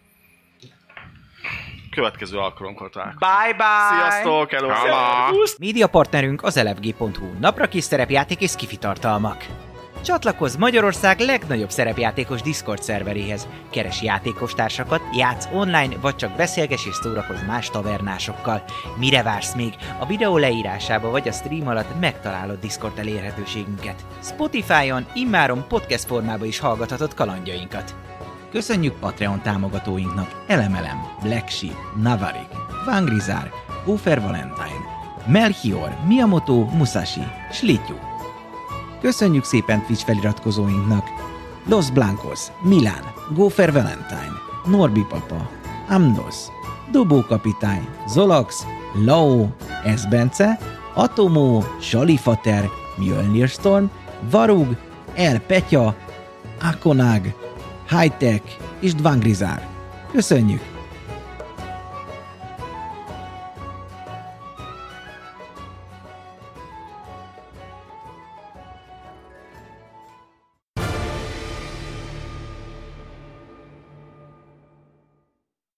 következő alkalomkor találkozunk. Bye bye! Sziasztok, hello! Hello. Média partnerünk az elefg pont hu, napra kis szerepjáték és skifi tartalmak. Csatlakozz Magyarország legnagyobb szerepjátékos Discord szerveréhez. Keres játékostársakat, játsz online, vagy csak beszélges és szórakozz más tavernásokkal. Mire vársz még? A videó leírásába vagy a stream alatt megtalálod Discord elérhetőségünket. Spotify-on immáron podcast formában is hallgathatod kalandjainkat. Köszönjük Patreon támogatóinknak Elemelem, Black Sheep, Navarik, Vangrizár, Gófer Valentine, Melchior, Miyamoto, Musashi, Slityu. Köszönjük szépen Twitch feliratkozóinknak Los Blancos, Milán, Gófer Valentine, Norbi Papa, Amnos, Dobó Kapitány, Zolax, Lao, Esbence, Atomó, Salifater, Mjölnir Storm, Varug, El Petya, Akonag, Hightech és Dvangrizár. Köszönjük!